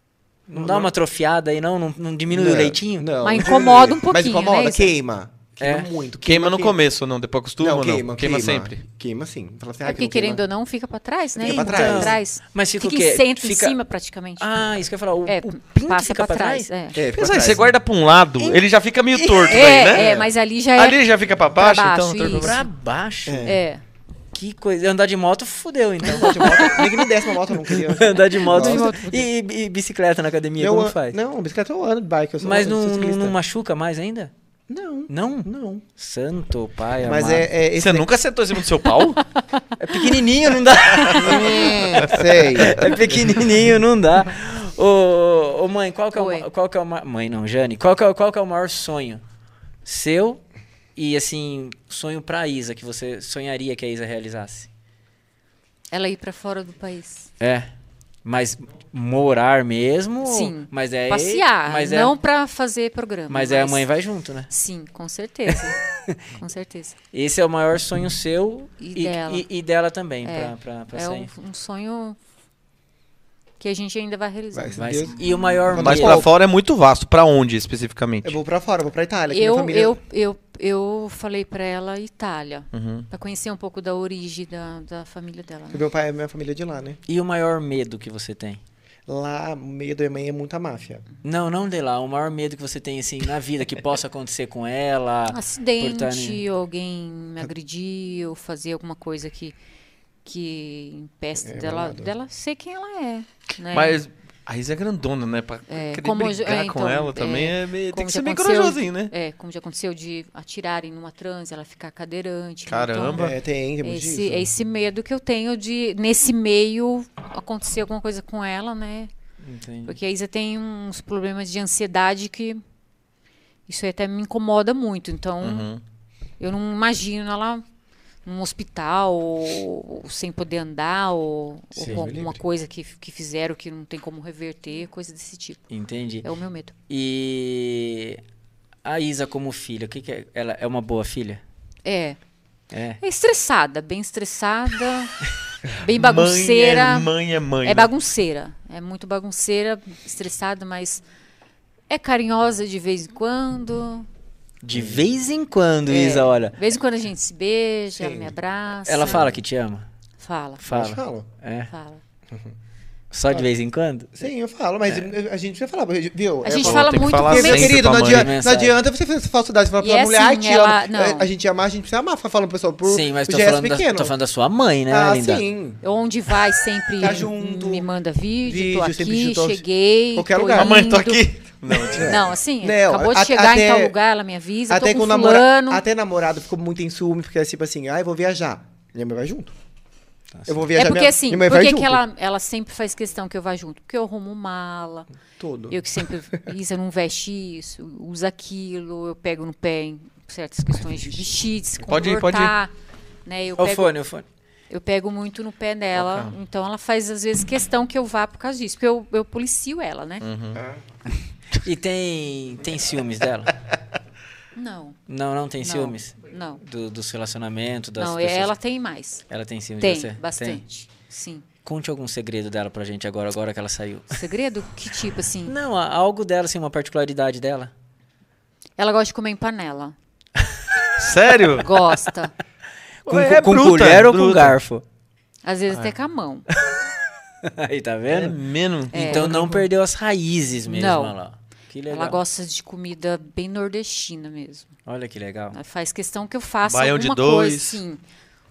não dá uma atrofiada aí, não? Não, não diminui o leitinho? Não. Mas incomoda um Mas pouquinho, incomoda, né, Isa? queima. Queima É. muito. Queima no começo ou não? Depois acostuma Não, ou não? queima, Queima, queima. sempre. Queima sim. Fala assim, É ah, que porque não querendo queima. ou não, fica pra trás, né? Fica pra trás. Mas fica o Fica quê? em centro, Fica- em cima, praticamente. Ah, isso que eu ia falar, o, é, o pinto passa fica pra pra trás. trás? É, É. fica Pensa pra aí, trás. você guarda pra um lado, ele já fica meio torto É, daí, né? é, mas ali já é. Ali já fica pra baixo, Pra então... baixo, torto- isso. Pra baixo? É. Que coisa. Andar de moto, fudeu, então. De moto, nem que me desse uma moto, eu não queria. Andar de moto. Nossa. E, e- e bicicleta na academia, Eu como an- faz? Não, bicicleta eu ando de bike. Eu sou, Mas eu sou não, não, ciclista. não machuca mais ainda? Não, Não? não. Santo pai Mas amado. é, é esse Você nunca sentou em cima do seu pau? É pequenininho, não dá. Hum, sei. É pequenininho, não dá. Ô, ô mãe, qual que é Oi. o, qual que é o ma- mãe não, Jane, qual que é, qual que é o maior sonho seu e assim, sonho pra Isa que você sonharia que a Isa realizasse? Ela ir pra fora do país. É. Mas morar mesmo? Sim. Mas é Passear, mas não é, pra fazer programa. mas é a mãe vai junto, né? Sim, com certeza. Com certeza. Esse é o maior sonho seu E dela. e, e dela também É, pra, pra, pra É sair. um, um sonho que a gente ainda vai realizar. Vai ser. Vai Deus- sim. E o maior Mas medo? pra fora é muito vasto. Pra onde, especificamente? Eu vou pra fora, eu vou pra Itália. que Eu, minha família... eu, eu, eu falei pra ela Itália, Uhum. pra conhecer um pouco da origem da, da família dela. né? Meu pai é minha família de lá, né? E o maior medo que você tem? Lá, no meio da minha mãe é muita máfia. Não, não de lá. O maior medo que você tem, assim, na vida, que possa acontecer com ela. Acidente, por tá- alguém me agredir ou fazer alguma coisa que, que impeça É dela, verdade. dela ser quem ela é. Né? Mas a Isa é grandona, né? Pra É, querer como brigar já- é, com então, ela também é, é meio... Tem como que já ser meio aconteceu corajosinho, de- né? É, como já aconteceu de atirarem numa trans, ela ficar cadeirante. né? Caramba. É, tem, tem muito Esse, disso. é esse medo que eu tenho de, nesse meio, acontecer alguma coisa com ela, né? Entendi. Porque a Isa tem uns problemas de ansiedade que isso aí até me incomoda muito. Então, Uhum. eu não imagino ela num hospital, ou, ou sem poder andar, ou, ou Sim, com alguma coisa que, que fizeram que não tem como reverter, coisa desse tipo. Entendi. É o meu medo. E a Isa como filha, o que, que é? Ela é uma boa filha? É. É. É estressada, bem estressada, bem bagunceira. Mãe é mãe, é mãe. É né? bagunceira. É muito bagunceira, estressada, mas é carinhosa de vez em quando. De vez em quando, É, Isa, olha. De vez em quando a gente se beija, ela Sim. me abraça. Ela fala que te ama? Fala, Eu Fala. falo. É. fala. Só de vez em quando? Sim, eu falo, mas a gente vai falar, viu? A É, gente eu fala tem que muito falar por Porque, sempre meu querido, pra não mãe. adianta, não Mensagem. adianta você fazer falsidade, falar E pra é mulher, ai, assim, te ela- amo. não. É, A gente amar, a gente precisa amar, falando pro pessoal, por Sim, mas por tô gesto falando, da, pequeno. tô falando da sua mãe, né, Ah, linda? sim. Onde vai sempre Tá junto. me manda vídeo, Vídeo, tô sempre aqui, junto aos- cheguei, qualquer tô lugar. A mãe, tô indo. aqui. Não, tira. Não, assim, Não, acabou de a- chegar em até- tal lugar, ela me avisa, Até tô com com o namora, fulano. até namorado ficou muito em ciúme, porque é tipo assim, ah, eu vou viajar. Minha mãe vai junto. Tá Eu vou É viajar, porque minha, assim, minha mãe por vai que junto. que ela, ela sempre faz questão que eu vá junto? Porque eu arrumo mala, Tudo. eu que sempre, Isa não veste isso, usa aquilo, eu pego no pé em certas questões de vestir, de se Pode ir, pode ir. comportar, né? Eu Ó o pego, fone, o fone. eu pego muito no pé dela, Bacana. então ela faz às vezes questão que eu vá por causa disso, porque eu, eu policio ela, né? Uhum. E tem, tem ciúmes dela? Não, Não, não tem Não. ciúmes? não, Do, dos relacionamentos, das não, pessoas? ela tem mais, Ela tem ciúmes tem, de você? bastante, sim. Conte algum segredo dela pra gente agora, agora que ela saiu. Segredo? Que tipo assim? Não, a- algo dela, assim, uma particularidade dela. Ela gosta de comer em panela, Sério? gosta, Com, É com bruta, colher ou com bruta. garfo? às vezes até com a mão. Aí, tá É vendo? menos. É. Então não perdeu as raízes mesmo, Não. olha lá. Que legal. Ela gosta de comida bem nordestina mesmo. Olha que legal. Ela faz questão que eu faça Baião de alguma dois. coisa assim.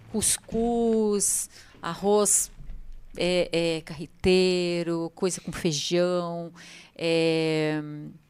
Cuscuz, arroz é, é, carreteiro, coisa com feijão. é,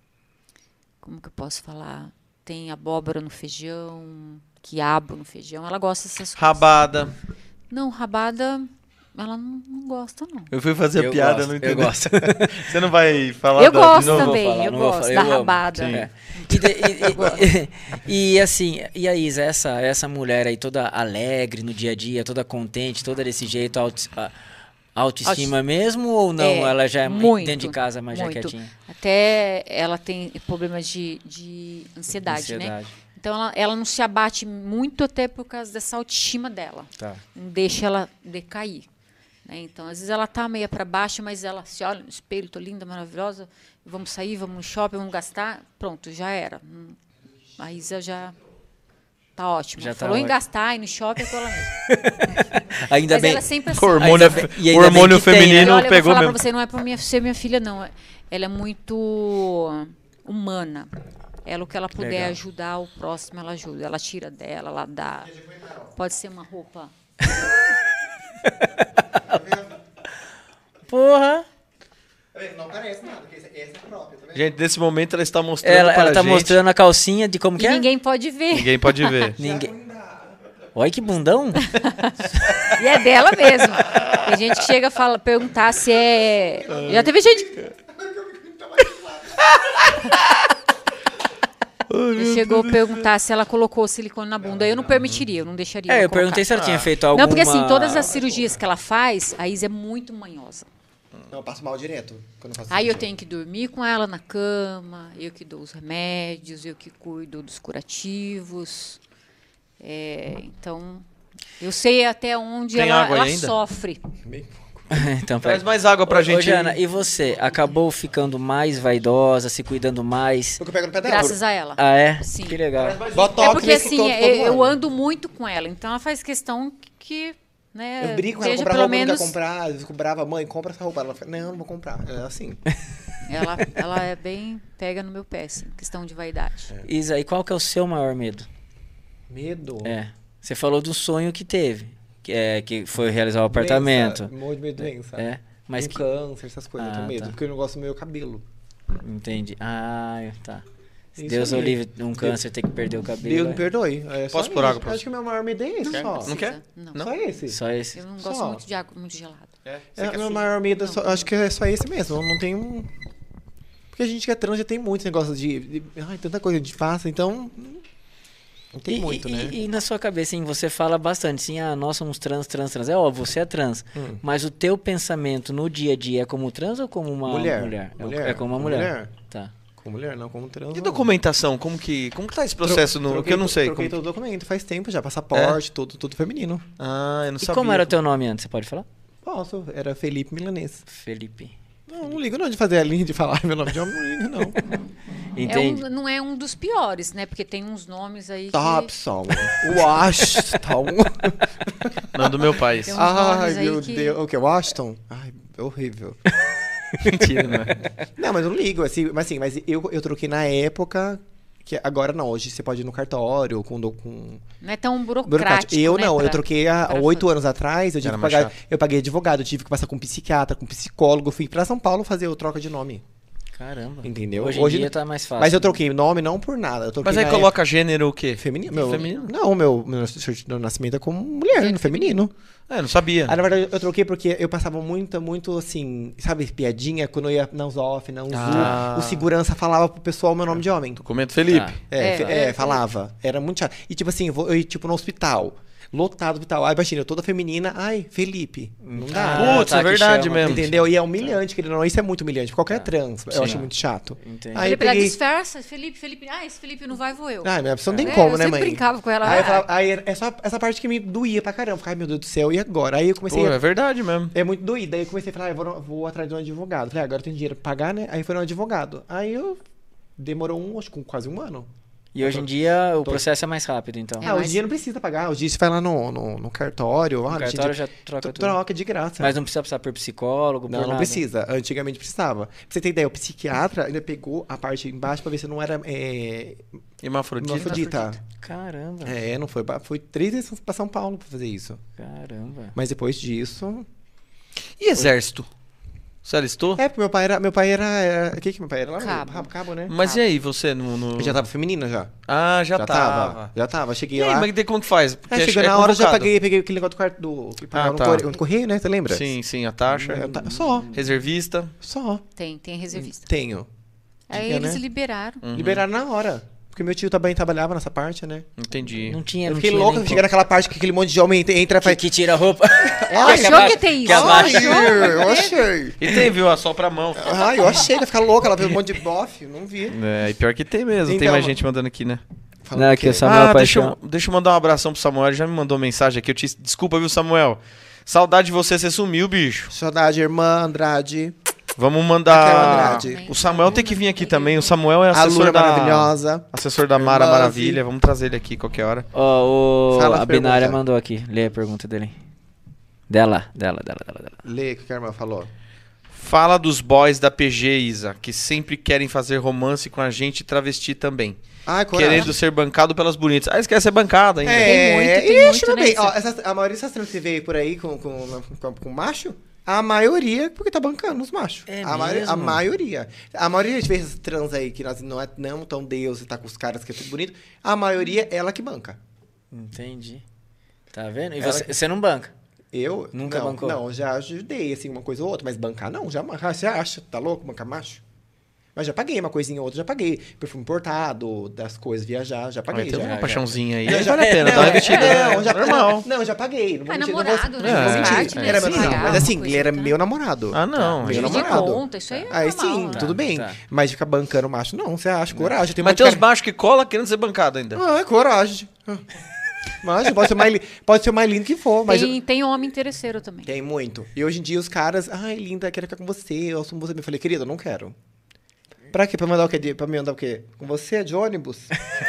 como que eu posso falar? Tem abóbora no feijão, quiabo no feijão. Ela gosta dessas coisas. Rabada. Não, rabada, ela não, não gosta, não. Eu fui fazer Eu piada, gosto, não eu entendi. gosto. Você não vai falar Eu da- gosto de novo? também. Vou falar, eu não vou gosto falar, da eu amo. rabada. Sim. É. E, de- e- e- e, assim, e a Isa, essa, essa mulher aí toda alegre no dia a dia, toda contente, toda desse jeito, auto, a- autoestima mesmo ou não? É, Ela já é muito, dentro de casa mais já muito. quietinha? Até ela tem problemas de, de ansiedade, né? Ansiedade. Então ela, ela não se abate muito até por causa dessa autoestima dela. Tá. Não deixa ela decair. Né? Então, às vezes ela tá meio para baixo, mas ela se olha no espelho, tô linda, maravilhosa, vamos sair, vamos no shopping, vamos gastar, pronto, já era. Hum, A Isa já tá ótima. Já tá Falou em ótimo. gastar, ir no shopping é com ela mesmo. Ainda Mas bem. ela é sempre assim. O hormônio, Ainda bem- e o ainda bem hormônio que tem, feminino E olha, eu vou pegou falar mesmo. pra você, não é pra minha, ser minha filha, não. É- Ela é muito humana. Ela, o que ela puder Legal. ajudar o próximo, ela ajuda. Ela tira dela, ela dá. Pode ser uma roupa. Porra! Não parece nada, porque essa é própria, tá vendo? Gente, nesse momento ela está mostrando Ela, para ela tá gente. mostrando a calcinha de como E que é? ninguém pode ver. Ninguém pode ver. Ninguém. Olha que bundão! E é dela mesmo. Tem gente que chega a fala, perguntar se é. Já teve gente. que chegou a perguntar se ela colocou silicone na bunda. Eu não permitiria, eu não deixaria. É, ela eu perguntei colocar. se ela tinha feito alguma... Não, porque assim, todas as cirurgias que ela faz, a Isa é muito manhosa. Não, eu passo mal direto. Quando eu faço Aí eu cirurgia. tenho que dormir com ela na cama, eu que dou os remédios, eu que cuido dos curativos. É, então, eu sei até onde Tem ela, água ela aí ainda? sofre. Bem pouco. então, Traz pera. mais água pra Ô, gente. Ô, Jana, e você? Acabou ficando mais vaidosa, se cuidando mais? Porque eu pego no pé dela. Graças a ela. Ah, é? Sim. Que legal. Botox É porque nesse assim, todo- eu, todo eu ano. ando muito com ela, então ela faz questão que, né, Eu brigo com ela, seja comprar pelo roupa, menos não quer comprar. Às vezes eu brava, mãe, compra essa roupa. Ela fala, não, não vou comprar. É assim. ela, ela é bem pega no meu pé, assim, questão de vaidade. Isa, e qual que é o seu maior medo? Medo. É. Você falou do sonho que teve, que, é, que foi realizar o apartamento. Doença, morro de medo de doença. É. Mas Um que. câncer, essas coisas. Ah, eu tenho medo. tá. Porque eu não gosto do meu cabelo. Entendi. Ah, tá. Se Isso Deus aí. o livre um câncer ter que perder o cabelo. Deus me é. perdoe. É só Posso pôr isso. água pra Acho que o meu maior medo é esse, Quer? só. Não quer? Não. Não? Só esse. Só esse. Eu não gosto Só. muito de água muito gelada. É, É, meu maior medo, é só- acho que é só esse mesmo. Eu não tenho... Porque a gente que é trans já tem muitos negócios de... de ai, tanta coisa que a gente faça, então... Não tem E- muito, e, né? E, e na sua cabeça, assim, você fala bastante, assim, ah, nós somos trans, trans, trans. É óbvio, você é trans. Hum. Mas o teu pensamento no dia a dia é como trans ou como uma Mulher. mulher? É- Mulher. É, como uma mulher. Mulher. Tá. Como mulher, não como trans. E não. documentação, como que, como que tá esse processo? no, Troquei que eu não to- sei. Troquei Como... todo o documento, faz tempo já. Passaporte, tudo, tudo feminino. Ah, eu não E sabia. como era o teu nome antes? Você pode falar? Posso, era Felipe Milanês. Felipe. Não, não ligo não de fazer a linha de falar meu nome de homem, não ligo não. É Entende? um- não é um dos piores, né? Porque tem uns nomes aí que... Thompson, Washington. Não, do meu país. Tem um- Ai, nomes aí meu que- Deus. O que, Washington? Ai, é horrível. Mentira, não é? Não, mas eu não ligo, assim, mas assim, mas eu, eu troquei na época, que agora não, hoje você pode ir no cartório, com... do- com... Não é tão burocrático. burocrático, Eu né, não, eu pra- troquei há pra oito fa- anos atrás, eu tive Era que mais pagar, chato. eu paguei advogado, eu tive que passar com psiquiatra, com psicólogo, fui pra São Paulo fazer o troca de nome, Caramba. entendeu? Hoje, Hoje em dia não- tá mais fácil. Mas eu troquei nome não por nada, eu troquei Mas aí na coloca gênero o quê? época- feminino, meu, Feminino? não, meu, meu certidão de nascimento é como mulher, no feminino. É, não sabia. Ah, na verdade, eu troquei porque eu passava muito, muito assim, sabe, piadinha, quando eu ia na Zof, na Uzu, Ah. o segurança falava pro pessoal meu nome de homem. Documento Felipe. Tá. É, É, fe- é, é, falava. Era muito chato. E tipo assim, eu, vou, eu ia tipo no hospital, lotado do hospital. Aí imagina, eu toda feminina, ai, Felipe. Não dá. Putz, tá, é que verdade chama. mesmo. Entendeu? E é humilhante, querendo ou não, isso é muito humilhante. Pra qualquer trans, eu Sim. acho muito chato. Entendi. Aí eu Felipe, ela peguei... disfarça, Felipe, Felipe, ah, esse Felipe não vai, vou eu. Ah, minha pessoa não tem É, como, eu né, sempre mãe? brincava com ela. Aí, eu ah, falava, aí é só essa parte que me doía pra caramba. Ficava, ai, meu Deus do céu, e agora? Aí eu comecei Pô, a... é verdade mesmo. É muito doído. Daí eu comecei a falar, ah, eu vou, vou atrás de um advogado. Falei, ah, agora eu tenho dinheiro pra pagar, né? Aí foi no advogado. Aí eu... Demorou um, acho que quase um ano. E hoje em dia o tô- processo é mais rápido, então. É, ah, hoje mas- em dia não precisa pagar. Hoje em dia você vai lá no, no, no cartório. O ah, cartório gente, já troca tu- tudo. troca de graça. Mas não precisa passar por psicólogo, Não, por não nada. precisa. Antigamente precisava. Pra você ter ideia, o psiquiatra ainda pegou a parte embaixo pra ver se não era é, Hermafrodita. hermafrodita. Caramba, É, não foi. pra- Foi três vezes pra São Paulo pra fazer isso. caramba. Mas depois disso. E exército? Você alistou? É, porque meu pai era. Meu pai era. era o que que meu pai era lá? Cabo. Cabo, cabo né? Mas e aí, você no... no- Eu já tava feminina já. Ah, já, Já tava. tava. Já tava. Cheguei E aí, lá. mas daí como que faz? Porque É, acho chegou que é na hora, eu já convocado. paguei, peguei aquele negócio do quarto do. Que pagava tá. no, correio, no correio, né? Você lembra? Sim, sim, a taxa. É, tá- Só. Reservista. Só. Tem, tem reservista. Tenho. Aí Tinha, eles né? liberaram. Uhum. Liberaram na hora. Porque meu tio também trabalhava nessa parte, né? Entendi. Não tinha, Eu não fiquei tinha louco, nem chegar naquela parte que aquele monte de homem entra e como. faz. Que, que tira a roupa. Ela Que achou aba- que tem que isso. abaixa. Ai, eu achei. E tem, viu? Só pra mão. Ai, eu achei, ela ficar louca, ela viu um monte de bofe, não vi. É, e pior que tem mesmo. tem Então, mais gente mandando aqui, né? Falando Não, que- aqui o Samuel ah, deixa Paixão. eu, deixa eu mandar um abração pro Samuel. Ele já me mandou mensagem aqui. Eu te... Desculpa, viu, Samuel? Saudade de você, você sumiu, bicho. Saudade, irmã Andrade. Vamos Raquel mandar. Andrade. O Samuel tem que vir aqui também. O Samuel é A assessor Lura da. maravilhosa. Assessor da Mara Irmã, Maravilha. Vamos trazer ele aqui qualquer hora. Ó, o... Fala as a Binária perguntas. mandou aqui. Lê a pergunta dele. Dela, dela, dela, dela, dela. Lê o que a irmã falou. Fala dos boys da P G, Isa, que sempre querem fazer romance com a gente e travesti também. Ai, coragem. Querendo ser bancado pelas bonitas. Ah, eles querem ser bancado ainda. É, muito, tem ixi, muito, meu bem. né, Ó, isso? essas- a maioria dessas trans que veio por aí com, com, com, com macho, a maioria é porque tá bancando os machos. É a, maioria, a mesmo? maioria. A maioria de vezes trans aí, que nós não é não tão Deus e tá com os caras que é tudo bonito, a maioria é ela que banca. Entendi. Tá vendo? E Ela você, que- você não banca? Eu Nunca não, bancou? Não, já ajudei, assim, uma coisa ou outra, mas bancar não, já ah, você acha, tá louco, bancar macho? Mas já paguei uma coisinha ou outra, já paguei. Perfume importado, das coisas, viajar, já Ah, paguei. então já. uma paixãozinha aí. Não, Aí já- vale a pena, não, dá uma é- investida. Não, né? já, Normal. Não, não, já paguei. Não vou Ah, mentir, não namorado, vou, né? não vou Faz mentir. parte, né? Era Sim, meu, não, pagar mas assim, uma ele era coisa, meu namorado. Ah, não. Meu Dividir namorado. conta, isso aí é Aí normal, sim, né? tudo bem. tá. Mas ficar bancando macho, não, você acha coragem. Tem um Mas monte tem de os cara- baixos que cola querendo ser bancado ainda. Ah, é coragem. Ah. Mas pode ser, mais, li- pode ser o mais lindo que for, mas... Tem, tem homem interesseiro também. Tem muito. E hoje em dia os caras, ai, linda, quero ficar com você, eu assumo você. Eu falei, querida, eu não quero. Pra quê? Pra mandar o quê? De- Pra me andar o quê? Com você, de ônibus?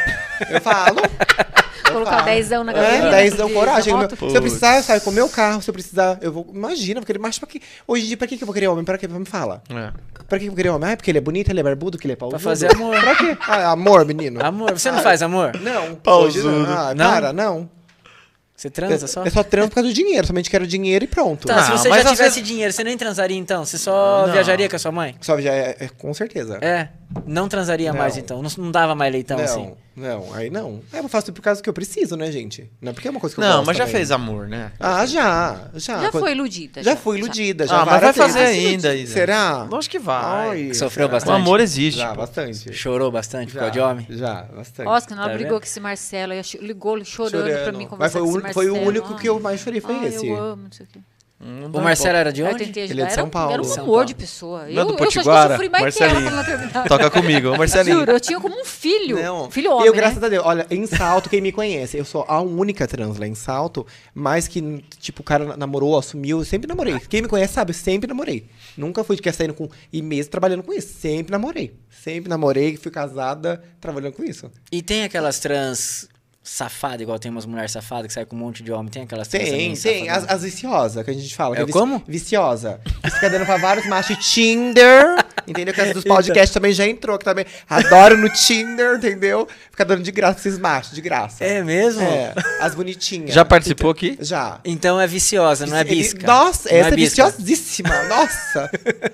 Eu falo. eu Colocar falo. dezão na É, gasolina. dezão, de- coragem. da Meu- moto. se eu precisar, eu saio com o meu carro. Se eu precisar, eu vou... Imagina, eu vou querer macho pra quê? Hoje em dia, pra que que eu vou querer homem? Pra quê? Me fala. É. Pra que que eu vou querer homem? Ah, porque ele é bonito, ele é barbudo, que ele é pausudo? fazer amor. Pra quê? Ah, amor, menino. Amor, você não faz amor? Não. Pausudo. Hoje não. Ah, Não? para, não. Você transa só? Eu só transo por causa do dinheiro. Somente quero dinheiro e pronto. Tá, se Não, você mas já às tivesse vezes- dinheiro, você nem transaria então? Você só Não. viajaria com a sua mãe? Só já é, é- com certeza. É. Não transaria Não. mais, então? Não, não dava mais leitão, não, assim? não, aí não. É, eu faço por causa que eu preciso, né, gente? Não é porque é uma coisa que eu Não, gosto mas já também. fez amor, né? Ah, já, já. Já Quando- foi iludida. Já fui iludida, já Ah, mas vai várias fazer vezes. ainda, Isa. Será? Lógico que vai. Ai, Sofreu será? O bastante? amor existe. Já, pô. bastante. Chorou bastante por Já, causa de homem? Já, bastante. Oscar, ela Tá brigou vendo? com esse Marcelo, aí ligou chorando, pra mim Mas conversar foi o, com esse único- foi o Marcelo. único que eu mais chorei, foi Ai, esse. eu amo, não sei o quê. Hum, O Marcelo era de Aí eu onde? tentei Ele ajudar. é de São era, Paulo. era um São amor Paulo. de pessoa. Não é Eu, do eu só acho que eu Potiguara? sofri mais que ela Marcelinho. quando ela terminar. Toca comigo, ô Marcelinho. Juro, eu tinha como um filho. Não. Filho homem, Eu, graças né? a Deus, olha, em Salto, quem me conhece, eu sou a única trans lá em Salto, mas que, tipo, o cara namorou, assumiu, eu sempre namorei. Quem me conhece sabe, eu sempre namorei. Nunca fui de que saindo com, e mesmo trabalhando com isso, sempre namorei. Sempre namorei, fui casada, trabalhando com isso. E tem aquelas trans safadas, igual tem umas mulheres safadas que saem com um monte de homem. Tem aquelas trans Tem, também tem, as, safadonas? as viciosas, que a gente fala. É que vici- como? Viciosa. Que fica dando pra vários machos Tinder, entendeu? Que essa dos podcasts também já entrou, que também adoro no Tinder, entendeu? Fica dando de graça pra esses machos, de graça. É mesmo? É, as bonitinhas. Já participou aqui? Já. Então é viciosa, não é Ele- bisca. Nossa, Não essa é, bisca. viciosíssima. Nossa.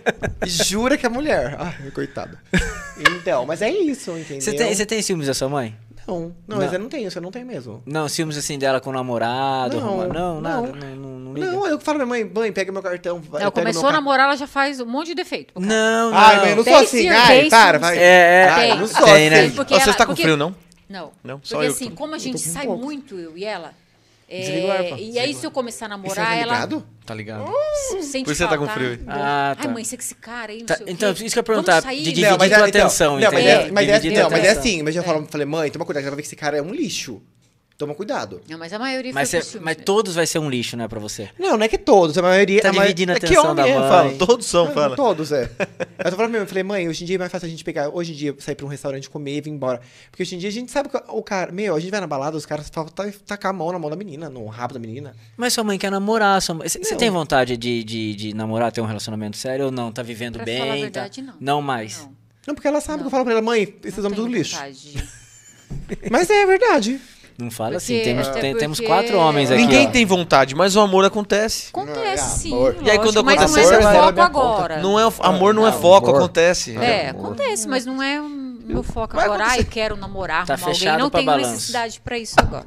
Jura que é mulher. Ai, coitada. Então, mas é isso, entendeu? Você tem, você tem ciúmes da sua mãe? Não, não, Não. mas eu não tenho, isso eu não tenho mesmo. Não, ciúmes assim dela com o namorado? Não, arruma- não, nada. não. Não, não, não liga. Não, eu falo pra minha mãe, mãe, pega meu cartão. vai, Ela eu pego começou meu a ca- namorar, ela já faz um monte de defeito. pro cara. Não, não. Ai, mãe, eu não sou Tem assim. sim, Ai, tem para, sim. vai. É, é. Ai, Tem. não sou Tem, né? assim. Porque Ó, você ela- está com porque- frio, não? Não. Não, só Porque eu assim, tô- como a gente tô com um sai pouco. muito, eu e ela. é, Desliga o ar, pô. e aí, se eu começar a E você namorar, tá ela ligado? Tá ligado? sente Por isso você tá com falta. frio aí. Ah, tá. Ai, mãe, você que esse cara aí, não Tá, sei o então, quê. isso que eu ia Vamos perguntar, sair? de dividir Não, mas tua é- então, atenção, não, mas entendeu? é, mas, é, Dividir tua não, mas é atenção. assim, mas eu falo, falei, mãe, toma cuidado, você vai ver que esse cara é um lixo. Toma cuidado. Não, mas a maioria Mas, foi cê- por ciúmes, mas né? todos vai ser um lixo, né, pra você? Não, não é que todos, a maioria... Tá a maioria- dividindo a é que atenção homem da é, mãe. Fala, todos são, Não, fala. Todos, é. Eu tô falando mesmo, eu falei, mãe, hoje em dia é mais fácil a gente pegar, hoje em dia, sair pra um restaurante comer e vir embora. Porque hoje em dia a gente sabe que o cara, meu, a gente vai na balada, os caras falam, tá, tacar a mão na mão da menina, no rabo da menina. Mas sua mãe quer namorar. Você Não. tem vontade de, de, de namorar, ter um relacionamento sério ou não? Tá vivendo Pra bem? falar a tá- verdade, não. Não mais. Não, Não, porque ela sabe Não. que eu falo pra ela, mãe, esses não homens tudo tenho lixo. vontade de- Mas é verdade. Não fala Porque- assim. Temos, até tem- temos porque- quatro homens aqui. Ninguém ó. tem vontade, mas o amor acontece. Acontece, Ah, sim. amor. E aí, quando lógico, mas acontece, não é você meu vai dar foco minha conta. agora. Não é, amor não é não, foco, amor. acontece. É, acontece, mas não é o meu foco Vai agora. Ah, acontecer. eu quero namorar, Tá arrumar alguém. fechado Não pra tenho balanço. necessidade pra isso agora.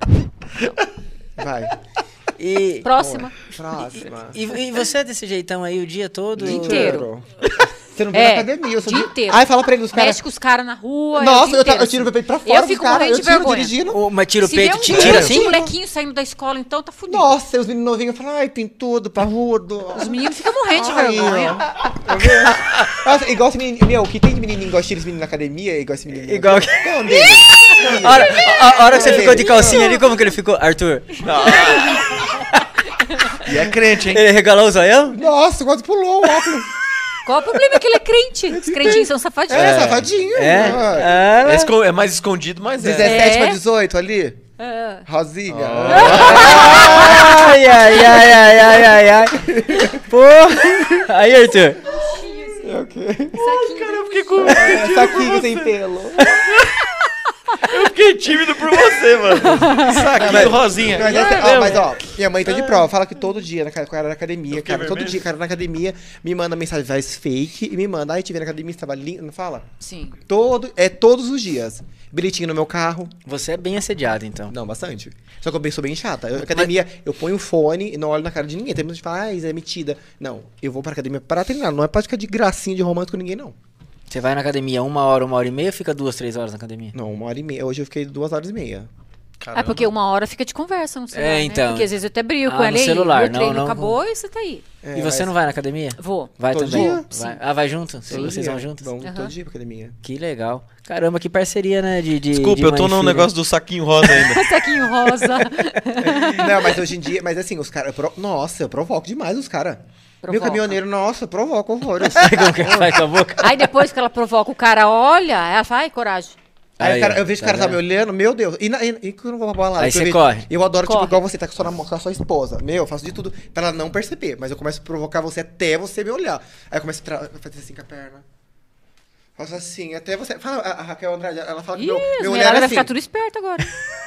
Vai. E, Próxima. Próxima. e, e você é desse jeitão aí o dia todo? Dia inteiro. Você não vai É, na academia, eu sou dia de- inteiro. Ai, fala pra ele, os caras... Mexe com os caras na rua. é o Nossa, dia eu, ta- inteiro, eu tiro o assim. peito pra fora Eu dos fico caras, morrendo eu de tiro vergonha. dirigindo. Ô, mas tira o Se peito, vê um te moleque- tira Tira, assim? um molequinho saindo da escola, então tá fudido. Nossa, os meninos novinhos falam, ai, tem tudo, parrudo. Os meninos ficam morrendo de Ai, vergonha. Tá vendo? Nossa, igual esse menino, meu, que tem de menininho, igual tira esse menino na academia, igual esse menino. Igual que- Qual é o dele? A hora, a- a hora que você Olha ficou ele. de calcinha ali, como que ele ficou? Arthur, E é crente, hein? ele regalou o zoião? Nossa, quase pulou o óculos. Qual o problema? É que ele é crente. Os crentinhos são safadinhos. É, safadinho. É? Ah. Ah, É, esco- é mais escondido, mas é. dezessete É. pra dezoito ali. É. Rosinha. ai, ai, ai, ai, ai, ai, ai. Porra. Aí, Arthur. É o quê? Cara, eu fiquei, com... Saquinho sem pelo. eu fiquei tímido por você, mano. Saquinho rosinha. Mas, é, É ó, mesmo? mas ó, minha mãe tá de prova. Fala que todo dia, na, cara na academia, cara, todo vermelho? dia, cara na academia, me manda mensagem faz fake e me manda, ai, te vi na academia, você tava lindo, não fala? Sim. Todo, é todos os dias. Bilhetinho no meu carro. Você é bem assediado, então. Não, bastante. Só que eu sou bem chata. Eu, academia, eu ponho o fone e não olho na cara de ninguém. Tem muita gente que fala, ah, Isa é metida. Não, eu vou pra academia para treinar. Não é pra ficar de gracinha de romance com ninguém, não. Você vai na academia uma hora, uma hora e meia, fica duas, três horas na academia? Não, uma hora e meia. Hoje eu fiquei duas horas e meia. Caramba. É porque uma hora fica de conversa no celular, É, né? então. Porque às vezes eu até brigo Ah, com no ele aí, celular, meu não, treino não- acabou e você tá aí. É, E você mas não vai na academia? Vou. Vai Todo também? dia? Vai. Ah, vai junto? todo Vocês dia. vão juntos? Vamos Aham. todo dia pra academia. Que legal. Caramba, que parceria, né? De, de, Desculpa, de eu mãe tô e no filha. negócio do saquinho rosa ainda. Saquinho rosa. Não, mas hoje em dia, mas assim, os caras. Pro... Nossa, eu provoco demais os caras. Meu Provoca. caminhoneiro, nossa, eu provoco horrores. Como que faz com a boca? Aí depois que ela provoca, o cara olha, ela fala, ai, coragem. Aí, Aí, o cara- ó, eu vejo que o tá cara tá me vendo? olhando, meu Deus. E, na, e, e quando eu vou pra balada? Aí que eu você vejo- corre. Eu adoro, tipo, Corre. igual você tá com a, sua, namo- com a sua esposa. Meu, eu faço de tudo pra ela não perceber. Mas eu começo a provocar você até você me olhar. Aí eu começo a tra- fazer assim com a perna. Faço assim, até você. Fala, a, a Raquel Andrade, ela fala que Ih, meu, os meu olhar mulheres é vai assim. ficar tudo esperto agora.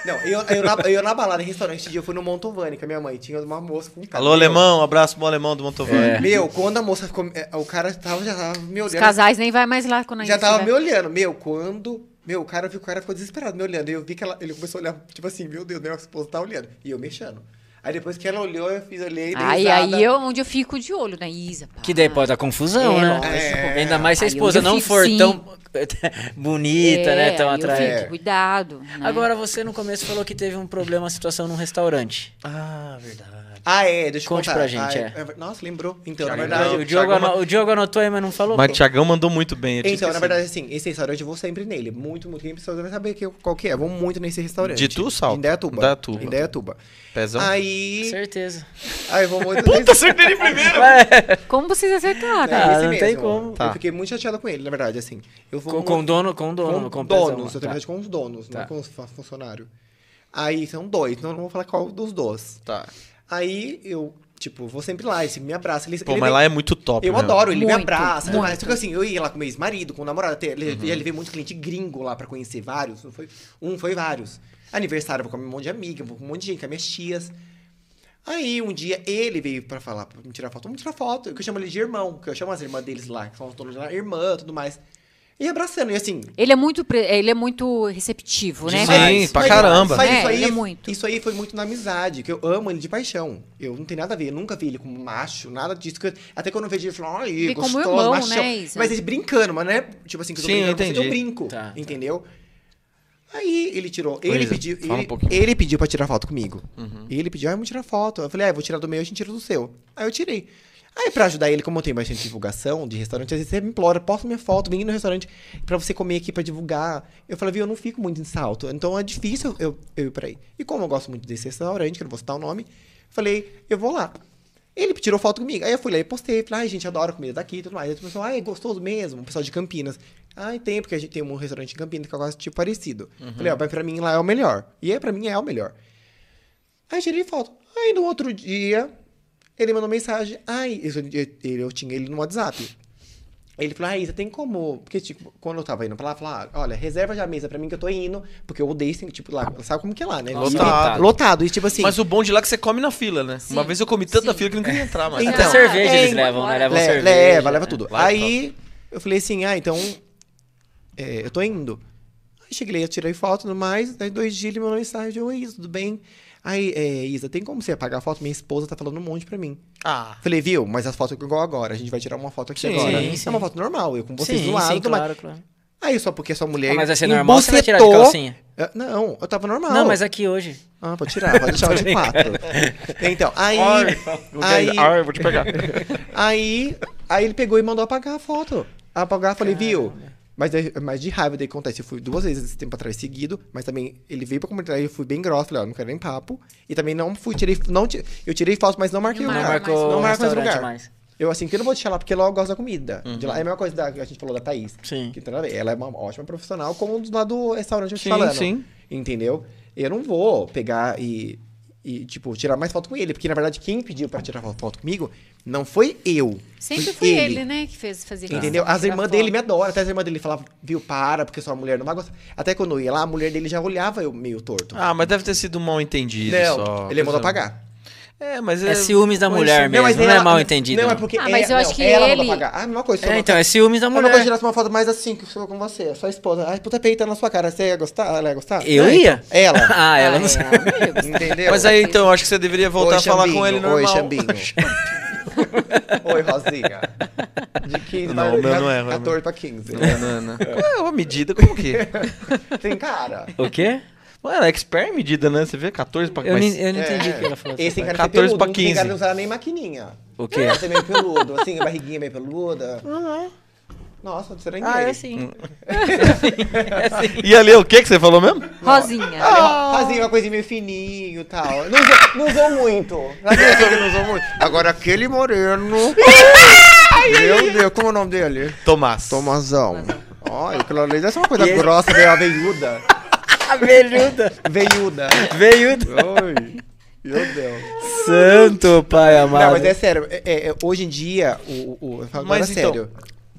Não, eu, eu, na, eu na balada em restaurante, esse dia eu fui no Montovani com a minha mãe. Tinha uma moça com um cara. Alô, alemão, um abraço pro alemão do Montovani. É. Meu, quando a moça ficou. é, O cara tava, já tava me Os olhando. casais nem vai mais lá quando a Já gente tava tiver. me olhando. Meu, quando. Meu, o cara, o cara ficou desesperado me olhando. E eu vi que ela, ele começou a olhar, tipo assim, meu Deus, minha esposa tá olhando. E eu mexendo. Aí depois que ela olhou, eu fiz, olhei, dei Aí, risada. aí eu, onde eu fico de olho, né, Isa? pá. Que daí pode dar confusão, É, né? lógico. É. Ainda mais se a Aí esposa eu não fico, for sim. tão bonita, É, né? Tão aí eu atraente. fico, cuidado. Né? Agora, você no começo falou que teve um problema, uma situação num restaurante. Ah, verdade. Ah, é, deixa eu Conte contar. pra gente, Ah, é. Nossa, lembrou. Então, Thiago, na verdade... o, Diogo Thiago- ano- o Diogo anotou aí, mas não falou. Mas pô. o Thiagão mandou muito bem. eu tinha Então, na esquecido. verdade, assim, esse restaurante eu vou sempre nele. Muito, muito. Quem precisa vai saber que, qual que é. Vou muito nesse restaurante. De tu, Salto? Em Indaiatuba. Indaiatuba. Em Indaiatuba. Pezão? Aí... Certeza. Aí eu vou muito Puta, nesse... acertei ele primeiro! Como vocês acertaram? É Ah, esse não mesmo. tem como. Tá. Eu fiquei muito chateada com ele, na verdade, assim. Eu vou Com, muito- com o dono, com o dono, com, com o donos, pezão, eu tá. tenho com os donos, Tá. não com os fa- funcionários. Aí são dois, então eu não vou falar qual dos dois. Tá. Aí eu, tipo, vou sempre lá, ele me abraça. Ele, Pô, ele mas vem- lá é muito top, Eu mesmo. adoro, ele me Muito, abraça. muito. Mas, tipo assim, eu ia lá com meu ex-marido, com o namorado, até, ele, ele veio muito cliente gringo lá pra conhecer vários. Não foi um, foi vários. Aniversário, eu vou com um monte de amiga, vou com um monte de gente, com as minhas tias. Aí, um dia, ele veio pra falar, pra me tirar foto. Vamos tirar foto. Que eu chamo ele de irmão, que eu chamo as irmãs deles lá, que são todas lá, irmã e tudo mais. E abraçando, e assim... Ele é muito, pre- ele é muito receptivo, né? Sim, pra caramba. Mas É, isso, aí, ele é muito. isso aí foi muito na amizade, que eu amo ele de paixão. Eu não tenho nada a ver, eu nunca vi ele como macho, nada disso. que eu- até quando eu vejo ele, eu falo, ai, Vê como gostoso, irmão, machão. né, Isa? Mas ele brincando, mas não é tipo assim, que eu tô Sim, brincando com você, entendi. eu brinco, Tá, tá. entendeu? Aí ele tirou, ele Isa, pediu, fala um ele, pouquinho. ele pediu pra tirar foto comigo. Uhum. Ele pediu, ah, vamos tirar foto. Eu falei, ah, eu vou tirar do meu, a gente tira do seu. Aí eu tirei. Aí, pra ajudar ele, como eu tenho bastante divulgação de restaurante, às vezes você me implora, posta minha foto, vem no restaurante pra você comer aqui, pra divulgar. Eu falei, viu, eu não fico muito em Salto, então é difícil eu, eu ir pra aí. E como eu gosto muito desse restaurante, que eu não vou citar o nome, falei, eu vou lá. Ele tirou foto comigo. Aí eu fui lá e postei, falei, ai, gente, adoro a comida daqui e tudo mais. Aí o pessoal, ai, é gostoso mesmo, o pessoal de Campinas. Ai, tem, porque a gente tem um restaurante em Campinas que eu gosto tipo parecido. Falei, ó, mas pra mim lá é o melhor. E é, pra mim é o melhor. Aí tirei foto. Aí no outro dia, ele mandou mensagem. Ai, eu, eu, eu tinha ele no WhatsApp. Aí ele falou, ah, Isa, tem como... Porque, tipo, quando eu tava indo pra lá, falar, olha, reserva já a mesa pra mim que eu tô indo, porque eu odeio, assim, tipo, lá, sabe como que é lá, né? Lotado. E- Lotado. E, tipo assim... Mas o bom de lá é que você come na fila, né? Sim. Uma vez eu comi tanta Sim. fila que não queria entrar mais. Então, Até cerveja é, eles levam, né? Levam Le- cerveja. Leva, leva tudo. Lá é Aí, eu falei assim, ah, então, é, eu tô indo. Aí cheguei lá, eu tirei foto e tudo mais, daí dois dias ele mandou mensagem, oi, Isa, tudo bem? Aí, é, Isa, tem como você apagar a foto? Minha esposa tá falando um monte pra mim. Ah. Falei, viu, mas as fotos é igual agora, a gente vai tirar uma foto aqui Sim, agora. sim. É uma foto normal, eu com vocês Sim, do lado. sim, tudo mais. claro, claro. Aí, só porque a sua mulher Ah, mas vai ser normal ou você vai tirar de embucetou- calcinha? É, Não, eu tava normal. Não, mas aqui hoje. Ah, pode tirar, pode deixar de quatro. Então, aí... aí, Ai, vou te pegar. Aí, aí ele pegou e mandou apagar a foto. Apagar, falei, viu? Mas, daí- mas de raiva, daí acontece. Eu fui duas vezes esse tempo atrás seguido, mas também ele veio pra comentar e eu fui bem grosso. Falei, ó, não quero nem papo. E também não fui, tirei. Não, ti- eu tirei foto, mas não marquei o Não Não lugar. marca marcou não o marco mais restaurante lugar. mais. Eu, assim, que eu não vou deixar lá, porque lá eu gosto da comida. De lá, é a mesma coisa da, que a gente falou da Thaís. Sim. Que tem nada a ver. Ela é uma ótima profissional, como do lado do restaurante eu te Sim, falando. sim. Entendeu? Eu não vou pegar e, e, tipo, tirar mais foto com ele. Porque, na verdade, quem pediu pra tirar foto comigo não foi eu. Sempre foi ele, né, que fez fazer questão Entendeu? de As tirar irmãs foto. dele me adoram. Até as irmãs dele falavam, viu, para, porque sua mulher não vai gostar. Até quando eu ia lá, a mulher dele já olhava eu meio torto. Ah, mas deve ter sido um mal entendido não, só. ele mandou Coisa- apagar. É, mas É ciúmes da Pois mulher é. mesmo, não, ela- é mal entendido. Não, é não. porque Ah, mas eu ela, acho não, que ela ele- mandou apagar. Ah, a mesma coisa. É, então, é ciúmes da É uma coisa mulher. de tirar uma foto mais assim, que eu com você, sua esposa. Ai, puta peita na sua cara. Você ia gostar? Ela ia gostar? Eu Não, ia? então, Ela. Ah, ela não é, sabe. amigos. Entendeu? Mas aí, então, eu acho que você deveria voltar Oi, a falar com Xambinho. ele normal. Oi, Xambinho. Oi, Rosinha. De quinze Não, pra o meu não é, quatorze pra quinze. Não, não, não. Qual é uma medida? Como que? Tem cara. O quê? Mano, é expert em medida, né? Você vê quatorze pra... Eu, mas- nem, eu não entendi o que ela falou. Esse tem cara de ser quatorze peludo, pra não tem quinze. cara de não usar nem maquininha. O quê? Você é meio peludo, assim, a barriguinha meio peluda. Nossa, você nem Ah, é dele. assim. E ali, o que que você falou mesmo? Rosinha. Ah, fazia uma coisinha meio fininho e tal. Não usou, não usou muito. Não usou, não usou muito. Agora aquele moreno. Meu Deus, como é o nome dele? Tomás. Tomazão. Olha, aquilo ali deve ser uma coisa E ele- grossa, meio aveiuda. A velhuda. Veiuda. Velhuda. Oi. Meu Deus. Santo pai amado. Não, mas é sério. é- é- é, hoje em dia, o, o, eu falo Mas agora então- sério.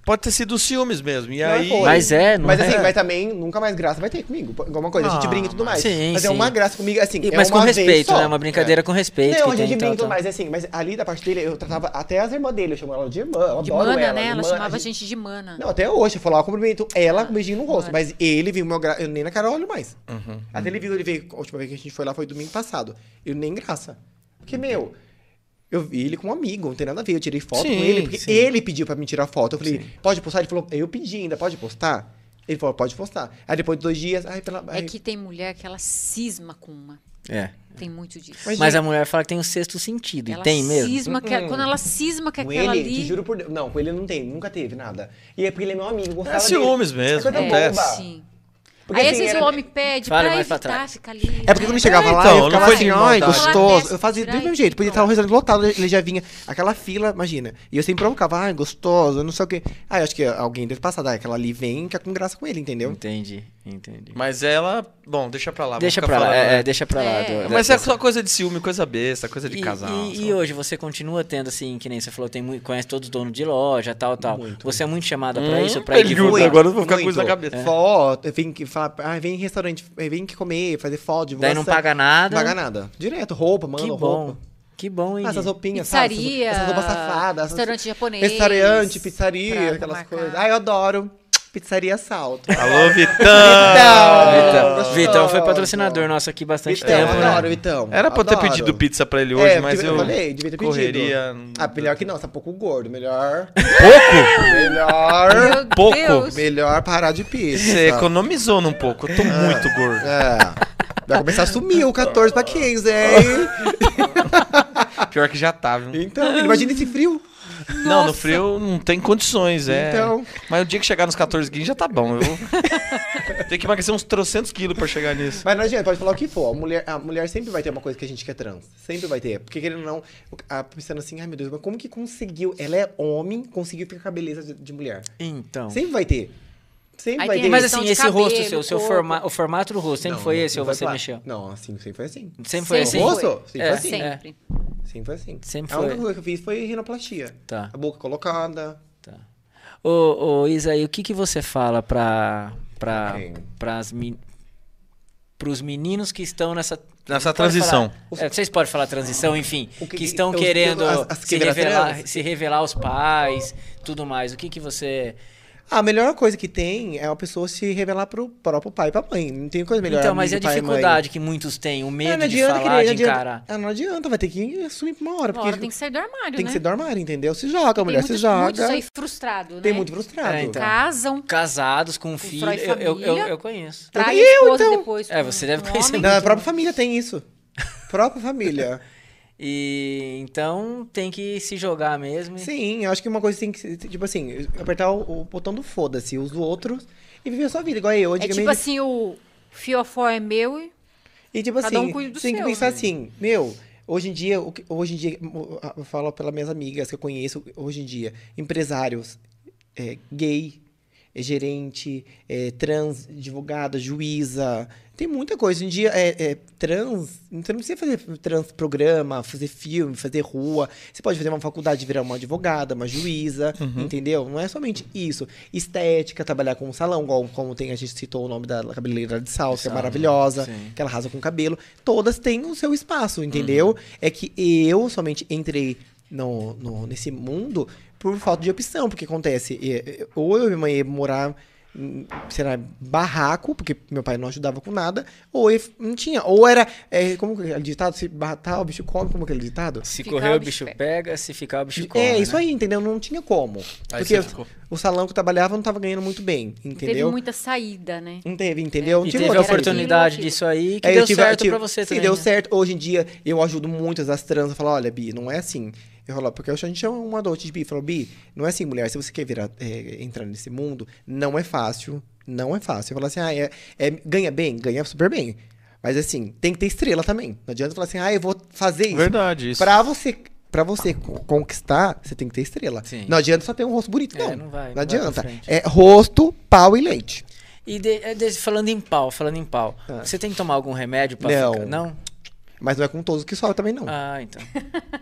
Pode ter sido ciúmes mesmo. E Não aí. foi. Mas é, não Mas é? assim, mas também nunca mais graça vai ter comigo. Alguma coisa, a gente Ah, brinca e tudo mais. sim, mas é sim. uma graça comigo, assim, E- é mas com uma vez respeito, só. né? Uma brincadeira É. com respeito. Não, que a gente tem, brinca e tal, tudo tal. mais, assim, mas ali da parte dele, eu tratava até as irmãs dele, eu chamo ela de irmã, eu De adoro mana, ela. né? Ela irmã, chamava a a gente de mana. Não, até hoje, eu falava, eu cumprimento ela com um beijinho no rosto, Mana. mas ele viu o meu gra... eu nem na cara eu olho mais. Uhum. Até ele viu, ele veio, a última vez que a gente foi lá foi domingo passado, eu nem graça. Porque, meu... Eu vi ele com um amigo, não tem nada a ver. Eu tirei foto Sim, com ele, porque sim. ele pediu pra me tirar foto. Eu falei, Sim. pode postar? Ele falou, eu pedi ainda, pode postar? Ele falou, pode postar. Aí depois de dois dias, ai, pela. É ai, que tem mulher que ela cisma com uma. É. Tem muito disso. Mas, Mas gente, a mulher fala que tem o sexto sentido. ela E tem mesmo? cisma que, Hum. quando ela cisma que com aquela ele, ali. te juro por Deus. Não, com ele não tem, nunca teve nada. E é porque ele é meu amigo, eu gostava É ciúmes dele. mesmo, É coisa acontece. boba. Sim. Porque, Aí assim, às vezes era- o homem pede Fale pra mais pra evitar trás. ficar ali. É porque quando chegava É, lá, então, eu não ficava foi assim, de ai, maldade. gostoso. Ela Eu fazia desce, do mesmo tirar jeito. Podia estar o restaurante lotado, ele já vinha. Aquela fila, imagina. E eu sempre provocava, ai, gostoso, não sei o quê. Ah, eu acho que alguém deve passar, ah, aquela ali vem que é com graça com ele, entendeu? Entendi, entendi. Mas ela. Bom, deixa pra lá. Deixa vamos pra ficar lá, falando, é, né? é, deixa pra lá. É. do- Mas da- é só coisa de ciúme, coisa besta, coisa de E, casal. e- sabe? e hoje você continua tendo, assim, que nem você falou, tem muito, conhece todos os donos de loja, tal, tal. Muito. Você é muito chamada pra Hum, isso, pra ele divulgar. gruda, agora eu vou ficar com Muito. isso na cabeça. Foto, vem que falar, ah, vem em restaurante, vem que comer, fazer foto, Daí divulgação. não paga nada. Não paga nada. Direto, roupa, manda Que roupa. bom. Que bom, hein? Ah, essas roupinhas, Pizzaria, sabe? Essas, essas roupas safadas. essas- restaurante japonês. Restaurante, pizzaria, pra aquelas marcar. coisas. Ah, eu adoro. Pizzaria Salto. Alô, Vitão! Vitão, gostoso. Vitão foi patrocinador nosso aqui bastante Vitão, tempo, né? adoro, Vitão. Era pra eu ter adoro. pedido pizza pra ele hoje, É, mas devia- eu. falei, devia ter pedido. correria. Ah, melhor que não, você tá um pouco gordo. Melhor. Pouco? Melhor. Meu Pouco. Deus. Melhor parar de pizza. Você economizou num pouco. Eu tô muito gordo. É. Vai começar a sumir o quatorze pra quinze, hein? Pior que já tá, viu? Então, imagina esse frio. Não, no frio não tem condições, é. Então. Mas o dia que chegar nos quatorze quilos já tá bom. Eu vou... Tem que emagrecer uns trocentos quilos pra chegar nisso. Mas não adianta, pode falar o que for. A mulher, a mulher sempre vai ter uma coisa que a gente quer trans. Sempre vai ter. Porque querendo ou não, a, pensando assim, ai meu Deus, mas como que conseguiu? Ela é homem, conseguiu ficar com a beleza de, de mulher. Então. Sempre vai ter. Sempre Aí vai tem ter. Mas questão assim, de esse cabelo, rosto seu, o seu corpo. forma, o formato do rosto sempre Não, foi não, esse ou vai você falar. mexeu? Não, assim, sempre foi assim. Sempre foi Sempre assim? foi. Rosto? Sempre É, foi assim. Sempre. Sempre foi assim. Sempre A única foi. coisa que eu fiz foi rinoplastia. Tá. A boca colocada. Tá. Ô, ô Isaí, o que que você fala pra, pra, Quem? pras mi, pros meninos que estão nessa... Nessa pode transição. falar- é, vocês podem falar transição, enfim, O que- que, estão os- querendo as- as se, que viram revelar, trans? se revelar aos pais, tudo mais. O que que você... A melhor coisa que tem é a pessoa se revelar pro próprio pai e pra mãe. Não tem coisa melhor. Então, mas e a amigo, pai e mãe. dificuldade que muitos têm, o Ah, medo não de adianta, falar, querer, de não adianta. encarar. Ah, não adianta, vai ter que assumir pra uma hora. Uma Porque hora tem que sair do armário, tem né? que ser do armário, entendeu? Se joga, a Tem mulher muitos, se joga. muitos aí frustrados, né? Tem muito frustrado. É, então. Casam, Casados, com filho, Constrói eu, eu, eu, família. eu conheço. traem Eu, a esposa então. depois. É, com- você deve com conhecer homem. Na própria família tem isso. Própria família. E então tem que se jogar mesmo. e- Sim, eu acho que uma coisa tem que ser, tipo assim, apertar o, o botão do foda-se, os outros, e viver a sua vida, igual eu. É Antigamente, tipo assim, o fiofó é meu e e tipo cada assim, um cuida do tem que seu, pensar né? assim, meu, hoje em dia, o que- hoje em dia, eu falo pelas minhas amigas que eu conheço, hoje em dia, empresários, é, gay, é, gerente, é, trans, advogada, juíza, tem muita coisa. Hoje em dia, é, é, trans, você não precisa fazer trans programa, fazer filme, fazer rua. Você pode fazer uma faculdade e virar uma advogada, uma juíza, entendeu? Não é somente isso. Estética, trabalhar com um salão, igual como tem, a gente citou o nome da cabeleireira de Sal, que é Sal, maravilhosa, sim. que ela arrasa com o cabelo. Todas têm o seu espaço, entendeu? É que eu somente entrei no, no, nesse mundo por falta de opção, porque acontece, é, é, ou eu e minha mãe ia morar, hum, sei lá, barraco, porque meu pai não ajudava com nada, ou eu não tinha, ou era, é, como que é aquele ditado, se matar o bicho come, como que é aquele ditado? Se Ficar, correr o o bicho bicho pega, se ficar o bicho come. É, isso né? aí, entendeu? Não tinha como. Aí porque você ficou. o salão que eu trabalhava não tava ganhando muito bem, teve entendeu? muita saída, né? Não teve, entendeu? Não E tive teve a outra saída. oportunidade aquilo, disso aí que É, eu deu tive- certo tive- pra você sim, também. deu né? certo. Hoje em dia, eu ajudo muitas as trans a falar, olha, Bi, não é assim. Eu falo, porque a gente chama uma adulta de Bi, falou, Bi, não é assim, mulher, se você quer virar, é, entrar nesse mundo, não é fácil, não é fácil. Eu falo assim, ah, é, é- ganha bem? Ganha super bem. Mas assim, tem que ter estrela também. Não adianta falar assim, ah, eu vou fazer isso. Verdade, isso. Pra você, pra você co- conquistar, você tem que ter estrela. Sim. Não adianta só ter um rosto bonito, É, não. não vai, não vai Não adianta. pra frente. É rosto, pau e leite. E de- é de- falando em pau, falando em pau, Ah. você tem que tomar algum remédio pra Não. ficar... Não? Mas não é com todos que sobra também, não. Ah, então.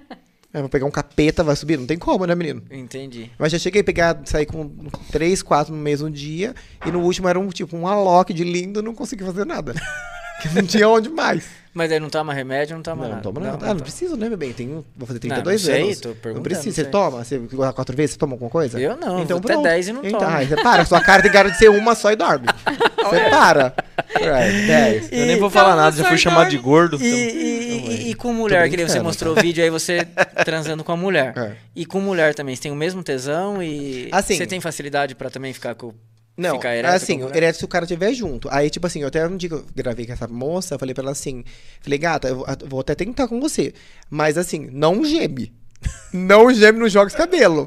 Eu vou pegar um capeta, vai subir? Não tem como, né, menino? Entendi. Mas já cheguei a pegar, sair com três, quatro no mesmo dia. E no último era um tipo um Alok de lindo, não consegui fazer nada. Porque não tinha onde mais. Mas aí não toma remédio, não toma Não, nada. não toma nada. Ah, não toma. preciso, né, meu bem? Tenho, vou fazer trinta e Não, dois não sei, anos. tô perguntando, Não precisa. não Você sei. toma? Você gosta quatro vezes? Você toma alguma coisa? Eu não, Então, vou até pronto. dez e não então, tomo. Aí você para. Sua cara tem cara de ser uma só e dorme. Você para. É, dez. Eu nem vou E- falar Então, nada, já fui você chamado de dorme. gordo. E, e- e- e com mulher, que nem você brincando, mostrou o vídeo aí, você transando com a mulher. É. E com mulher também, você tem o mesmo tesão e Assim- você tem facilidade pra também ficar com... Não, ficar ereto assim, com a mulher? ereto se o cara estiver junto. Aí, tipo assim, eu até um dia que eu gravei com essa moça, eu falei pra ela assim, falei, gata, eu vou- eu vou até tentar com você, mas assim, não geme. Não geme, não joga esse cabelo.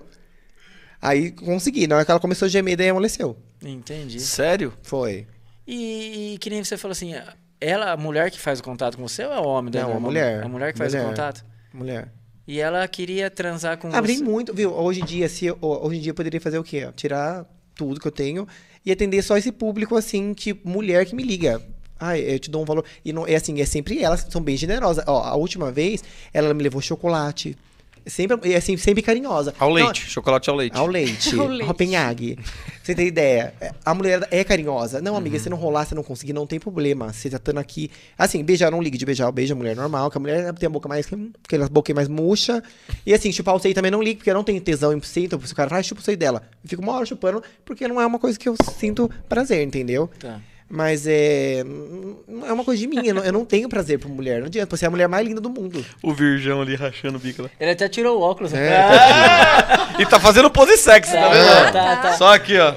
Aí, consegui. Na hora que ela começou a gemer, daí amoleceu. Entendi. Sério? Foi. E, e que nem você falou assim, ela, a mulher que faz o contato com você ou é o homem? Não, dela? a mulher. A mulher que faz Mulher. o contato? Mulher. E ela queria transar com Abri você. muito, viu? Hoje em dia, se eu- hoje em dia eu poderia fazer o quê? Tirar tudo que eu tenho e atender só esse público, assim, tipo, mulher que me liga. Ai, eu te dou um valor. E não, é assim, é sempre elas que são bem generosas. Ó, a última vez, ela me levou chocolate. Sempre, e assim, sempre carinhosa. Ao Não, leite, chocolate ao leite. Ao leite. Ao leite. Hoppenhague. Você tem ideia? A mulher é carinhosa. Não, amiga, Uhum. se não rolar, se não conseguir, não tem problema. Você tá estando aqui. Assim, beijar, não ligue de beijar, beija a mulher normal, que a mulher tem a boca mais. Aquela boca mais murcha. E assim, chupar o seio também não ligue, porque eu não tenho tesão em seio. Então, se o cara vai, chupa o seio dela. Eu fico uma hora chupando, porque não é uma coisa que eu sinto prazer, entendeu? Tá. Mas é. não É uma coisa de mim. Eu não, eu não tenho prazer por mulher. Não adianta. Você é a mulher mais linda do mundo. O virgão ali rachando o bico lá. Ele até tirou o óculos. É, Ah, E tá fazendo pose sexy, tá tá, vendo? tá, tá. Só aqui, ó.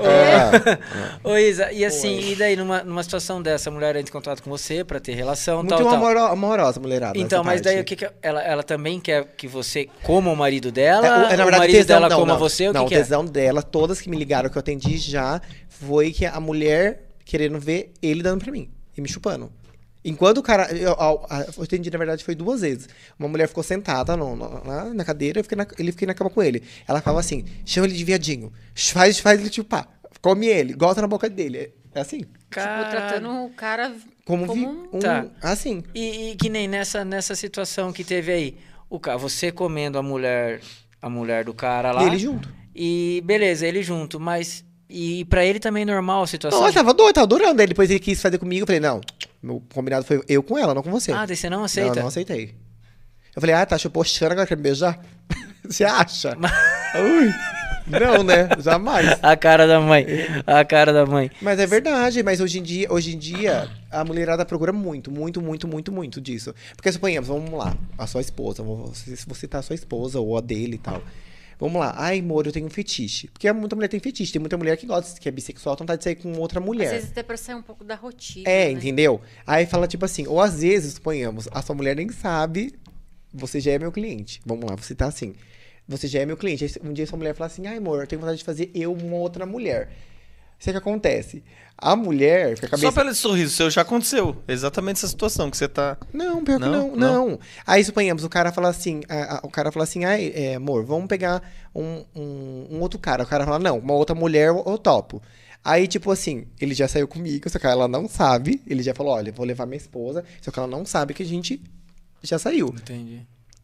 Ah, Ô, Isa, e assim, e daí numa, numa situação dessa, a mulher entra em contato com você pra ter relação, muito tal, tal. amoro- amorosa, mulherada. Então, essa mas daí o parte. que, que ela, ela também quer que você coma o marido dela? É, o- é, na o verdade, marido tesão, dela não, coma não. você? O não, que, que o é? tesão dela, todas que me ligaram que eu atendi já, foi que a mulher querendo ver ele dando pra mim e me chupando. Enquanto o cara. Eu, eu, eu atendi, na verdade, foi duas vezes. Uma mulher ficou sentada no, no- na, na cadeira, eu fiquei na, ele fiquei na cama com ele. Ela falava assim: chama ele de viadinho, faz, faz ele chupar, come ele, gosta na boca dele. É assim. Tipo, Caralho. tratando o cara Como, como vi, um... um. Tá. Assim. E, e que nem nessa, nessa situação que teve aí, o cara, você comendo a mulher, a mulher do cara lá. E ele junto. E beleza, ele junto, mas. E pra ele também é normal a situação? Não, eu tava doido, tava adorando. Aí depois ele quis fazer comigo, eu falei: não, meu combinado foi eu com ela, não com você. Ah, daí você não Não, aceita? eu não aceitei. Eu falei, ah, tá chupou chana, agora quer me beijar? Você acha? Ui. Não, né? Jamais. A cara da mãe. A cara da mãe. Mas é verdade, mas hoje em dia, hoje em dia, a mulherada procura muito, muito, muito, muito, muito disso. Porque suponhamos, vamos lá, a sua esposa, vou- se você citar a sua esposa ou a dele e tal. Vamos lá, ai, amor, eu tenho um fetiche. Porque muita mulher tem fetiche, tem muita mulher que gosta, que é bissexual, tem vontade de sair com outra Às mulher. vezes até pra sair um pouco da rotina, É, né? entendeu? Aí fala tipo assim, ou às vezes, suponhamos, a sua mulher nem sabe, você já é meu cliente. Vamos lá, você tá assim. Você já é meu cliente. Aí um dia sua mulher fala assim, ai amor, eu tenho vontade de fazer eu uma outra mulher. Isso é que acontece. A mulher fica a cabeça... Só pelo sorriso seu já aconteceu. Exatamente essa situação que você tá. Não, pior que Não? não, não. Aí suponhamos, o cara fala assim, a- a- o cara fala assim, ai, é, amor, vamos pegar um, um, um outro cara. O cara fala, não, uma outra mulher eu, eu topo. Aí, tipo assim, ele já saiu comigo, só que ela não sabe. Ele já falou, olha, vou levar minha esposa, só que ela não sabe que a gente já saiu. Entendi.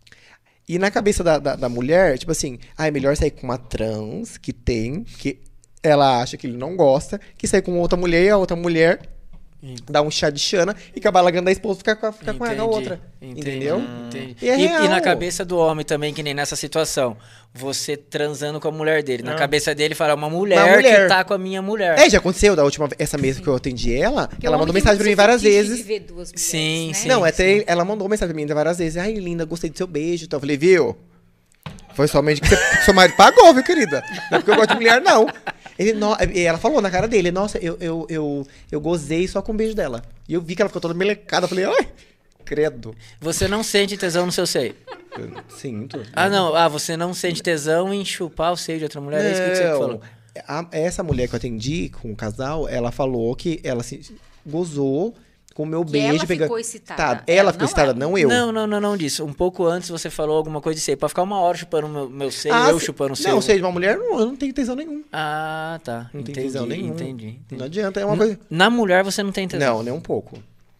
E na cabeça da, da, da mulher, tipo assim, ah, é melhor sair com uma trans que tem, que ela acha que ele não gosta, que sair com outra mulher e a outra mulher dá um chá de chana e acabar largando a esposa e ficar com a, ficar com a Entendi, outra. entendi, Entendeu? entendi. E é E, real. e na cabeça do homem também, que nem nessa situação, você transando com a mulher dele. Na Não. cabeça dele, fala, uma mulher, Uma mulher. que tá com a minha mulher. É, já aconteceu da última vez, essa mesma que eu atendi ela, Porque ela o mandou homem tem mensagem pra mim muito várias fetiche vezes. de ver duas mulheres, Sim, né? sim. Não, até ela mandou mensagem pra mim várias vezes. Ai, linda, gostei do seu beijo. Então eu falei, viu? Foi somente que, você, que seu marido pagou, viu, querida? Não é porque eu gosto de mulher, não. Ele, no, e ela falou na cara dele, nossa, eu, eu, eu, eu gozei só com o beijo dela. E eu vi que ela ficou toda melecada. Eu falei, ai, credo. Você não sente tesão no seu seio. Eu sinto. Ah, não. Ah, você não sente tesão em chupar o seio de outra mulher? É isso que você Não. falou. A- essa mulher que eu atendi com o casal, ela falou que ela se gozou com o meu Que beijo. ela ficou excitada. Ela, Ela, ficou não excitada, ela. não eu. Não, não, não, não disso. Um pouco antes você falou alguma coisa de seio. Pra ficar uma hora chupando o meu, meu seio, Ah, eu se- chupando o seio. Não, seja de uma mulher, não, eu não tenho tesão nenhum. Ah, tá. Não entendi, tem tesão nenhum. entendi, entendi. Não adianta, é uma coisa... Na mulher você não tem tesão? Não, nem um pouco.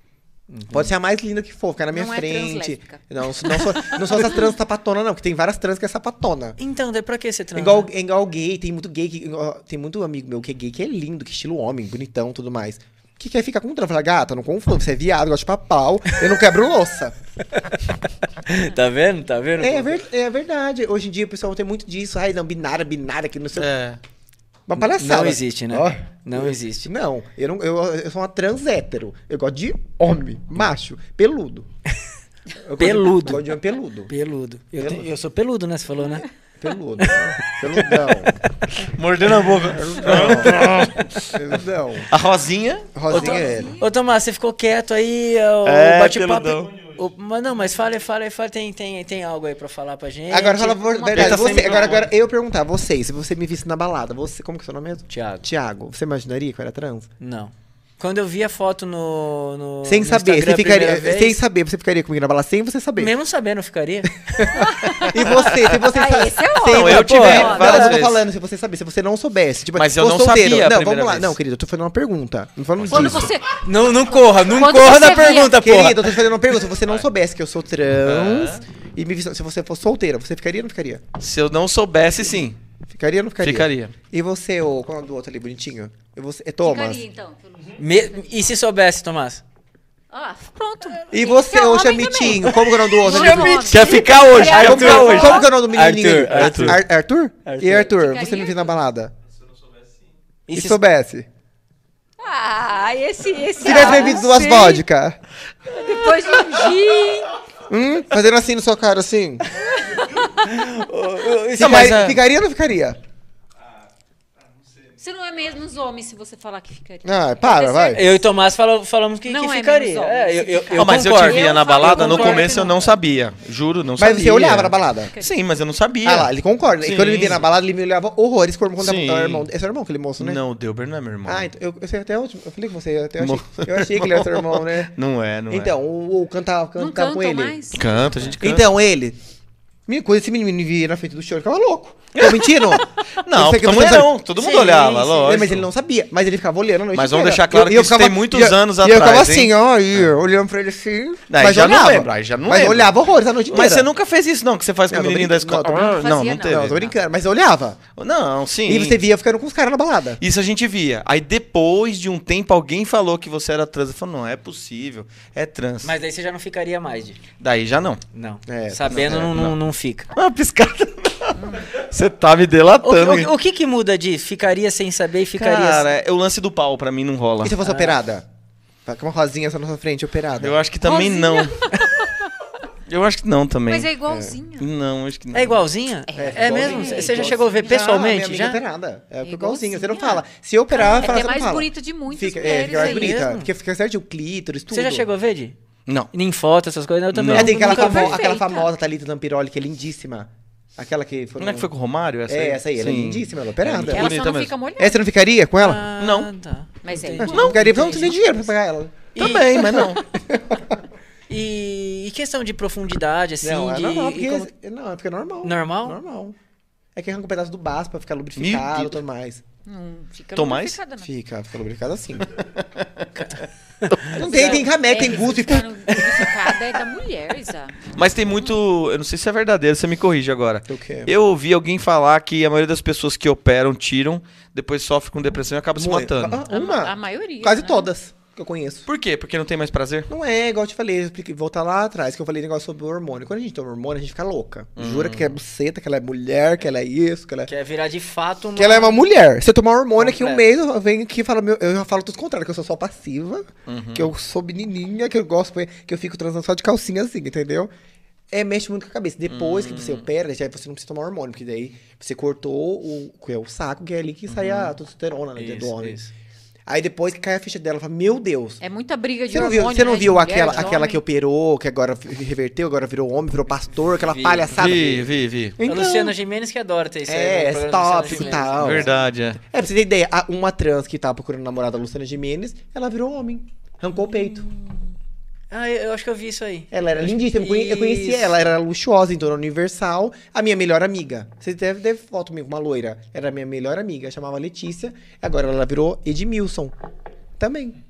Pode ser a mais linda que for, ficar na minha Não é frente. translésbica. Não, não sou, não sou essa trans sapatona, não, porque tem várias trans que é sapatona. Então, daí pra que você É transa? igual, é igual gay, tem muito gay, que, tem muito amigo meu que é gay, que é lindo, que estilo homem, bonitão e tudo mais. Que quer ficar com um trans? Fala, gata, não confunda, você é viado, gosta de papau, eu não quebro louça. Tá vendo? Tá vendo? É, ver- é verdade. Hoje em dia o pessoal tem muito disso. Ai, não, binária, binária, que não sei o É. Uma palhaçada. Não existe, né? Ó, Não existe. Não, eu, não eu, eu sou uma trans hétero. Eu gosto de homem, macho, peludo. Eu gosto de- Peludo. Gosto de homem peludo. Peludo. Eu, Peludo. te- eu sou peludo, né? Você falou, né? Peludo. Peludão. Mordendo a boca. Peludão. A Rosinha. Rosinha é ele. Ô, Tomás, você ficou quieto aí, o É, bate-papo. peludão. o- Mas não, mas fala, fala, fala, tem, tem, tem algo aí pra falar pra gente. Agora fala a verdade. Ele tá Você, sem agora, microfone. agora eu perguntar, você, se você me visse na balada, você, como que é o seu nome mesmo? Tiago. Tiago, você imaginaria que eu era trans? Não. Quando eu vi a foto no. no Sem no saber, Instagram você a ficaria. primeira vez, Sem saber, você ficaria comigo na balada sem você saber. Mesmo sabendo, eu ficaria. E você, se você Ah, sa- esse é Sem- óbvio. Não, eu pô, tive não, várias eu tô vezes. falando, se você saber, se você não soubesse. Tipo, Mas eu tô não solteiro. sabia a Não, primeira vamos lá. vez. Não, querido, eu tô fazendo uma pergunta. Não falando Quando disso. você. não, não corra, não Quando corra você da via- pergunta, porra. Querido, eu tô te fazendo uma pergunta. Se você não soubesse que eu sou trans e me visse, se você fosse solteira, você ficaria ou não ficaria? Se eu não soubesse, sim. Ficaria ou não ficaria? Ficaria. E você, ô, qual é o nome do outro ali, bonitinho? E você, é Thomas. Ficaria, então. pelo- Me- E se soubesse, Tomás? Ah, pronto. E você, Esse é ô, homem Chamitinho, como que é o nome do outro? ali? Chamitinho. Quer ficar hoje? Ai, Quer como, que é ficar o- hoje? como que é o nome do menininho? Arthur, Arthur. Ar- Arthur? Arthur. E Arthur, Ficaria? você me viu na balada? E E se soubesse? Ah, esse. esse Se tivesse ah, bebido duas sei. vodka. Depois de um gin. Hum? Fazendo assim na sua cara, assim. e se- Não, mas Ficaria, é- ficaria ou não ficaria? Você não é mesmo os homens se você falar que ficaria. Ah, para, vai. Eu e Tomás falamos, falamos que, Não que é ficaria. menos homem, É, se eu, eu, ficar. eu Não, mas eu concordo. te via Eu na falei, balada, eu no concordo começo que eu não. não sabia. Juro, não Mas sabia. você olhava na balada? Sim, mas eu não sabia. Ah lá, ele concorda. E quando ele Sim. via na balada, ele me olhava horrores quando contava Sim. o irmão. Esse é o irmão, aquele moço, né? Não, o Delber não é meu irmão. Ah, então, eu, eu sei até onde. Eu falei com você, eu até achei, Mo- eu achei que ele era seu irmão, né? Não é, não Então, o, o cantava, Não cantava com cantam ele. mais? é. Canta, a gente canta. Então, ele. Me coisa, esse menino me via na frente do show, ele ficava louco. Tô mentindo? Não, Eu sei que todo você mundo sabe- não, todo mundo Sim, olhava, sim. lógico. É, mas ele não sabia, mas ele ficava olhando a noite Mas vamos inteira. deixar claro E que eu isso ficava- tem muitos e eu- anos E eu ficava atrás, assim, hein? ó, e olhando pra ele assim. Aí mas já não olhava. lembro, aí já não Mas lembro. olhava horrores a noite inteira. Mas você nunca fez isso, não, que você faz com Não, o tô menininho da brincando. escola. Não, Ah, tô- Não, fazia, não não. teve. Não, eu tô brincando, mas eu olhava. Não, sim. E você via eu ficando com os caras na balada. Isso a gente via. Aí depois de um tempo alguém falou que você era trans. Eu falei, não, é possível. É trans. Mas daí você já não ficaria mais, de... Daí já não. Não. É, Sabendo, não, não, é, não. não. não fica. Ah, piscada. Você tá me O, delatando. o- o que que muda de ficaria sem saber e ficaria... Cara, é, o lance do pau pra mim não rola. E se eu fosse operada? Tá com uma rosinha só na sua frente, operada. Eu acho que também Rosinha. não. Eu acho que não também. Mas é igualzinho. Não, acho que não. É igualzinha? É, mesmo? igualzinho. Você já chegou a ver Já, pessoalmente? minha Já? amiga operada. É, É igualzinho. Você não igualzinha. fala. Se eu operar, É fala, até você não mais fala. bonita de muitas Fica, é, mulheres fica mais aí. bonita. mesmo? Porque fica certinho o clítoris, tudo. Você já chegou a ver, Di? Não. Em foto, essas coisas? Eu também Não. É, tem aquela, nunca famo- vi. aquela Perfeita. famosa Thalita Tampiroli, que é lindíssima. Aquela que foi. Não é que foi com o Romário? Essa É, aí? essa aí, ela é Sim. lindíssima, ela é operada. muito Ela bonita só não mesmo. fica molhada. É, você não ficaria com ela? Ah, Não. Tá. Mas é Entendi. igual. Não ficaria, porque eu não entendi. tem dinheiro pra pagar ela. Também, mas não. E, e questão de profundidade, assim, não, é de... normal, e porque. como- Não, é porque é normal. Normal? Normal. É que arranca um pedaço do baço pra ficar lubrificado e Deus. tudo mais. Não fica Tomás? lubrificada, não. Fica, fica lubrificado assim. Não tem, tem remédio, tem gusto e ficar lubrificada é da mulher, Isa. Mas tem muito. Eu não sei se é verdadeiro, você me corrige agora. O quê? Eu ouvi alguém falar que a maioria das pessoas que operam, tiram, depois sofre com depressão e acaba se Muito. matando. Ah, Uma? A maioria, Quase né? todas que eu conheço. Por quê? Porque não tem mais prazer? Não é, igual eu te falei, eu expliquei, voltar lá atrás, que eu falei negócio sobre o hormônio. Quando a gente toma hormônio, a gente fica louca. Jura que é buceta, que ela é mulher, que ela é isso, que ela é... Quer virar de fato uma... Que ela é uma mulher. Se eu tomar hormônio aqui um mês, Completo. eu venho aqui e falo, meu, eu já falo tudo contrário, que eu sou só passiva, que eu sou menininha, que eu gosto, que eu fico transando só de calcinha assim, entendeu? É, mexe muito com a cabeça. Depois que você opera, já você não precisa tomar hormônio, porque daí você cortou o, que é o saco, que é ali que sai a testosterona, né, do Isso, homem. isso. Aí depois que cai a ficha dela, fala, meu Deus. É muita briga de Você não viu, hormônio, você não né, de viu mulher, aquela, de aquela homem. que operou, que agora reverteu, agora virou homem, virou pastor, aquela Vi, palhaçada? Vi, vi, vi. A Então, Luciana Gimenez que adora ter isso aí. é, no programa da stop Luciana e Gimenez. tal. Verdade, é. É, pra você ter ideia, a- uma trans que tava procurando namorada, a Luciana Gimenez, ela virou homem. Arrancou o peito. Ah, eu, eu acho que eu vi isso aí. Ela era lindíssima, eu conhe- eu conhecia Isso. ela, era luxuosa, então era Universal. A minha melhor amiga. Você deve ter foto comigo, uma loira. Era a minha melhor amiga, chamava Letícia. Agora ela virou Edmilson. Também.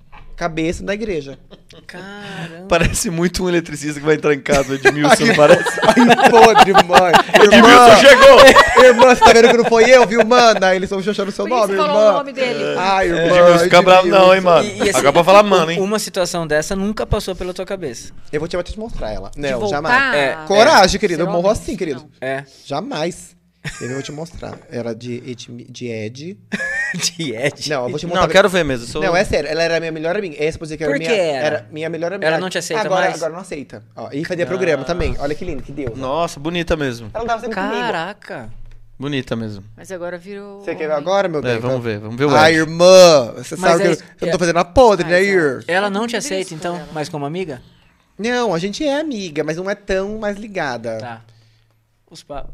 cabeça da igreja. Caramba. Parece muito um eletricista que vai entrar em casa, Edmilson, não parece? Ai, podre, mãe. Edmilson Irmã, chegou! irmã, você tá vendo que não foi eu, viu, mana? Eles estão xoxando o seu Por isso nome, falou irmã. o nome dele. Ai, irmã. Edmilson, fica bravo não, hein, mano. E- e assim, Agora pra falar mano, hein? Uma situação dessa nunca passou pela tua cabeça. Eu vou te, vou te mostrar ela. De Não, voltar jamais. É. a- Coragem, querido. Eu ser morro homem? assim, querido. Não. É. Jamais. Eu vou te mostrar. Era de, Ed- de Ed. De Ed. Não, eu vou te mostrar. Não, eu quero ver mesmo. eu sou- Não, é sério. Ela era minha melhor amiga. Essa posição que era Por minha, que era? minha melhor amiga. Ela não te aceita agora, mais? Agora não aceita. Ó, e fazia programa também. Olha que lindo, que Deus. Nossa, bonita mesmo. Ela não tava sempre comigo. Caraca. Bonita mesmo. Mas agora virou. Você quer ver homem. agora, meu bem? É, vamos ver, vamos ver o Ai, Ed. irmã. Você Mas sabe é- que eu, eu não tô fazendo a podre, né, Mas, Ir? Ela não te Por aceita, isso, então, ela. mas como amiga? Não, a gente é amiga, mas não é tão mais ligada. Tá. Os pa...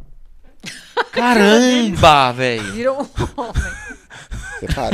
Caramba, velho. Virou um homem. Você para.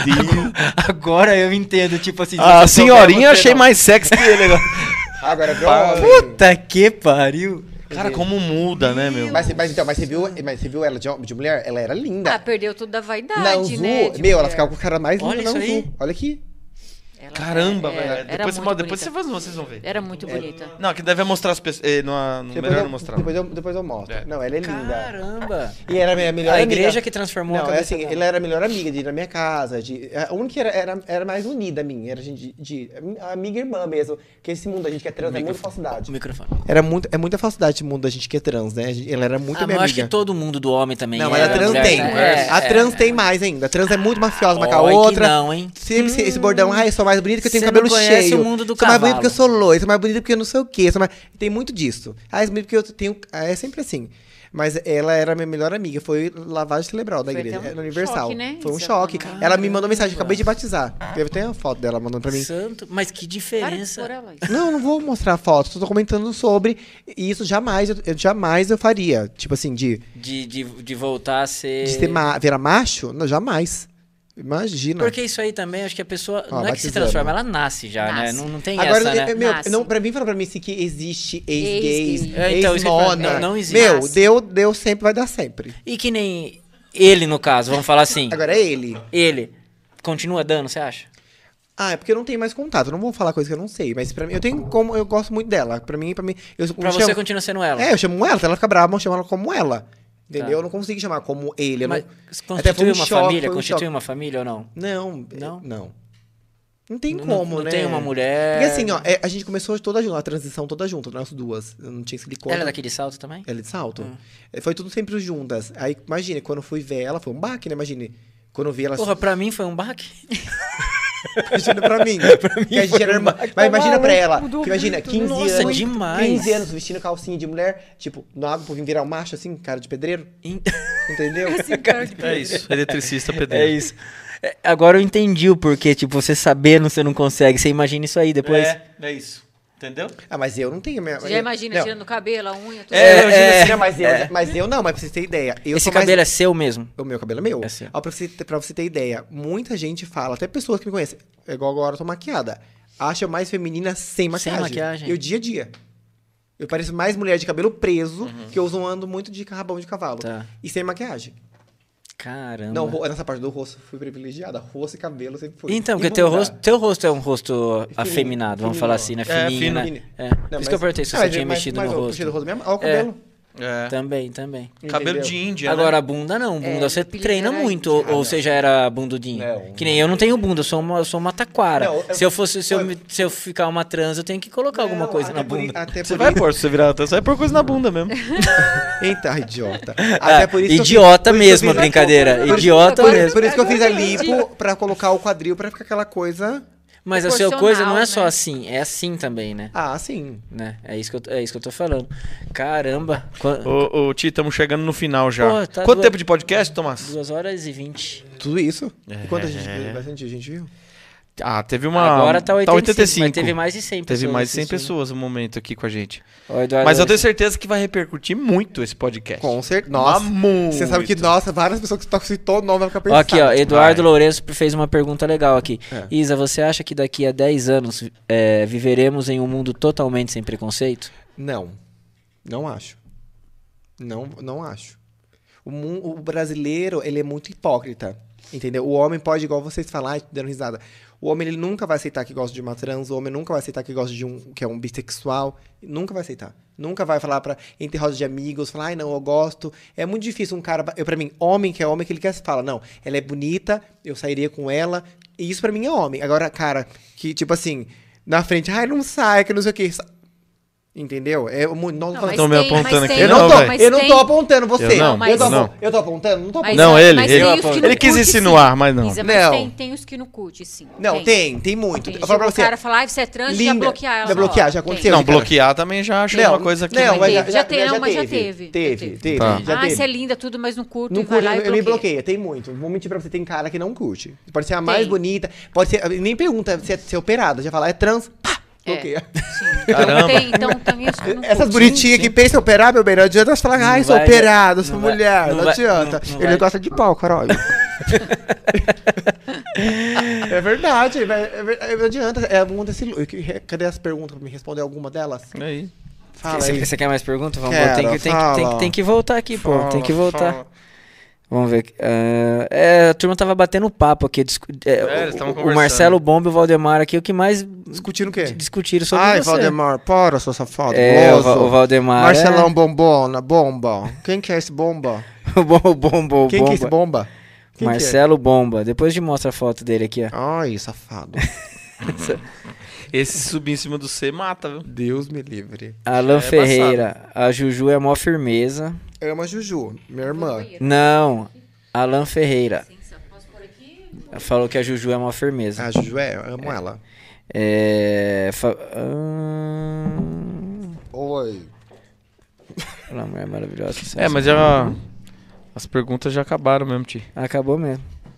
Agora eu entendo, tipo assim... A se você senhorinha souber, você achei não. mais sexy que ele agora. Agora virou homem. Puta que pariu. Cara, como muda, né, meu? Mas, mas então, mas você viu, mas você viu ela de, de mulher? Ela era linda. Ah, perdeu tudo da vaidade, Não, Zu, né? de meu, ela mulher. ficava com o cara mais lindo, Olha não, isso aí. Zu. Olha aqui. Ela Caramba, era- velho. era Depois, você, muito depois você bonita. faz, vocês vão ver. Era muito bonita. Não, que deve mostrar as pessoas. eh, não, não, Depois melhor eu, não mostrar. Depois eu, depois eu mostro. É. Não, ela é linda. Caramba. E era a minha melhor A amiga. igreja que transformou a Não, é cabeça assim, dela. ela era a melhor amiga de ir na minha casa. De, a única que era, era, era mais unida a mim. Era a gente de, de amiga e irmã mesmo. Porque esse mundo a gente que é trans é muita falsidade. O microfone. Era muito, é muita falsidade esse mundo da gente que é trans, né? A gente- Ela era muito Ah, mas minha eu acho amiga. que todo mundo do homem também Não, é. mas a da trans mulher tem. também é. A trans É. tem mais ainda. A trans é muito mafiosa uma com a Olha que outra. não, hein? Sempre esse- esse bordão, ai, eu sou mais bonita porque eu tenho Cê cabelo não conhece cheio. o mundo do sou mais bonita cavalo. porque eu sou loira, sou mais bonita porque eu não sei o quê. Sou mais... Tem muito disso. Ah, sou bonita porque eu tenho. Ah, é sempre assim. Mas ela era a minha melhor amiga. Foi lavagem cerebral da Foi igreja. até um É no Universal. choque, né? Foi um Isso, choque. caramba. Ela me mandou mensagem, acabei de batizar. Eu tenho uma foto dela mandando pra mim. Santo. Mas que Para de diferença. expor ela isso. Não, não vou mostrar a foto, só tô comentando sobre. E isso jamais, eu, eu jamais eu faria. Tipo assim, de, De, de, de voltar a ser. de ser ma virar macho? Não, jamais. Imagina. Porque isso aí também, acho que a pessoa. Ó, não é que se batizando. transforma, ela nasce já, né? Nasce. Não, não tem Agora, essa, né? eu- meu, Nasce. não, pra mim, fala pra mim se que existe ex-gays, Ex-gay. É, então, isso que eu ia falar, ex-nona. não- não existe. Meu, Nasce. deu, deu sempre, vai dar sempre. E que nem ele, no caso, vamos falar assim. Agora é ele. Ele continua dando, você acha? Ah, é porque eu não tenho mais contato, eu não vou falar coisa que eu não sei, mas pra mim, eu tenho como, eu gosto muito dela. Pra mim, pra mim, eu Pra eu você chamo- continua sendo ela. É, eu chamo ela, se ela ficar brava, eu chamo ela como ela. Entendeu? Tá. Eu não consigo chamar como ele. Eu Mas não... Até foi constitui um uma choque, família? foi um Constitui choque. uma família ou não? Não, Não? não. Não, não tem Não- como, não né? tem uma mulher. Porque assim, ó, é, a gente começou toda junto, a transição toda junto, nós duas. Eu não tinha silicone. Ela é daqui de salto também? Ela é de salto. Hum. É, foi tudo sempre juntas. Aí, imagine, quando eu fui ver ela, foi um baque, né? Imagine. Quando eu vi ela. Porra, pra mim foi um baque. Imagina pra mim. que a gente era irmã. Mas imagina pra ela. Que imagina, quinze Nossa, anos. demais. quinze anos vestindo calcinha de mulher. Tipo, no água pra vir virar um macho assim, cara de pedreiro. In- Entendeu? É isso. Eletricista É pedreiro. isso. É, agora eu entendi o porquê. Tipo, você sabendo, você não consegue. Você imagina isso aí depois. É, é isso. Entendeu? Ah, mas eu não tenho. Minha... Você já imagina não. tirando o cabelo, a unha, tudo. É, eu imagino É, assim, né? Mas eu, mas eu não, mas pra vocês terem ideia. Eu Esse sou cabelo mais... é seu mesmo? O meu cabelo é meu. É seu. Ó, pra, você, ter- pra você ter ideia, muita gente fala, até pessoas que me conhecem, é igual agora eu tô maquiada, acha mais feminina sem maquiagem. maquiagem. E o dia a dia. Eu pareço mais mulher de cabelo preso, que eu uso ando muito de rabão de cavalo. Tá. E sem maquiagem. Caramba. Não, ro- nessa parte do rosto fui privilegiada. Rosto e cabelo sempre fui. Então, E porque teu bunda. rosto, teu rosto é um rosto afeminado, vamos fininho. falar assim, né? É, Fininho, fino. né? Fino. É. Não, Por isso mas- que eu perguntei se Ah, você mas- tinha mas- mexido mas no eu rosto. mexi no rosto mesmo? Olha o É. cabelo. É. Também, também. Cabelo Entendeu? de Índia, Agora, né? a bunda não. Bunda É, você apelido treina era muito. índio. Ou, ou você já era bundudinho? Não. Que nem eu não tenho bunda, eu sou uma, eu sou uma taquara. Não, eu- se eu fosse, se eu, eu- me- se eu ficar uma trans, eu tenho que colocar alguma Não, coisa até na por i- bunda. Até Você por vai isso- pôr, se você virar, você vai pôr coisa na bunda mesmo. Eita, idiota. Ah, Até por isso que eu fiz- idiota por isso que eu mesmo a fiz- brincadeira. Por- Idiota por, mesmo. Por isso que eu fiz a Agora eu entendi. lipo pra colocar o quadril pra ficar aquela coisa. Mas a sua coisa não é só né? assim, é assim também, né? Ah, sim. né? É, isso que eu, é isso que eu tô falando. Caramba. Qua- Ô, ô Ti, estamos chegando no final já. Pô, tá Quanto duas- tempo de podcast, Tomás? duas horas e vinte. Tudo isso. É. E quanta gente viu? Bastante gente viu? Ah, teve uma. Agora tá oitenta e cinco, oitenta e cinco. mas teve mais de cem pessoas Teve mais de cem assistindo. pessoas no momento aqui com a gente. Ó, Eduardo, Mas eu tenho certeza que vai repercutir muito esse podcast. Com certeza. Mas Nossa. muito. Você sabe que, nossa, várias pessoas que citou o nome vão ficar Ó, pensando. aqui, ó, Eduardo Vai. Lourenço fez uma pergunta legal aqui. É. Isa, você acha que daqui a dez anos é, viveremos em um mundo totalmente sem preconceito? Não. Não acho. Não, não acho. O, mu- o brasileiro, ele é muito hipócrita. Entendeu? O homem pode, igual vocês falaram, dando risada. O homem, ele nunca vai aceitar que gosta de uma trans. O homem nunca vai aceitar que gosta de um, que é um bissexual. Nunca vai aceitar. Nunca vai falar pra, entre rodas de amigos, falar, ai, não, eu gosto. É muito difícil um cara, eu, pra mim, homem que é homem, que ele quer fala, não, ela é bonita, eu sairia com ela. E isso pra mim é homem. Agora, cara, que tipo assim, na frente, ai, não sai, que não sei o quê. Entendeu? É, eu, não, Não, não, mas Estão me tem- apontando mas aqui. tem- eu não, Não, tô, velho. mas eu não tem- tô apontando você. Eu não, eu, tô, eu não. eu tô apontando? Não tô Mas- apontando. Não, ele, mas ele. tem os que não Ele quis curte, insinuar, sim. mas não. Isa, mas Não. Tem, tem os que não curte, sim. Não, tem, tem muito. Tem. Eu falo pra O você. cara falar, ai, você é trans, já linda, bloquear ela. já na bloquear, hora. já Tem. aconteceu. Não, cara. bloquear também já acho Não, uma coisa que... não, mas já, teve, já, já teve, já não, mas já teve. teve, Teve, já teve. teve, Tá. já Ah, teve. você é linda, tudo, mas não curto. Não e vai curte, lá e eu me bloqueia. bloqueia, tem muito. Vou mentir pra você, tem cara que não curte. Pode ser a mais Tem. bonita, pode ser. Nem pergunta se é, se é operada, já fala, é trans, pá, É. bloqueia. Sim. Caramba. Então, tem, então tem os que não Essas curte. bonitinhas que pensam em operar, meu bem, não adianta você falar, ai, Não sou vai, operada, não sou vai, mulher, não não, vai, adianta. não- não Ele vai. gosta de pau, caralho. É verdade, vai- é ver- é- não adianta. É um desse. Cadê as perguntas pra me responder alguma delas? Aí. Fala Você, aí. você quer mais perguntas? Vamos Quero, tem, que, tem, que, tem, fala. que, tem que voltar aqui, pô. Fala, Tem que voltar. fala. Vamos ver. ah, é, a turma tava batendo papo aqui. discu- é, É, eles o- tavam o, conversando. Marcelo Bomba e o Valdemar aqui, o que mais Discutindo o quê? discutiram sobre Ai, você. Valdemar, para, sua safada. É, o, gozo. Va- o Valdemar. Marcelão Bombona, bomba. Quem que é esse bomba? É... o Bom- o Bomba, o Quem Bomba. que é esse bomba? Quem Marcelo Bomba. Depois te mostra a foto dele aqui, ó. Que é? Ai, safado. Esse subir em cima do C mata, viu? Deus me livre. Alan É Ferreira. A Juju é mó firmeza. Eu amo a Juju, minha irmã. Não. Alan Ferreira. Falou que a Juju é mó firmeza. A Juju é, eu amo ela. É. Fa... Hum... Oi. Ela mulher maravilhosa. É, mas já... As perguntas já acabaram mesmo, Ti. Acabou mesmo.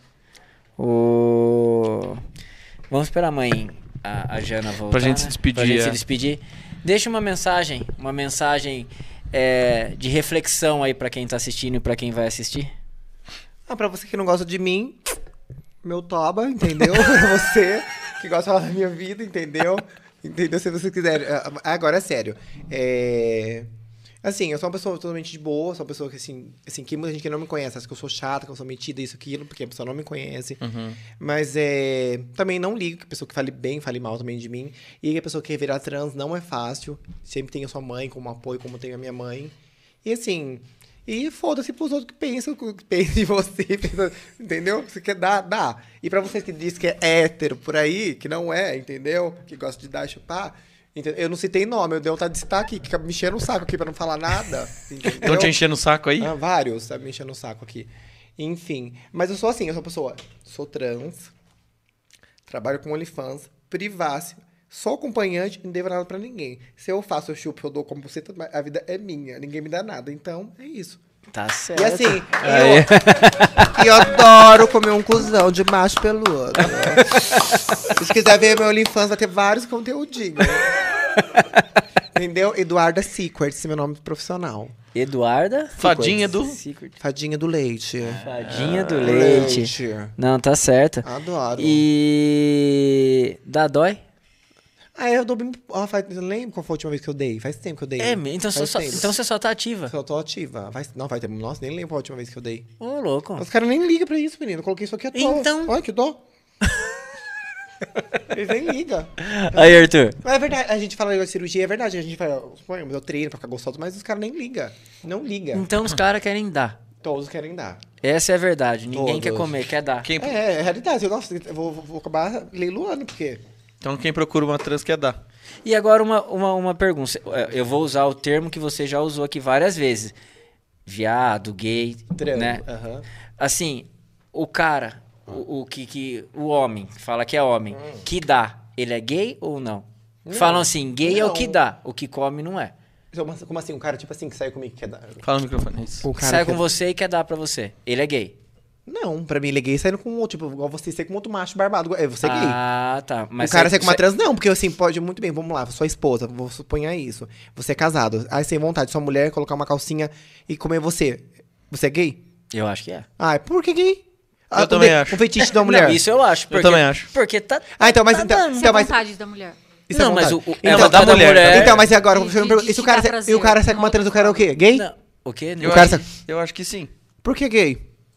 O... Vamos esperar a mãe, a, a Jana voltar. Pra gente né? se despedir, Pra gente é. se despedir. Deixa uma mensagem, uma mensagem é, de reflexão aí pra quem tá assistindo e pra quem vai assistir. Ah, pra você que não gosta de mim, meu toba, entendeu? Pra você que gosta da minha vida, entendeu? Entendeu? Se você quiser. Ah, agora é sério. É... Assim, eu sou uma pessoa totalmente de boa, sou uma pessoa que, assim, assim, que muita gente que não me conhece, acha que eu sou chata, que eu sou metida, isso, aquilo, porque a pessoa não me conhece. Uhum. Mas é, também não ligo que a pessoa que fale bem, fale mal também de mim. E a pessoa que quer virar trans não é fácil. Sempre tem a sua mãe como apoio, como tem a minha mãe. E assim, e foda-se pros outros que pensam, que pensam em você, pensam, entendeu? Você quer dar, dá. E pra vocês que dizem que é hétero por aí, que não é, entendeu? Que gosta de dar e chupar. Entendeu? Eu não citei nome, eu dei vontade de citar aqui, que fica me enchendo o saco aqui pra não falar nada. Entendeu? Estão te enchendo o saco aí? Ah, vários, tá me enchendo o saco aqui. Enfim, mas eu sou assim, eu sou uma pessoa, sou trans, trabalho com OnlyFans, privasse, sou acompanhante, não devo nada pra ninguém. Se eu faço, eu chupo, eu dou como você, a vida é minha, ninguém me dá nada. Então, é isso. Tá certo. E assim, Aí. eu, eu adoro comer um cuzão de macho peludo. Se quiser ver meu OnlyFans, vai ter vários conteúdinhos. Entendeu? Eduarda Secrets, meu nome profissional. Eduarda? Fadinha do... Secret. Fadinha do leite. Fadinha do leite. Não, tá certo. Adoro. E. Dá dói? Ah, eu dou bem. Ó, faz... Eu não lembro qual foi a última vez que eu dei. Faz tempo que eu dei. É, então, só, Faz só- tempo. então você só tá ativa. Eu tô ativa. Faz... Não, vai ter. Nossa, nem lembro qual a última vez que eu dei. Ô, louco. Os caras nem ligam pra isso, menino. Eu coloquei isso aqui à toa. Então- Olha que dó. Eles nem ligam. Aí, Arthur. Mas é verdade, a gente fala de cirurgia, é verdade. A gente fala, suponhamos, eu treino pra ficar gostoso, mas os caras nem ligam. Não ligam. Então os caras querem dar. Todos querem dar. Essa é a verdade. Ninguém Todos. quer comer, quer dar. Quem... É, é realidade. Eu, nossa, eu vou, vou acabar leiloando, porque. Então quem procura uma trans quer dar. E agora uma, uma, uma pergunta. Eu vou usar o termo que você já usou aqui várias vezes. Viado, gay, Trans. né? Aham. Assim, o cara, o, o que, que o homem, fala que é homem, que dá, ele é gay ou não? Não. Falam assim, gay é o Não. que dá, o que come não é. Então, mas como assim? Um cara, tipo assim, que saiu comigo que quer dar. Fala no microfone. Isso. O cara Sai quer- com você e quer dar pra você. Ele é gay. Não, pra mim ele é gay saindo com outro, tipo, igual você ser com outro macho barbado. É, você é gay. Ah, tá. Mas o cara sai- sai com uma sai- trans, não, porque assim, pode muito bem, vamos lá, sua esposa, vou suponhar isso. Você é casado, aí sem vontade, sua mulher colocar uma calcinha e comer você. Você é gay? Eu acho que é. Ah, por que gay? Ah, Eu o também de- acho. O fetiche da mulher. Não, isso eu acho. Porque, também acho. Porque tá... Ah, então, mas tá então, dando. Isso então, é mas, vontade da mulher. isso é Não, mas vontade. o- o- então, ela da da mulher. mulher. então, mas e agora, De- você me de- pergunta, de e se o te cara, dar sai- prazer, e o cara sai de com uma uma trans, o outra cara é o quê? Gay? Não. O quê? Eu, O cara acho, sa- eu acho que sim. Por que gay?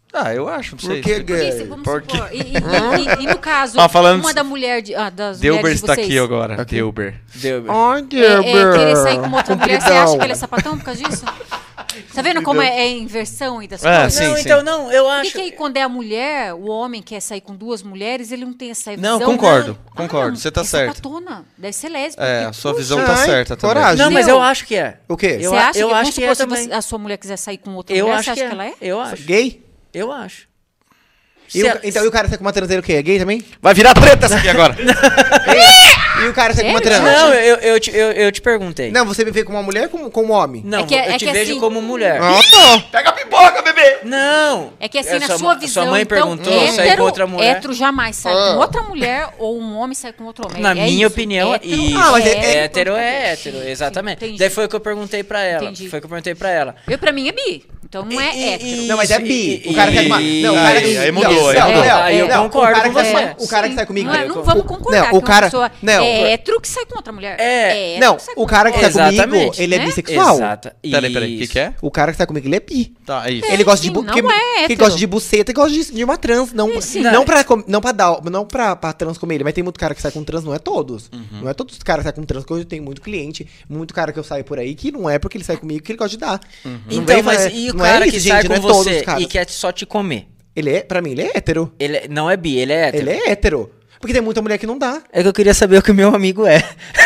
Ah, eu acho, não sei. Por que se- gay? Porque, se- vamos Porque- supor, e, e- e- e no caso, Ah, falando- uma da mulher de, ah, das Delber mulheres de está vocês, aqui agora. Delber. Deu. Ai, é, é, Delber. querer sair com uma outra mulher, você Compridão. acha que ele é sapatão por causa disso? Tá vendo como é, é inversão aí das É, coisas? sim, não, sim. então, não, eu E acho... que aí, quando é a mulher, o homem quer sair com duas mulheres, ele não tem essa visão. Não, concordo, Ah, concordo, não, você tá é certo. sapatona, deve ser lésbica. É, a porque, sua puxa, visão tá Ai, certa também. coragem. Não, mas Entendeu? eu acho que é. O quê? Eu Você a- acha eu que, acho vamos que supor, é se também. você- a sua mulher quiser sair com outra Eu mulher, acho você acha que que, é. ela é? Eu acho. Gay? Eu acho. E Se o- a- então, e o cara sai com uma transeira o quê? É gay também? Vai virar treta essa aqui agora. E o cara sai com uma Sério? trans? Não, eu, eu, te, eu, eu te perguntei. Não, você me vê como uma mulher ou como, como homem? Não, É que- eu é te que vejo assim- como mulher. Ah, tá. Pega a pipoca, bebê! Não! É que assim, É, na sua sua ma- visão, sua mãe então, perguntou, hétero, sair com outra mulher? hétero jamais sai Ah. com outra mulher ou um homem sai com outro homem. Na É minha isso. opinião, hétero, isso. Ah, mas é- é- hétero é hétero, exatamente. entendi. Daí foi o que eu perguntei pra ela. Entendi. Foi o que eu perguntei pra ela. Eu, pra mim, é bi. Então não é E- e- hétero. Não, mas é Isso, bi. e- O cara sai com uma... Não, o cara... Aí- aí mudou, não, aí não, mudou. não, Aí eu não, concordo o cara com que sai você. com- O cara que sai comigo... Não, é- eu- não vamos concordar Não, que o cara... uma pessoa Não, é hétero que sai com outra mulher. É. hétero não, que sai com o cara que outra sai comigo, Exatamente. ele é Né? bissexual. Exato. Peraí, peraí, o que, Isso. que é? O cara que sai comigo, ele é bi. Tá, é isso. É. Ele gosta de sim, bu- não que- é que hétero. gosta de buceta e gosta de, de uma trans, não, É, sim. não para não para dar, não para pra trans comer ele, mas tem muito cara que sai com trans, não é todos. Uhum. Não é todos os caras que saem com trans, que hoje tem muito cliente, muito cara que eu saio por aí que não é porque ele sai comigo que ele gosta de dar. Não Então, vem, mas é- e o não é cara isso, que gente, sai não com é todos você os caras. e quer só te comer? Ele é, pra mim, ele é hétero. Ele é- não é bi, ele é hétero. Ele é hétero. Porque tem muita mulher que não dá. É que eu queria saber o que o meu amigo é.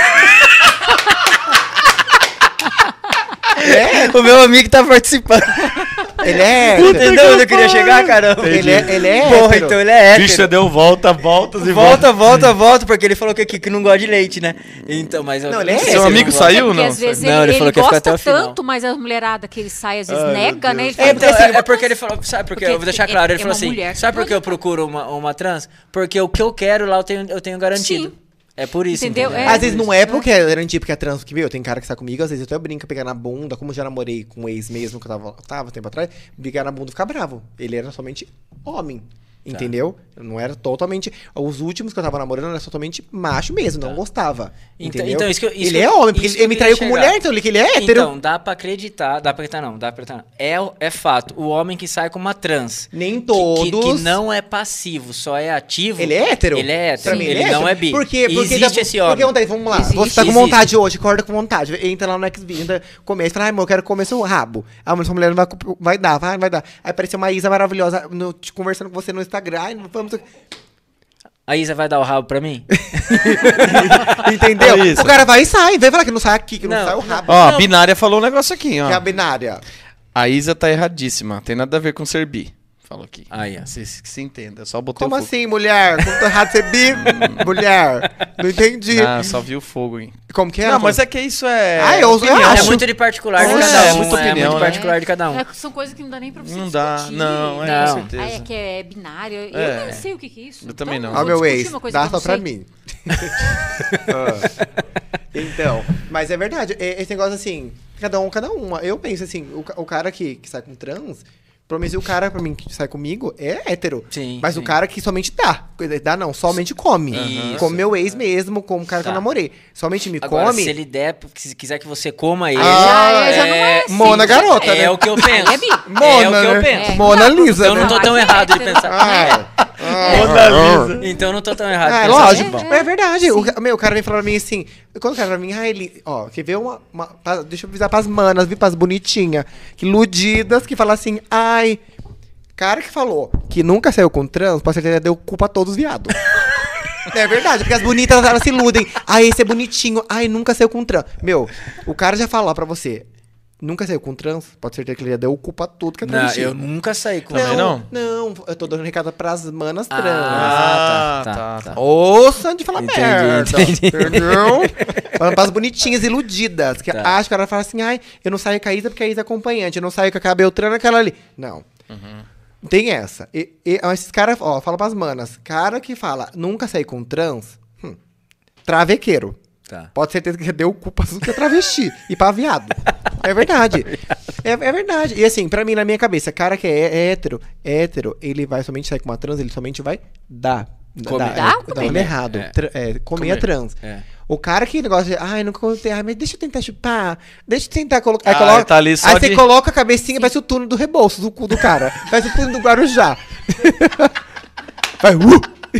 É, O meu amigo tá participando. ele é hétero. Entendeu onde eu queria chegar, caramba? Ele é, ele é Porra, hétero. então ele é hétero. Bicho, deu volta, voltas e Volta, volta, volta, porque ele falou que aqui que não gosta de leite, né? Então, mas eu Não, ele é sei hétero. se Seu amigo não gosta. saiu? Porque não? às vezes Não, ele, ele ele falou que ia ficar gosta até o final. tanto, mas a mulherada que ele sai às vezes Ai, nega, meu né? Ele Deus. fala, É, porque assim, é, é porque ele falou, sabe porque, Porque eu vou deixar é- claro, ele é falou uma assim, mulher que sabe por que eu pode- procuro uma, uma trans? Porque o que eu quero lá eu tenho, eu tenho garantido. Sim. É por isso, Entendeu? entendeu? É. Às vezes não é porque é garantia, porque é trans, porque, meu, tem cara que sai comigo, às vezes eu até brinco, pegar na bunda, como eu já namorei com um ex mesmo, que eu tava, tava tempo atrás, pegar na bunda e ficar bravo. Ele era somente homem, entendeu? Eu não era totalmente... Os últimos que eu tava namorando era totalmente macho mesmo, não gostava, Então- entendeu? então, isso que eu- isso ele que é eu- homem, porque isso ele, que eu me queria traiu com chegar. mulher, então ele, que ele é hétero. Então, dá pra acreditar, dá pra acreditar não, dá pra acreditar não. É, é fato, o homem que sai com uma trans, Nem que- todos... que, que não é passivo, só é ativo. Ele é hétero? Ele é hétero, Pra mim, ele, ele, é não hétero. é bi. Por quê? Porque Existe dá- esse homem. Porque ontem, vamos lá, Existe. você tá com Existe. vontade hoje, acorda com vontade, entra lá no Xvideo, começa, fala, ai, amor, eu quero comer seu rabo. Ah, mas sua mulher não vai, vai dar, vai, não vai dar. Aí apareceu uma Isa maravilhosa no- te conversando com você no Instagram, ai, não vamos... A Isa vai dar o rabo pra mim? Entendeu? É isso. O cara vai e sai, vem falar que não sai aqui, que não, Não, sai o não. rabo. Ó, a Não. binária falou um negócio aqui, ó. Que é a binária. A Isa tá erradíssima. Tem nada a ver com ser bi. Falou aqui. Aí, ó. Se, se entenda. Só botei Como o fogo. assim, mulher? Como tá errado ser bi? Mulher. Não entendi. Ah, só vi o fogo, hein? Como que é? Não, mas é que isso é. Ah, eu- eu opinião. É acho. muito de particular de É, cada é um. muita É opinião, muito né? particular de cada um. É, são coisas que não dá nem pra você Não dá, discutir. não, é, Não. com certeza. Ah, é que é binário. Eu É. nem sei o que, que é isso. Eu também não. vou Ó, meu discutir ex, uma coisa dá que eu só não pra sei. mim. Ah. Então, mas é verdade. é- Esse negócio assim, cada um, cada uma. Eu penso assim, o, ca- o cara que, que sai com trans, provavelmente o cara, pra mim, que sai comigo, é hétero. Sim, Mas sim. o cara que somente dá. Dá não, somente come. Isso. Como meu ex mesmo, como o cara que eu Tá. namorei. Somente me Agora, come. se ele der, se quiser que você coma ele... Ah, já não é assim. Mona garota, é né? o que eu penso. Aí é bi. Mona, é o que eu né? penso. É. Mona Lisa, Então eu não tô né? tão Ah, errado de hétero. pensar. Ah, ah, Mona ah. Lisa. Então eu não tô tão errado de Ah, é pensar. lógico. assim, bom. Mas é verdade. O, ca- meu, o cara vem falar pra mim assim. Quando o cara pra mim, ah, ele. Ó, quer ver uma. uma- pa- deixa eu avisar pras manas, viu? Pras bonitinhas. Que iludidas, que falam assim, ai. Cara que falou que nunca saiu com trans, pode certeza deu culpa a todos os viados. É verdade, porque as bonitas elas se iludem. Ai, esse é bonitinho. Ai, nunca saiu com trans. Meu, o cara já falou pra você. Nunca saiu com trans, pode certeza que ele já deu culpa a tudo que é Não, travesti. eu nunca saí com Também não? Não, eu tô dando recado pras manas Ah, trans. Ah, tá, tá, tá. tá. Ouça de falar Entendi, merda. entendi. Entendeu? Falando pras bonitinhas iludidas. Que Tá. acham que ela fala assim, ai, eu não saio com a Isa porque a Isa é acompanhante. Eu não saio com aquela Beltrana, aquela ali. Não. Tem essa. E, e, esses caras, ó, fala pras manas. Cara que fala, nunca saí com trans, hum, travequeiro. Tá. Pode ter certeza que deu culpa do que é travesti e pra viado. É verdade. É, é verdade. E assim, pra mim, na minha cabeça, cara que é, é hétero, hétero, ele vai somente sair com uma trans, ele somente vai dar. Comer. Dar, Dar é, ou dar comer? nome errado. É. Tra- é, comer, Comer. a trans. É. O cara que negócio de, ai, não contei, ai, mas deixa eu tentar chupar, deixa eu tentar colocar. Aí, Ah, coloca, tá ali só aí de- você coloca a cabecinha, parece o túnel do Rebouças, do cu do cara. Parece o túnel do Guarujá. Vai, uh!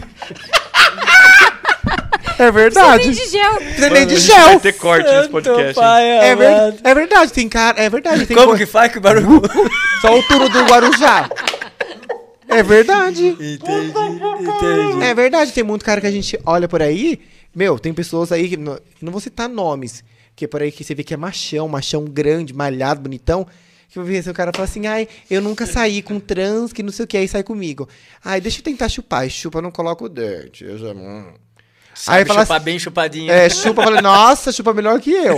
É verdade. de gel. Precisa nem de Vai gel. ter corte nesse podcast. hein? pai É, ver- amado. é verdade, tem cara, é verdade. Tem Como co- que faz que o barulho... Só o túnel do Guarujá. É verdade. Entendi, entendi. É verdade, tem muito cara que a gente olha por aí. Meu, tem pessoas aí que. Não, não vou citar nomes. Que é por aí que você vê que é machão, machão grande, malhado, bonitão. Que eu vejo o cara fala assim, ai, eu nunca saí com trans, que não sei o que, aí sai comigo. Ai, deixa eu tentar chupar. E chupa, não coloca o dente. Eu já. Hum. Sabe fala chupar assim- bem chupadinho. É, chupa, fala, nossa, chupa melhor que eu.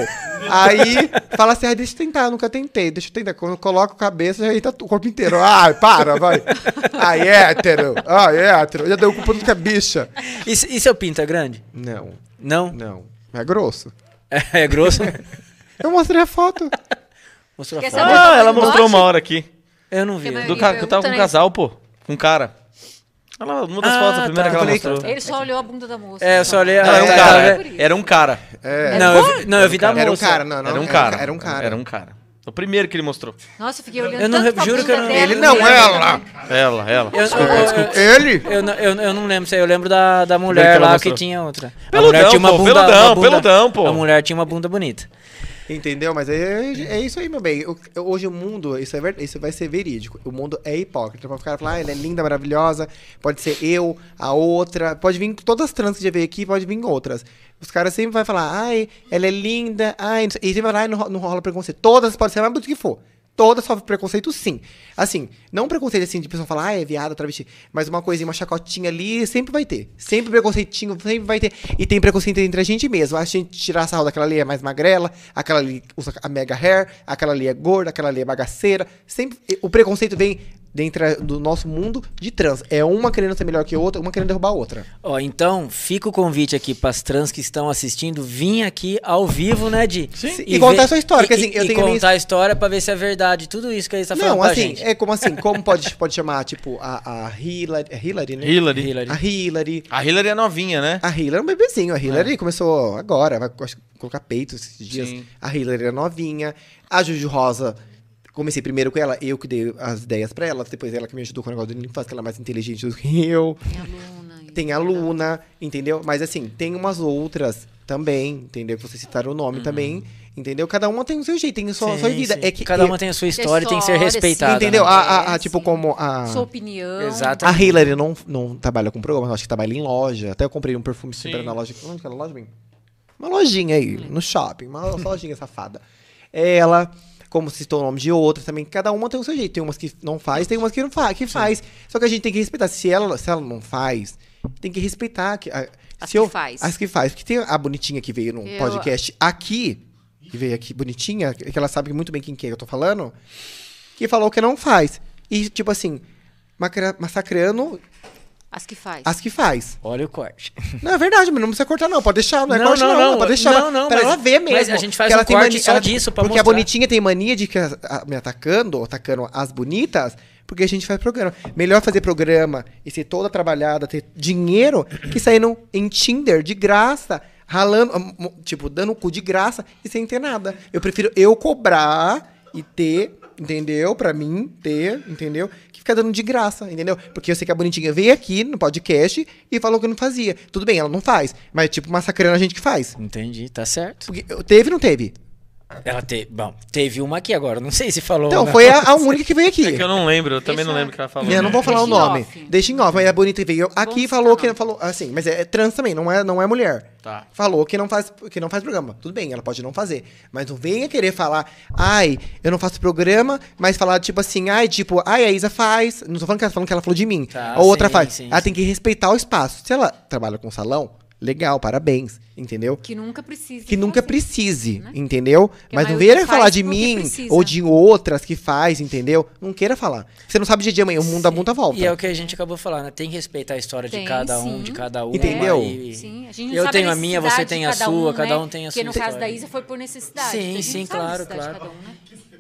Aí fala assim, ai, deixa eu tentar, eu nunca tentei, deixa eu tentar. Quando eu coloco a cabeça, já entra o corpo inteiro. Ai, para, vai. Ai, hétero. Ai, hétero. Já deu culpa do que é bicha. E, se- e seu pinto é grande? Não, Não? não. É grosso. É, é grosso? Eu mostrei a foto. Mostrou a Quer foto. saber? Ah, ela Bote? mostrou uma hora aqui. Eu não vi. Que Do E cara que eu tava com um pergunta, né? casal, pô. Com um cara. Ela, uma das Ah, fotos, a primeira tá, que ela falei- mostrou. Ele só olhou a bunda da moça. É, eu só olhei a- Não, era um É, cara. é. Era um cara. É. Não, eu vi, não, eu vi da moça. Era um cara, não, não. Era um cara. Era um cara. Era um cara. O primeiro que ele mostrou. Nossa, eu fiquei olhando Eu não tanto pra juro que eu bunda não- dela. Ele não, ela. Ela, ela. Eu, eu, eu, Ele? eu, não- eu, eu não lembro se eu lembro da, da Primeiro mulher que ela lá mostrou. que tinha outra. a Peludão, mulher tinha uma pô, bunda, peludão, uma bunda- peludão, pô. A mulher tinha uma bunda bonita. Entendeu? Mas é, é isso aí, meu bem. O- Hoje o mundo, isso, é ver- isso vai ser verídico. O mundo é hipócrita. Pode ficar falar, ah, ela é linda, maravilhosa. Pode ser eu, a outra. Pode vir todas as trans que já veio aqui, pode vir outras. Os caras sempre vão falar, ai, ela é linda, ai, não sei- e sempre vai falar, ai, não, ro- não rola preconceito. Todas podem ser mais bonito que for. Todas sofrem preconceito, sim. Assim, não preconceito assim de pessoa falar, ah, é viado, travesti. Mas uma coisinha, uma chacotinha ali, sempre vai ter. Sempre preconceitinho, sempre vai ter. E tem preconceito entre a gente mesmo. A gente tirar sarro daquela ali é mais magrela, aquela ali usa a mega hair, aquela ali é gorda, aquela ali é bagaceira. Sempre, o preconceito vem dentro do nosso mundo de trans. É uma querendo ser melhor que a outra, uma querendo derrubar a outra. Ó, então, fica o convite aqui para as trans que estão assistindo, vir aqui ao vivo, né, Di? Sim. E contar a sua história, E, que assim, e- eu e tenho a minha contar a história para ver se é verdade. Tudo isso que a gente tá falando Não, pra assim, gente. é como assim, como pode, pode chamar, tipo, a, a Hillary, é Hillary, né? Hillary. Hillary. A Hillary. A Hillary é novinha, né? A Hillary é um bebezinho. A Hillary começou agora, vai acho que colocar peito esses dias. Sim. A Hillary é novinha. A Juju Rosa, comecei primeiro com ela, eu que dei as ideias pra ela. Depois ela que me ajudou com o negócio do Ninfaz, que ela é mais inteligente do que eu. Tem a Luna. e- Tem a Luna, entendeu? Mas assim, tem umas outras também, entendeu? Que vocês citaram o nome também, entendeu? Cada uma tem o seu jeito, tem a sua, Sim, sua vida. sim. É que, Cada uma é- tem a sua história e tem que ser história, respeitada. sim. Entendeu? né? A, a- a, É, tipo, sim. como a... Sua opinião. Exato. A Hillary não, não trabalha com programa, acho que trabalha em loja. Até eu comprei um perfume Sim. super na loja. Onde que era a loja, bem? Uma lojinha aí, no shopping. Uma lojinha safada. Ela, como citou o nome de outras também, cada uma tem o seu jeito. Tem umas que não faz, tem umas que não faz, que faz. Só que a gente tem que respeitar. Se ela, se ela não faz, tem que respeitar. Que, a- As se que faz. As que faz. Porque tem a bonitinha que veio no Eu- podcast aqui, que veio aqui bonitinha, que ela sabe muito bem quem que é que eu tô falando, que falou que não faz. E, tipo assim, macra- massacrando As que faz. as que faz. Olha o corte. Não, é verdade, mas não precisa cortar, não. Pode deixar, não é Não, corte, não, não. não. Pode deixar. Não, não, pra mas- ela ver mesmo. mas a gente faz que ela um tem corte mania- só ela- disso pra Porque mostrar. a bonitinha tem mania de que a- a- me atacando, atacando as bonitas, porque a gente faz programa. Melhor fazer programa e ser toda trabalhada, ter dinheiro, que saindo em Tinder de graça, ralando, um, tipo, dando o cu de graça e sem ter nada. Eu prefiro eu cobrar e ter, entendeu? Pra mim, ter, entendeu? Que ficar dando de graça, entendeu? Porque eu sei que a bonitinha veio aqui no podcast e falou que não fazia. Tudo bem, ela não faz, mas tipo, massacrando a gente que faz. Entendi, tá certo. Porque, teve ou não teve? Ela teve. Bom, teve uma aqui agora, não sei se falou. Então, ou não. foi a, a única que veio aqui. É que eu não lembro, eu também Deixa- não lembro o que ela falou. Eu não vou falar o Deixa em nome. off. Deixa em off, mas a bonita veio aqui e Vamos falou citar que nome. falou assim, mas é trans também, não é, não é mulher. Tá. Falou que não faz que não faz programa. Tudo bem, ela pode não fazer, mas não venha querer falar, ai, eu não faço programa, mas falar tipo assim, ai, tipo, ai, a Isa faz. Não tô falando que ela tá falando que ela falou de mim. Tá, a outra sim, faz. sim, ela sim. tem que respeitar o espaço. Se ela trabalha com salão, legal, parabéns, entendeu? Que nunca precisa. Que nunca fazer. precise, né? entendeu? Que a Mas não maioria venha faz falar de porque mim precisa. ou de outras que faz, entendeu? Não queira falar. Você não sabe dia de amanhã, o mundo dá muita volta. E é o que a gente acabou falando, né? Tem que respeitar a história Tem, de cada um, sim. de cada uma. Entendeu? e- Sim, a gente não Eu sabe tenho a minha, você necessidade tem de a cada sua, um, cada né? um tem a Porque sua no caso história. da Isa foi por necessidade. Sim, então a gente sim, não sabe a claro, necessidade de claro. cada um, né?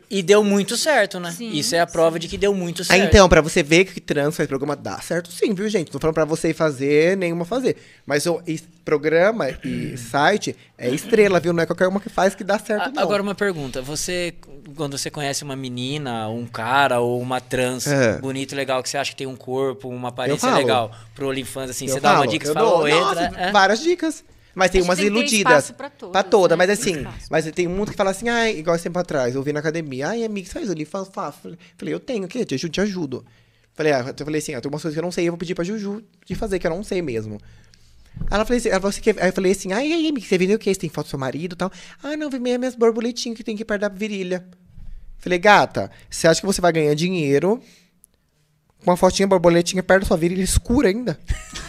E deu muito certo, né? Sim, Isso é a prova sim. de que deu muito Ah, certo. então, pra você ver que trans faz programa, dá certo sim, viu, gente? Não tô falando pra você ir fazer, nenhuma fazer. Mas o e- programa e site é estrela, viu? Não é qualquer uma que faz que dá certo, A- não. Agora uma pergunta, você, quando você conhece uma menina, um cara ou uma trans É. bonito, legal, que você acha que tem um corpo, uma aparência falo. legal, pro OnlyFans, assim, Eu você dá uma falo, dica, eu você fala, dou, "Ô, nossa, entra", é? várias dicas. Mas tem Acho que umas tem que ter iludidas. espaço pra todas, Pra toda, né? mas Tem assim, espaço. mas tem um mundo que fala assim, ai, igual esse tempo atrás, eu vi na academia, ai, amigo, você faz OnlyFans? Faço. Falei, eu tenho, o quê? Te ajudo, te ajudo. Falei, ah, eu falei assim, ah, tem umas coisas que eu não sei, eu vou pedir pra Juju de fazer, que eu não sei mesmo. Aí ela falou assim, ela falou assim, que- aí eu falei assim, ai, ai, amigo, você vendeu o quê? Você tem foto do seu marido e tal? Ah, não, vi minhas minhas borboletinhas que tem que perto da virilha. Falei, gata, você acha que você vai ganhar dinheiro com uma fotinha borboletinha perto da sua virilha escura ainda?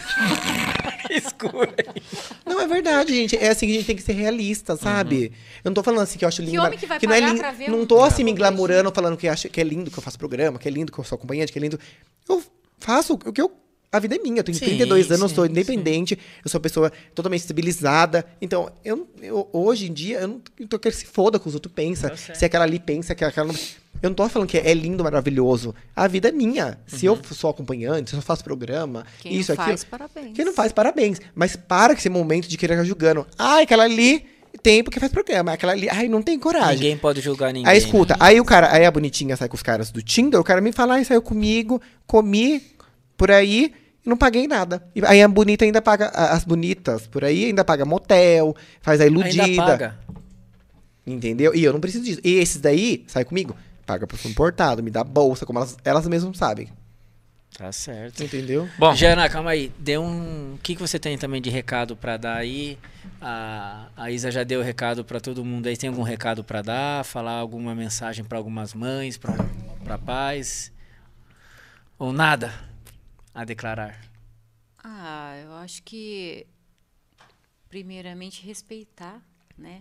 Escura. Não, é verdade, gente. É assim que a gente tem que ser realista, sabe? Eu não tô falando assim que eu acho lindo. homem mas- que vai não é pagar lindo. pra ver Não um- tô assim um me boletim? glamurando, falando que, acho, que é lindo que eu faço programa, que é lindo que eu sou acompanhante, que é lindo. Eu faço o que eu. A vida é minha, eu tenho Sim, trinta e dois anos, eu sim, sou independente, eu sou uma pessoa totalmente estabilizada. Então, eu, eu- hoje em dia, eu não eu tô querendo que se foda com os outros pensam. Tá certo. Se aquela ali pensa que aquela. não- Eu não tô falando que é lindo, maravilhoso. A vida é minha. Se Uhum. eu sou acompanhante, se eu faço programa, Quem isso não aqui. faz, parabéns. Quem não faz, parabéns. Mas para com esse momento de querer ficar julgando. Ai, aquela ali tem porque faz programa. Aquela ali, ai, não tem coragem. Ninguém pode julgar ninguém. Aí escuta, né? aí o cara, aí a bonitinha sai com os caras do Tinder, o cara me fala, ai, saiu comigo, comi por aí e não paguei nada. E aí a bonita ainda paga, a- as bonitas por aí ainda paga motel, faz a iludida. Ainda paga. Entendeu? E eu não preciso disso. E esses daí, sai comigo, paga perfume importado, me dá bolsa, como elas, elas mesmas sabem. Tá certo. Entendeu? Bom, Jana, calma aí. Dê um. O que, que você tem também de recado pra dar aí? A, a Isa já deu recado pra todo mundo aí. Tem algum recado pra dar? Falar alguma mensagem pra algumas mães, pra, pra pais? Ou nada a declarar? Ah, eu acho que primeiramente respeitar, né?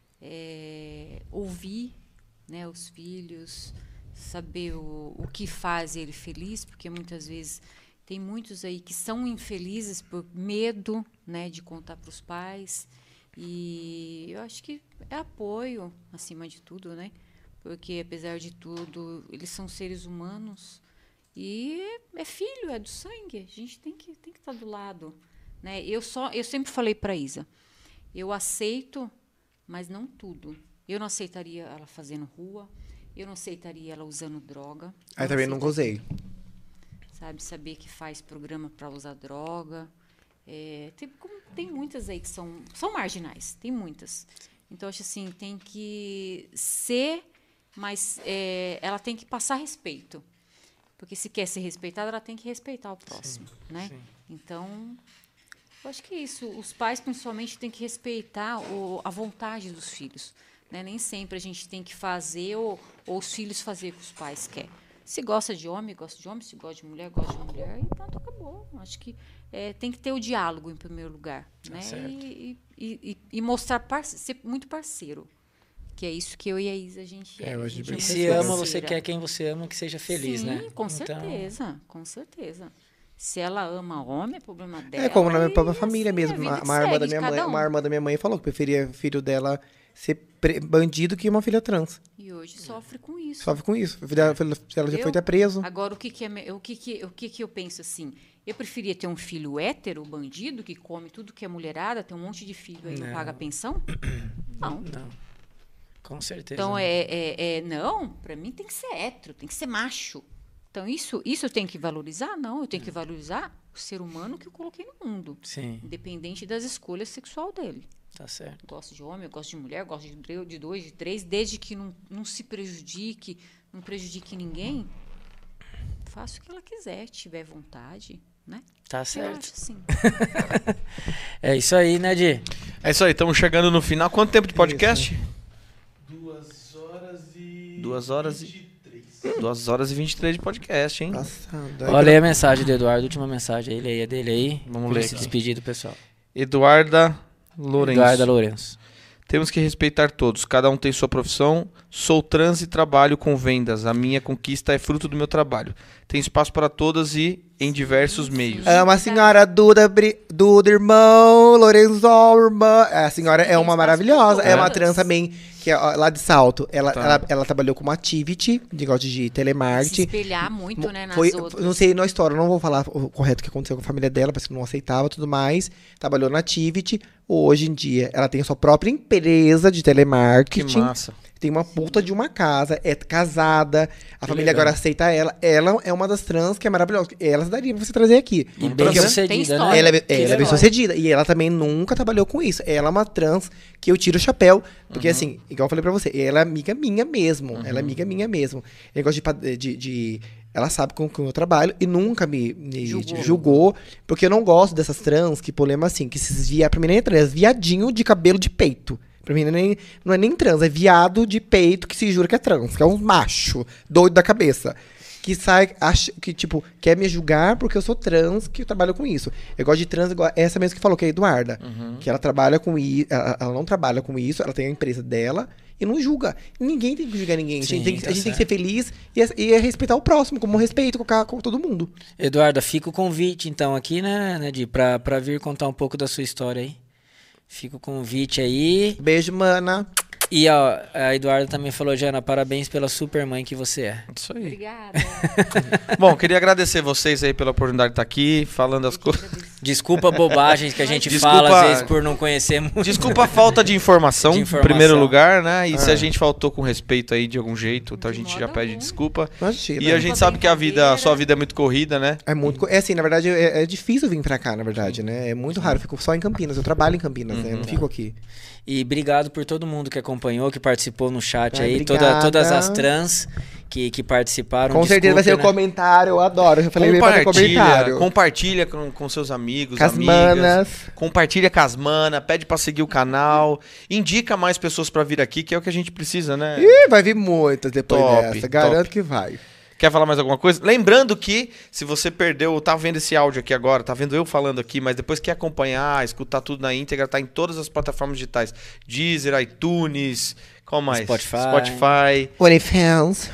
É, ouvir, né, os filhos, saber o, o que faz ele feliz, porque muitas vezes tem muitos aí que são infelizes por medo, né, de contar para os pais. E eu acho que é apoio acima de tudo, né? Porque apesar de tudo, eles são seres humanos e é filho, é do sangue. A gente tem que tem que estar do lado, né? Eu só eu sempre falei para Isa, eu aceito, mas não tudo. Eu não aceitaria ela fazendo rua, eu não aceitaria ela usando droga. Aí eu também não aceitaria, gozei. sabe, saber que faz programa para usar droga. É, tem, como- tem muitas aí que são, são marginais, tem muitas. Então, acho assim, tem que ser, mas é, ela tem que passar respeito. Porque se quer ser respeitada, ela tem que respeitar o próximo, né? Então, eu acho que é isso. Os pais, principalmente, têm que respeitar o, a vontade dos filhos. Né? Nem sempre a gente tem que fazer ou, ou os filhos fazer o que os pais querem. Se gosta de homem, gosta de homem. Se gosta de mulher, gosta de mulher. E pronto, acabou. Acho que é, tem que ter o diálogo em primeiro lugar. Né? certo. E, e, e, e mostrar, parce- ser muito parceiro. Que é isso que eu e a Isa, a gente é. É, eu a acho gente bem é E muito se ama, parceira. você quer quem você ama que seja feliz, Sim, né? com Então, certeza, com certeza. Se ela ama homem, é problema dela. É como na minha e própria assim, família a mesmo. vida Uma, que uma irmã segue da de minha mãe, cada um. uma irmã da minha mãe falou que preferia o filho dela ser pre- bandido que uma filha trans. E hoje sofre com isso. Sofre com isso. O filho dela, o filho dela já Entendeu? foi até preso. Agora, o que, que, é, me- o, que, que, o que, que eu penso assim? Eu preferia ter um filho hétero, bandido, que come tudo que é mulherada, tem um monte de filho aí e não Não. paga pensão? Não. Não. Com certeza. Então, né? é, é, é não, para mim tem que ser hétero, tem que ser macho. Então, isso, isso eu tenho que valorizar? Não, eu tenho que valorizar o ser humano que eu coloquei no mundo, Sim, independente das escolhas sexuais dele. tá certo. Gosto de homem, eu gosto de mulher, gosto de dre- de dois, de três, desde que não, não se prejudique, não prejudique ninguém, faça o que ela quiser, tiver vontade, né? Tá Eu certo. acho assim. É isso aí, né, Di? é isso aí, estamos chegando no final. Quanto tempo de podcast? Duas horas e. Duas horas e- vinte e três. duas horas e vinte e três de podcast, hein? Passado. Olha aí a mensagem do Eduardo, última mensagem. Ele aí, é dele aí. Vamos Pra ler se aqui. despedir do pessoal. Eduarda Lourenço. Eduardo Lourenço. Temos que respeitar todos. Cada um tem sua profissão. Sou trans e trabalho com vendas. A minha conquista é fruto do meu trabalho. Tem espaço para todas e em diversos meios. Amo a senhora Duda, Bri- Duda irmão, Lorenzo, irmã. A senhora é uma maravilhosa. É uma trans também, que é ó, lá de Salto. Ela, Tá. ela, ela trabalhou como activity, negócio de Se telemarketing. espelhar muito, né, nas Foi, outras. não sei na história, não vou falar o correto que aconteceu com a família dela, parece que não aceitava e tudo mais. Trabalhou na Activity. Hoje em dia, ela tem a sua própria empresa de Que telemarketing. massa. Tem uma puta de uma casa, é casada. A Que família legal. agora aceita ela. Ela é uma das trans que é maravilhosa. Ela daria pra você trazer aqui. E bem Porque- sucedida, Tem né? história. ela é, Que ela é bem legal. sucedida. E ela também nunca trabalhou com isso. Ela é uma trans que eu tiro o chapéu. Porque, Uhum. assim, igual eu falei pra você, ela é amiga minha mesmo. Ela é amiga minha mesmo. Negócio de, pa- de, de- ela sabe com que eu trabalho e nunca me, me Julgou. julgou. Porque eu não gosto dessas trans que problema assim, que esses via, pra mim nem é trans, é viadinho de cabelo de peito. Pra mim não é, nem, não é nem trans, é viado de peito que se jura que é trans, que é um macho doido da cabeça. Que sai, acha, que tipo, quer me julgar porque eu sou trans, que eu trabalho com isso. Eu gosto de trans igual essa mesmo que falou, que é a Eduarda. Que ela trabalha com isso, ela, ela não trabalha com isso, ela tem a empresa dela e não julga. Ninguém tem que julgar ninguém. Sim, a gente, tem, que- tá a gente tem que certo. ser feliz e, é- e é respeitar o próximo, como respeito com, ca- com todo mundo. Eduarda, fica o convite, então, aqui, né, né Di, pra, pra vir contar um pouco da sua história aí. Fica o convite aí. Beijo, mana. E ó, a Eduarda também falou, Jana, parabéns pela super mãe que você é. Isso aí. Obrigada. Bom, queria agradecer vocês aí pela oportunidade de estar aqui, falando as coisas. Desculpa bobagens que a gente Desculpa- fala, às vezes, por não conhecer muito. Desculpa a falta de informação, De em informação. primeiro lugar, né? E se É. a gente faltou com respeito aí de algum jeito, então a De gente modo já pede algum. desculpa. Imagina. E a gente sabe que a vida, a sua vida é muito corrida, né? É muito. co- É assim, na verdade, é, é difícil vir pra cá, na verdade, né? É muito raro. Eu fico só em Campinas. Eu trabalho em Campinas, né? Eu não fico aqui. E obrigado por todo mundo que acompanhou, que participou no chat Ai, aí. Toda, obrigada. todas as trans que, que participaram. Com certeza vai ser o Desculpe, né? comentário. Eu adoro. Eu falei bem pra fazer Compartilha, comentário. compartilha com, com seus amigos, Com as amigas. manas. Compartilha com as manas, pede pra seguir o canal, indica mais pessoas pra vir aqui, que é o que a gente precisa, né? Ih, vai vir muitas depois Top, dessa. Garanto top. que vai. Quer falar mais alguma coisa? Lembrando que, se você perdeu, tá vendo esse áudio aqui agora, tá vendo eu falando aqui, mas depois quer acompanhar, escutar tudo na íntegra, tá em todas as plataformas digitais. Deezer, iTunes, qual mais? Spotify. Spotify. OnlyFans.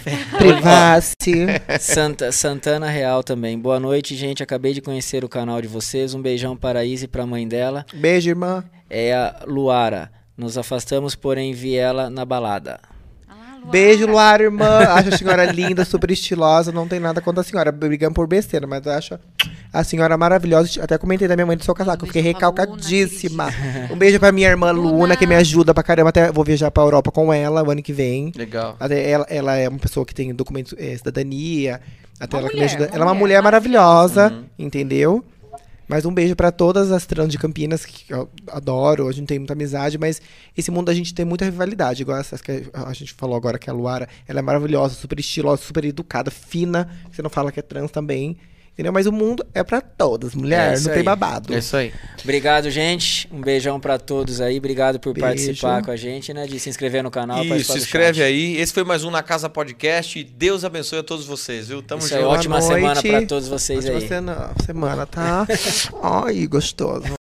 Privacy. Santa, Santana Real também. Boa noite, gente. Acabei de conhecer o canal de vocês. Um beijão para a Izzy e para a mãe dela. Beijo, irmã. É a Luara. Nos afastamos, porém vi ela na balada. Ah lá, Luara. Beijo, Luara, irmã. Acho a senhora linda, super estilosa. Não tem nada contra a senhora. Brigamos por besteira, mas eu acho a senhora maravilhosa. Até comentei da minha mãe do seu casaco. Eu fiquei beijo pra recalcadíssima. Um beijo pra minha irmã Luna, Luna. que me ajuda pra caramba. Até vou viajar pra Europa com ela o ano que vem. Legal. Até ela, ela é uma pessoa que tem documentos, é, cidadania. Até Uma ela que me mulher, ajuda. uma Ela é uma mulher mulher maravilhosa, Uhum. entendeu? Mas um beijo pra todas as trans de Campinas, que eu adoro, a gente tem muita amizade, mas esse mundo a gente tem muita rivalidade, igual essas que a gente falou agora, que é a Luara, ela é maravilhosa, super estilosa, super educada, fina, você não fala que é trans também, entendeu? Mas o mundo é pra todas, É mulher, isso não tem aí. babado. É isso aí. Obrigado, gente. Um beijão pra todos aí. Obrigado por Beijo. participar com a gente, né? De se inscrever no canal. participar Isso, do escreve chat. aí. Esse foi mais um Na Casa Podcast. E Deus abençoe a todos vocês, viu? Tamo Isso aí, junto. Boa ótima noite. semana pra todos vocês Ótima aí. cena- semana, tá? Ai, gostoso.